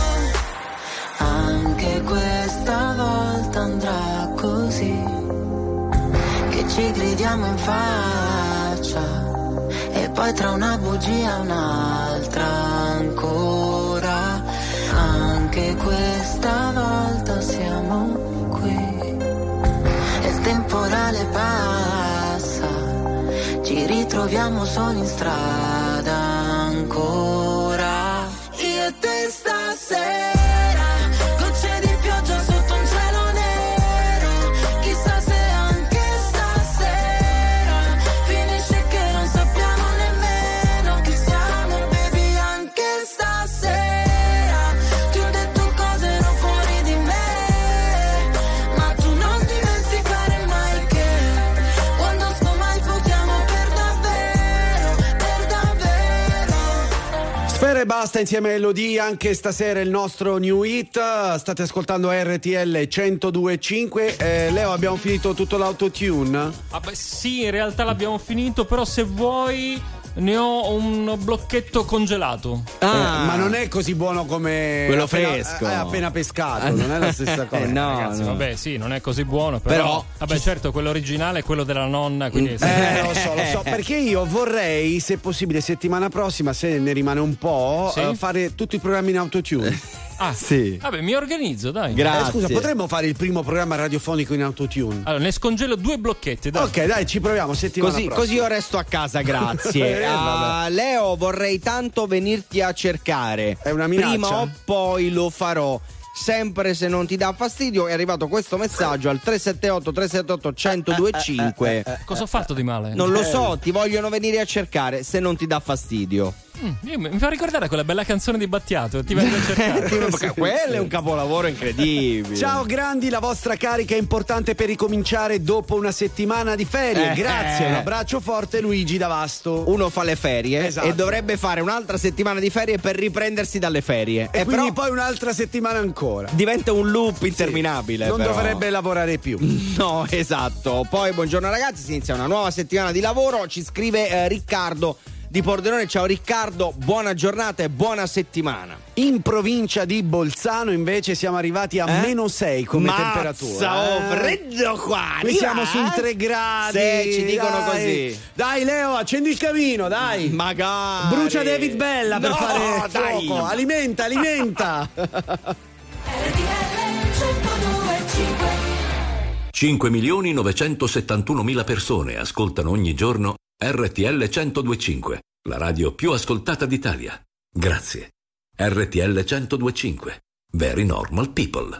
Anche questa volta andrà così, che ci gridiamo in faccia e poi tra una bugia e un'altra ancora. Anche questa volta siamo qui e il temporale passa, ci ritroviamo solo in strada ancora. Io e te stasera, gocce di pioggia sotto un cielo nero. Chissà se anche stasera finisce che non sappiamo nemmeno chi siamo, baby, anche stasera. Ti ho detto cose ero fuori di me, ma tu non dimenticare mai che quando sto mai votiamo per davvero, per davvero. Sfera e basta insieme a Elodie, anche stasera il nostro new hit. State ascoltando R T L centodue e cinque. eh, Leo, abbiamo finito tutto l'autotune? Ah beh, sì, in realtà l'abbiamo finito, però se vuoi ne ho un blocchetto congelato. Ah, eh, ma non è così buono come quello appena, fresco. È appena pescato, non è la stessa cosa. Eh, no, Ragazzi, no. vabbè, sì, non è così buono, però, Però- vabbè, certo, quello originale è quello della nonna, quindi Eh, lo so, lo so, perché io vorrei, se possibile, settimana prossima, se ne rimane un po', Sì? eh, fare tutti i programmi in autotune. Ah, Sì. vabbè, mi organizzo, dai. Grazie. Eh, scusa, potremmo fare il primo programma radiofonico in autotune? Allora, ne scongelo due blocchetti, dai. Ok, dai, ci proviamo settimana Così, prossima. così io resto a casa, grazie. Eh, Ah, Leo, vorrei tanto venirti a cercare. È una minaccia? Prima o poi lo farò. Sempre se non ti dà fastidio. È arrivato questo messaggio al tre sette otto tre sette otto uno zero due cinque. Cosa ho fatto di male? Non lo so, ti vogliono venire a cercare se non ti dà fastidio. Mm, io, mi fa ricordare quella bella canzone di Battiato. Ti vengo a cercare. Sì, quello è un capolavoro incredibile. Ciao grandi, la vostra carica è importante per ricominciare dopo una settimana di ferie. Eh, Grazie, eh. un abbraccio forte, Luigi da Vasto. Uno fa le ferie, esatto, e dovrebbe fare un'altra settimana di ferie per riprendersi dalle ferie. E, e quindi però poi un'altra settimana ancora. Diventa un loop interminabile. Sì, non però. dovrebbe lavorare più. No, esatto. Poi buongiorno ragazzi, si inizia una nuova settimana di lavoro. Ci scrive eh, Riccardo di Pordenone. Ciao Riccardo, buona giornata e buona settimana. In provincia di Bolzano invece siamo arrivati a Eh? meno sei come Mazza, temperatura. oh, freddo qua. Qui siamo sui tre gradi. Sì, ci dicono dai. così. Dai Leo, accendi il camino, dai. Magari. Brucia David Bella per No, fare dai. fuoco. Alimenta, alimenta. cinque milioni novecentosettantunomila persone ascoltano ogni giorno R T L centodue e cinque, la radio più ascoltata d'Italia. Grazie. R T L centodue e cinque. Very normal people.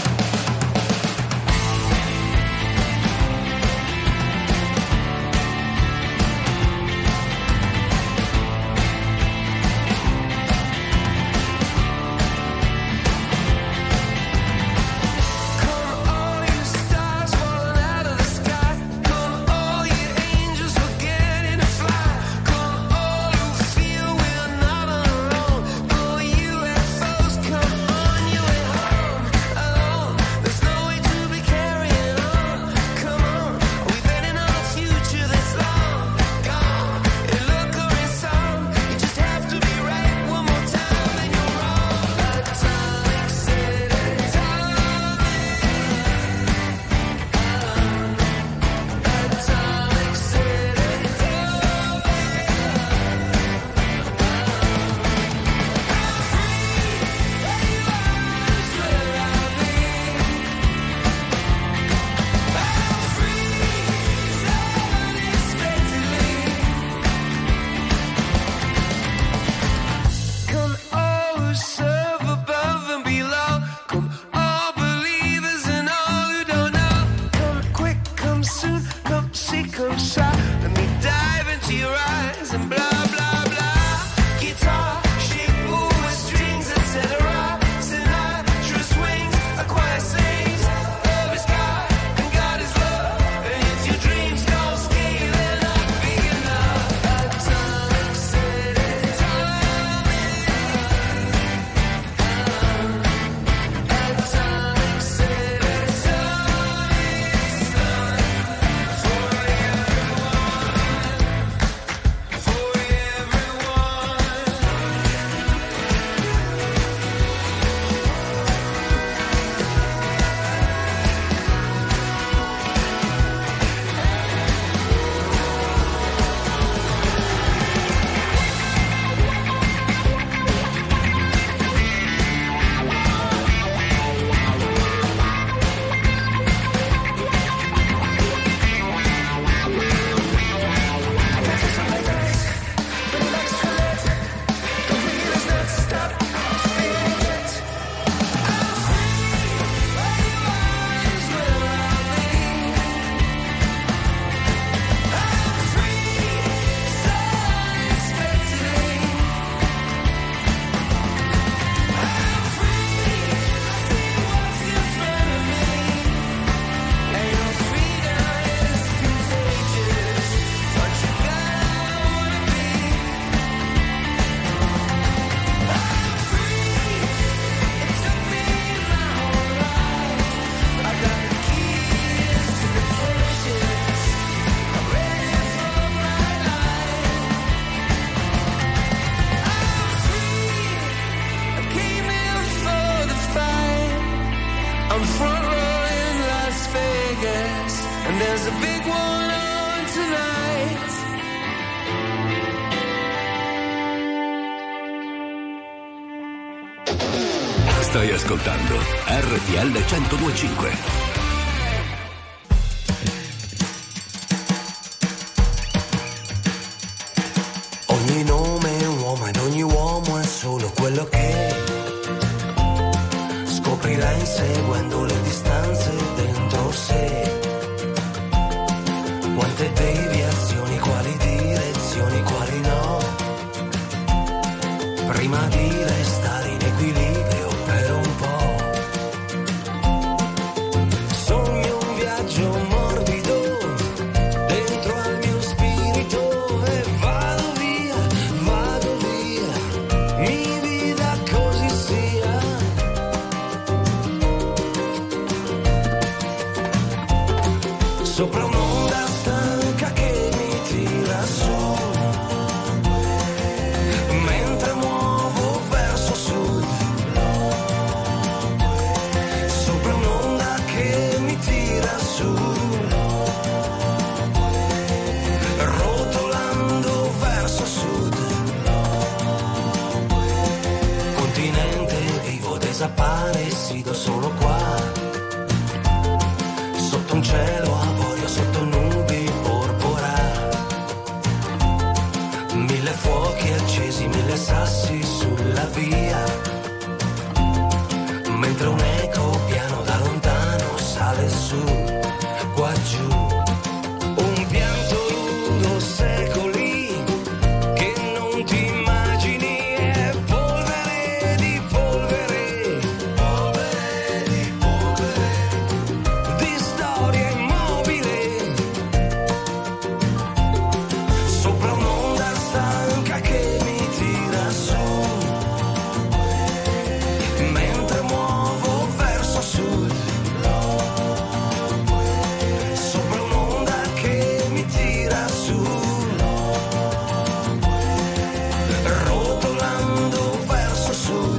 Stai ascoltando R T L centodue e cinque. Ogni nome è un uomo ed ogni uomo è solo quello che scoprirà inseguendo le distanze dentro sé. Quante deviazioni, quali direzioni, quali no. mille fuochi accesi, mille sassi sulla via, mentre un eco piano da lontano sale su, qua giù, un pianto lungo secoli che non ti immagini, è polvere di polvere, polvere di polvere, di storia immobile, sopra un'onda stanca che mi tira su, mentre muovo verso sud, sopra un'onda che mi tira su, rotolando verso sud.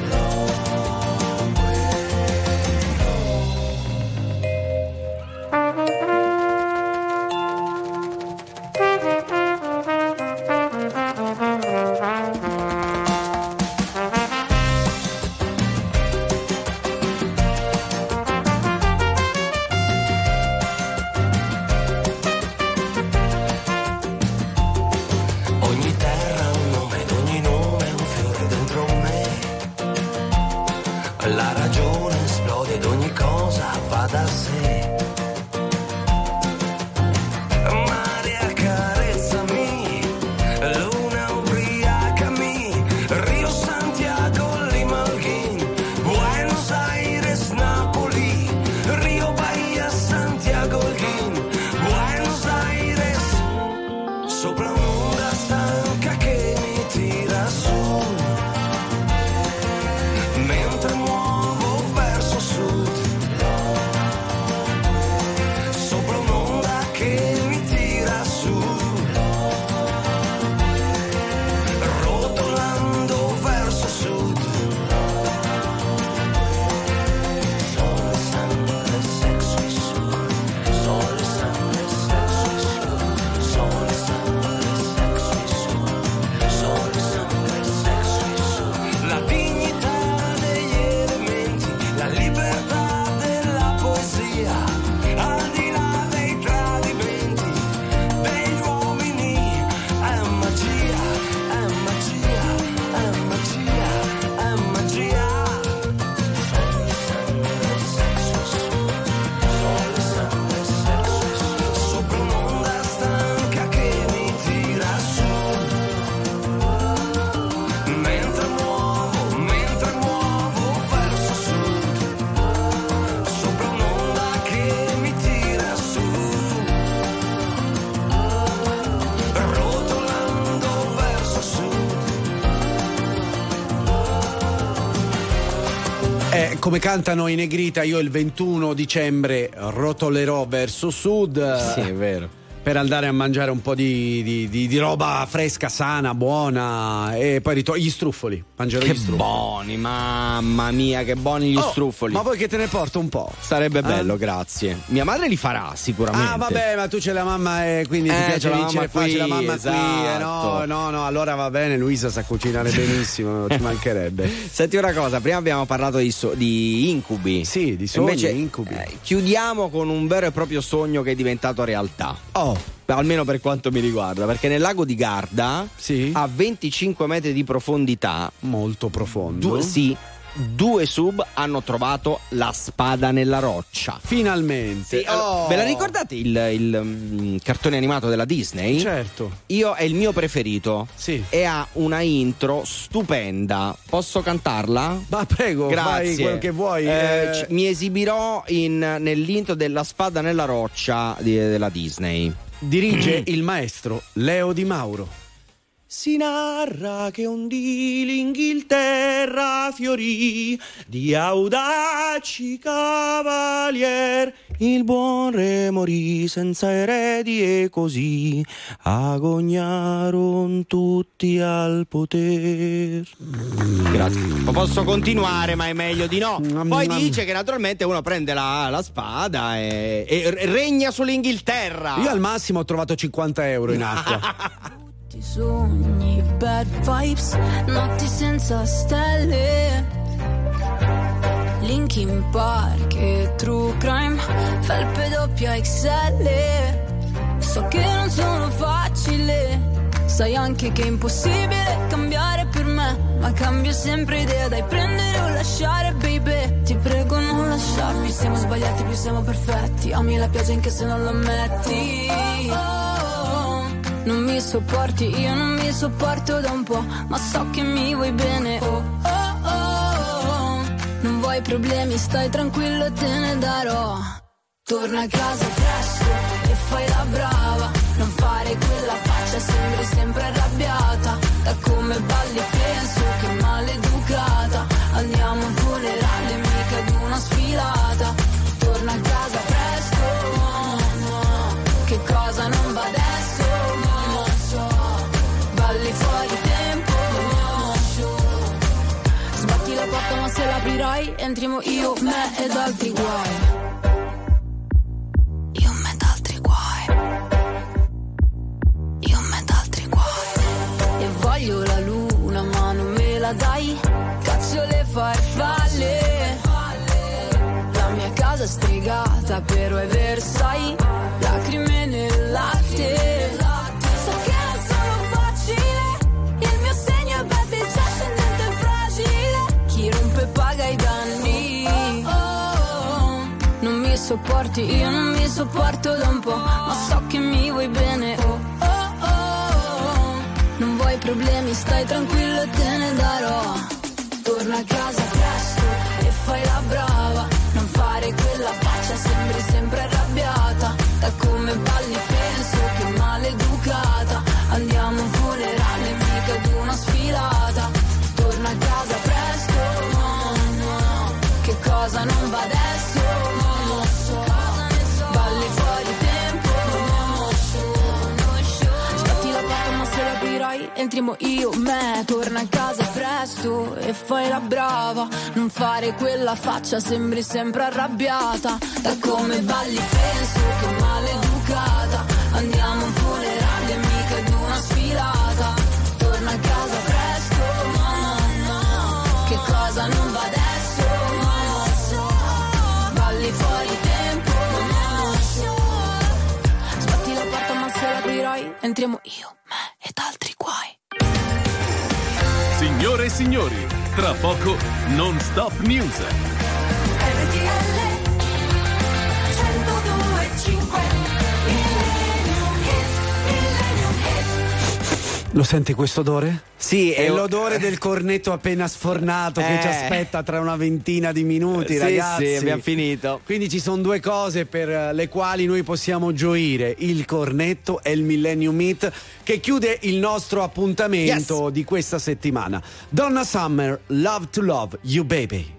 Ogni terra ha un nome ed ogni nome è un fiore dentro me. La ragione esplode ed ogni cosa va da sé. Mare accarezzami, luna ubriacami, Rio Santiago Lima Holguín, Buenos Aires Napoli, Rio Bahia Santiago Holguín, Buenos Aires, sopra un'onda stanca che mi tira su, mentre muovo verso sud, sopra un'onda che mi tira su, rotolando verso sud. Sole, sangue, sesso e sud, sole, sangue, sesso e sud, sole, sangue, sesso e sud, sole, sangue, sesso e sud. La dignità degli elementi, la libertà della poesia, al di là dei tradimenti degli uomini, è magia, è magia, è magia, è magia. Sole, sangue, sesso e sud, sole, sangue, sesso e sud, sopra un'onda stanca che mi tira su, mentre muovo, mentre muovo verso sud, sopra un'onda che mi tira su, rotolando verso sud. Eh, come cantano in Negrita, io il ventuno dicembre rotolerò verso sud. Sì, è vero. Per andare a mangiare un po' di, di, di, di roba fresca, sana, buona. E poi ritorno gli struffoli. Mangerò Che gli struffoli. buoni, mamma mia, che buoni gli Oh, struffoli. Ma vuoi che te ne porto un po'? Sarebbe Eh? bello, grazie. Mia madre li farà sicuramente. Ah, vabbè, ma tu c'è la mamma e quindi ti Eh, piace c'è la vincere mamma facile, qui, la mamma esatto. qui. Eh, no, no, no, allora va bene, Luisa sa cucinare benissimo, ci mancherebbe. Senti una cosa, prima abbiamo parlato di, so- di incubi. Sì, di sogni, Invece, incubi. eh, chiudiamo con un vero e proprio sogno che è diventato realtà. Oh. Almeno per quanto mi riguarda, perché nel lago di Garda, Sì. a venticinque metri di profondità, Molto profondo. due, sì, due sub hanno trovato la spada nella roccia. Finalmente. Sì, allora, Oh. ve la ricordate il, il, mm, cartone animato della Disney? Certo. Io è il mio preferito. Sì. E ha una intro stupenda. Posso cantarla? Ma prego, Grazie. fai quello che vuoi. Eh, eh. ci- mi esibirò in, nell'intro della spada nella roccia di- della Disney. Dirige il maestro Leo Di Mauro. Si narra che un dì l'Inghilterra fiorì di audaci cavalier, il buon re morì senza eredi e così agognaron tutti al poter. Grazie. Ma posso continuare, ma è meglio di no. Poi dice che naturalmente uno prende la, la spada e, e regna sull'Inghilterra. Io al massimo ho trovato cinquanta euro in acqua. Sogni, bad vibes, notti senza stelle, Linkin Park e True Crime, felpe doppia X L. So che non sono facile Sai anche che è impossibile cambiare per me, ma cambio sempre idea, dai prendere o lasciare, baby. Ti prego non lasciarmi, siamo sbagliati più siamo perfetti. Ami la pioggia anche se non lo ammetti. Oh, oh, oh. Non mi sopporti, io non mi sopporto da un po', ma so che mi vuoi bene. Oh, oh, oh, oh. Non vuoi problemi, stai tranquillo, te ne darò. Torna a casa presto e fai la brava, non fare quella faccia, sembri sempre arrabbiata. Da come balli penso che maleducata. Andiamo a un funerale, mica ad una sfilata. Torna a casa presto, no, no. Che cosa non va adesso, non lo so. Balli fuori tempo, no, show. Sbatti la porta ma se l'aprirai, entriamo io, me ed altri guai. Voglio la luna ma non me la dai, caccio le farfalle. La mia casa stregata però è Versailles, lacrime nel latte. So che non sono facile, il mio segno è baby già scendente e fragile. Chi rompe paga i danni. Oh, oh, oh. Non mi sopporti, io non mi sopporto da un po', ma so che mi vuoi bene. Oh, oh. Non vuoi problemi, stai tranquillo, te ne darò. Torna a casa presto e fai la brava, non fare quella faccia, sembri sempre arrabbiata. Da come balli penso che maleducata. Andiamo a un funerale, mica ad una sfilata. Torna a casa presto, no, no. Che cosa non va adesso, non lo so. Balli fuori tempo, no, show. Sbatti la porta ma se l'aprirai, entriamo io, me. Torna a casa presto e fai la brava, non fare quella faccia, sembri sempre arrabbiata. Da come balli penso che maleducata. Andiamo a un funerale, mica ad una sfilata. Torna a casa presto, no, no, no. Che cosa non va adesso, no, lo so. Balli fuori tempo, no, show. Sbatti la porta ma se l'aprirai, entriamo io, me ed altri guai. Signore e signori, tra poco Non Stop News. Lo senti questo odore? Sì, è è l'odore del cornetto appena sfornato eh. che ci aspetta tra una ventina di minuti, sì, ragazzi. Sì, abbiamo finito. Quindi ci sono due cose per le quali noi possiamo gioire: il cornetto e il Millennium Hit, che chiude il nostro appuntamento yes. di questa settimana. Donna Summer, Love to Love You Baby.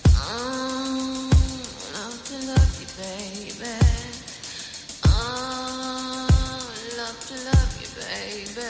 Oh, to love you, baby.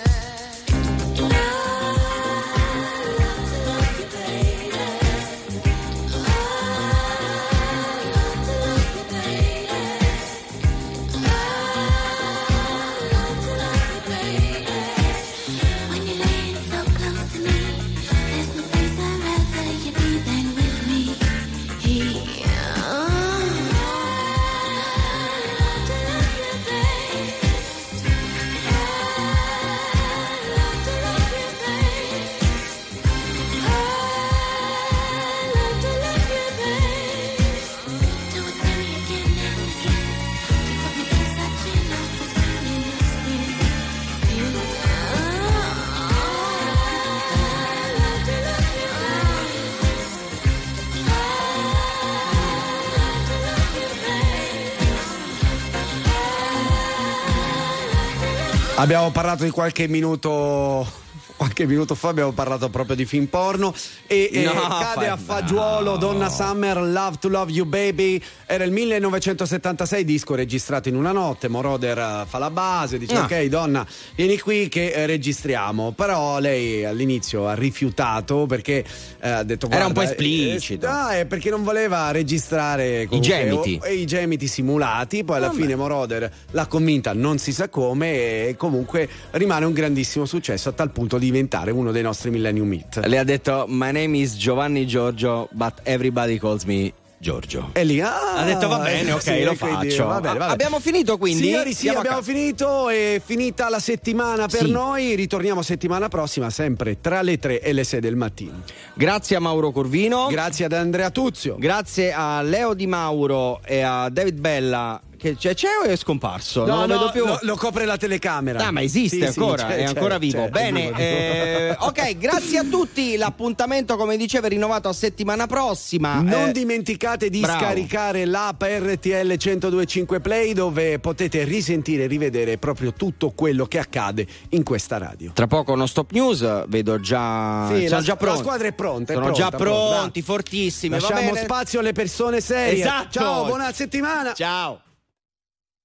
Abbiamo parlato di qualche minuto qualche minuto fa abbiamo parlato proprio di film porno e no, eh, cade a fa... fagiolo no. Donna Summer, Love to Love You Baby. Era il millenovecentosettantasei, disco registrato in una notte. Moroder fa la base, dice no. ok donna vieni qui che eh, registriamo, però lei all'inizio ha rifiutato perché eh, ha detto era guarda, un po' esplicito eh, ah, eh, perché non voleva registrare i gemiti o, o, i gemiti simulati. Poi alla Vabbè. fine Moroder l'ha convinta non si sa come e comunque rimane un grandissimo successo a tal punto di diventare uno dei nostri Millennium Hit. Le ha detto my name is Giovanni Giorgio but everybody calls me Giorgio. E lì ah, ha detto va bene, ok, sì, lo quindi, faccio. Va bene, va bene. Abbiamo finito quindi? Signori, sì, Siamo abbiamo finito. È finita la settimana per sì. noi. Ritorniamo settimana prossima, sempre tra le tre e le sei del mattino. Grazie a Mauro Corvino. Grazie ad Andrea Tuzio. Grazie a Leo Di Mauro e a David Bella. Che c'è, c'è o è scomparso? No, non lo no, vedo più. Lo, lo copre la telecamera. Ah, ma esiste sì, ancora? Sì, è c'è, ancora c'è, vivo. c'è, Bene, eh, ok, grazie a tutti. L'appuntamento, come dicevo, è rinnovato a settimana prossima. Non eh, dimenticate di bravo. scaricare l'app R T L centodue e cinque Play, dove potete risentire e rivedere proprio tutto quello che accade in questa radio. Tra poco uno stop news, vedo già. Sì, sono la, già pronti. la squadra è pronta. È Sono pronta, già pronti, pronta. fortissimi. Lasciamo va bene? spazio alle persone serie. Esatto. Ciao, buona settimana. Ciao.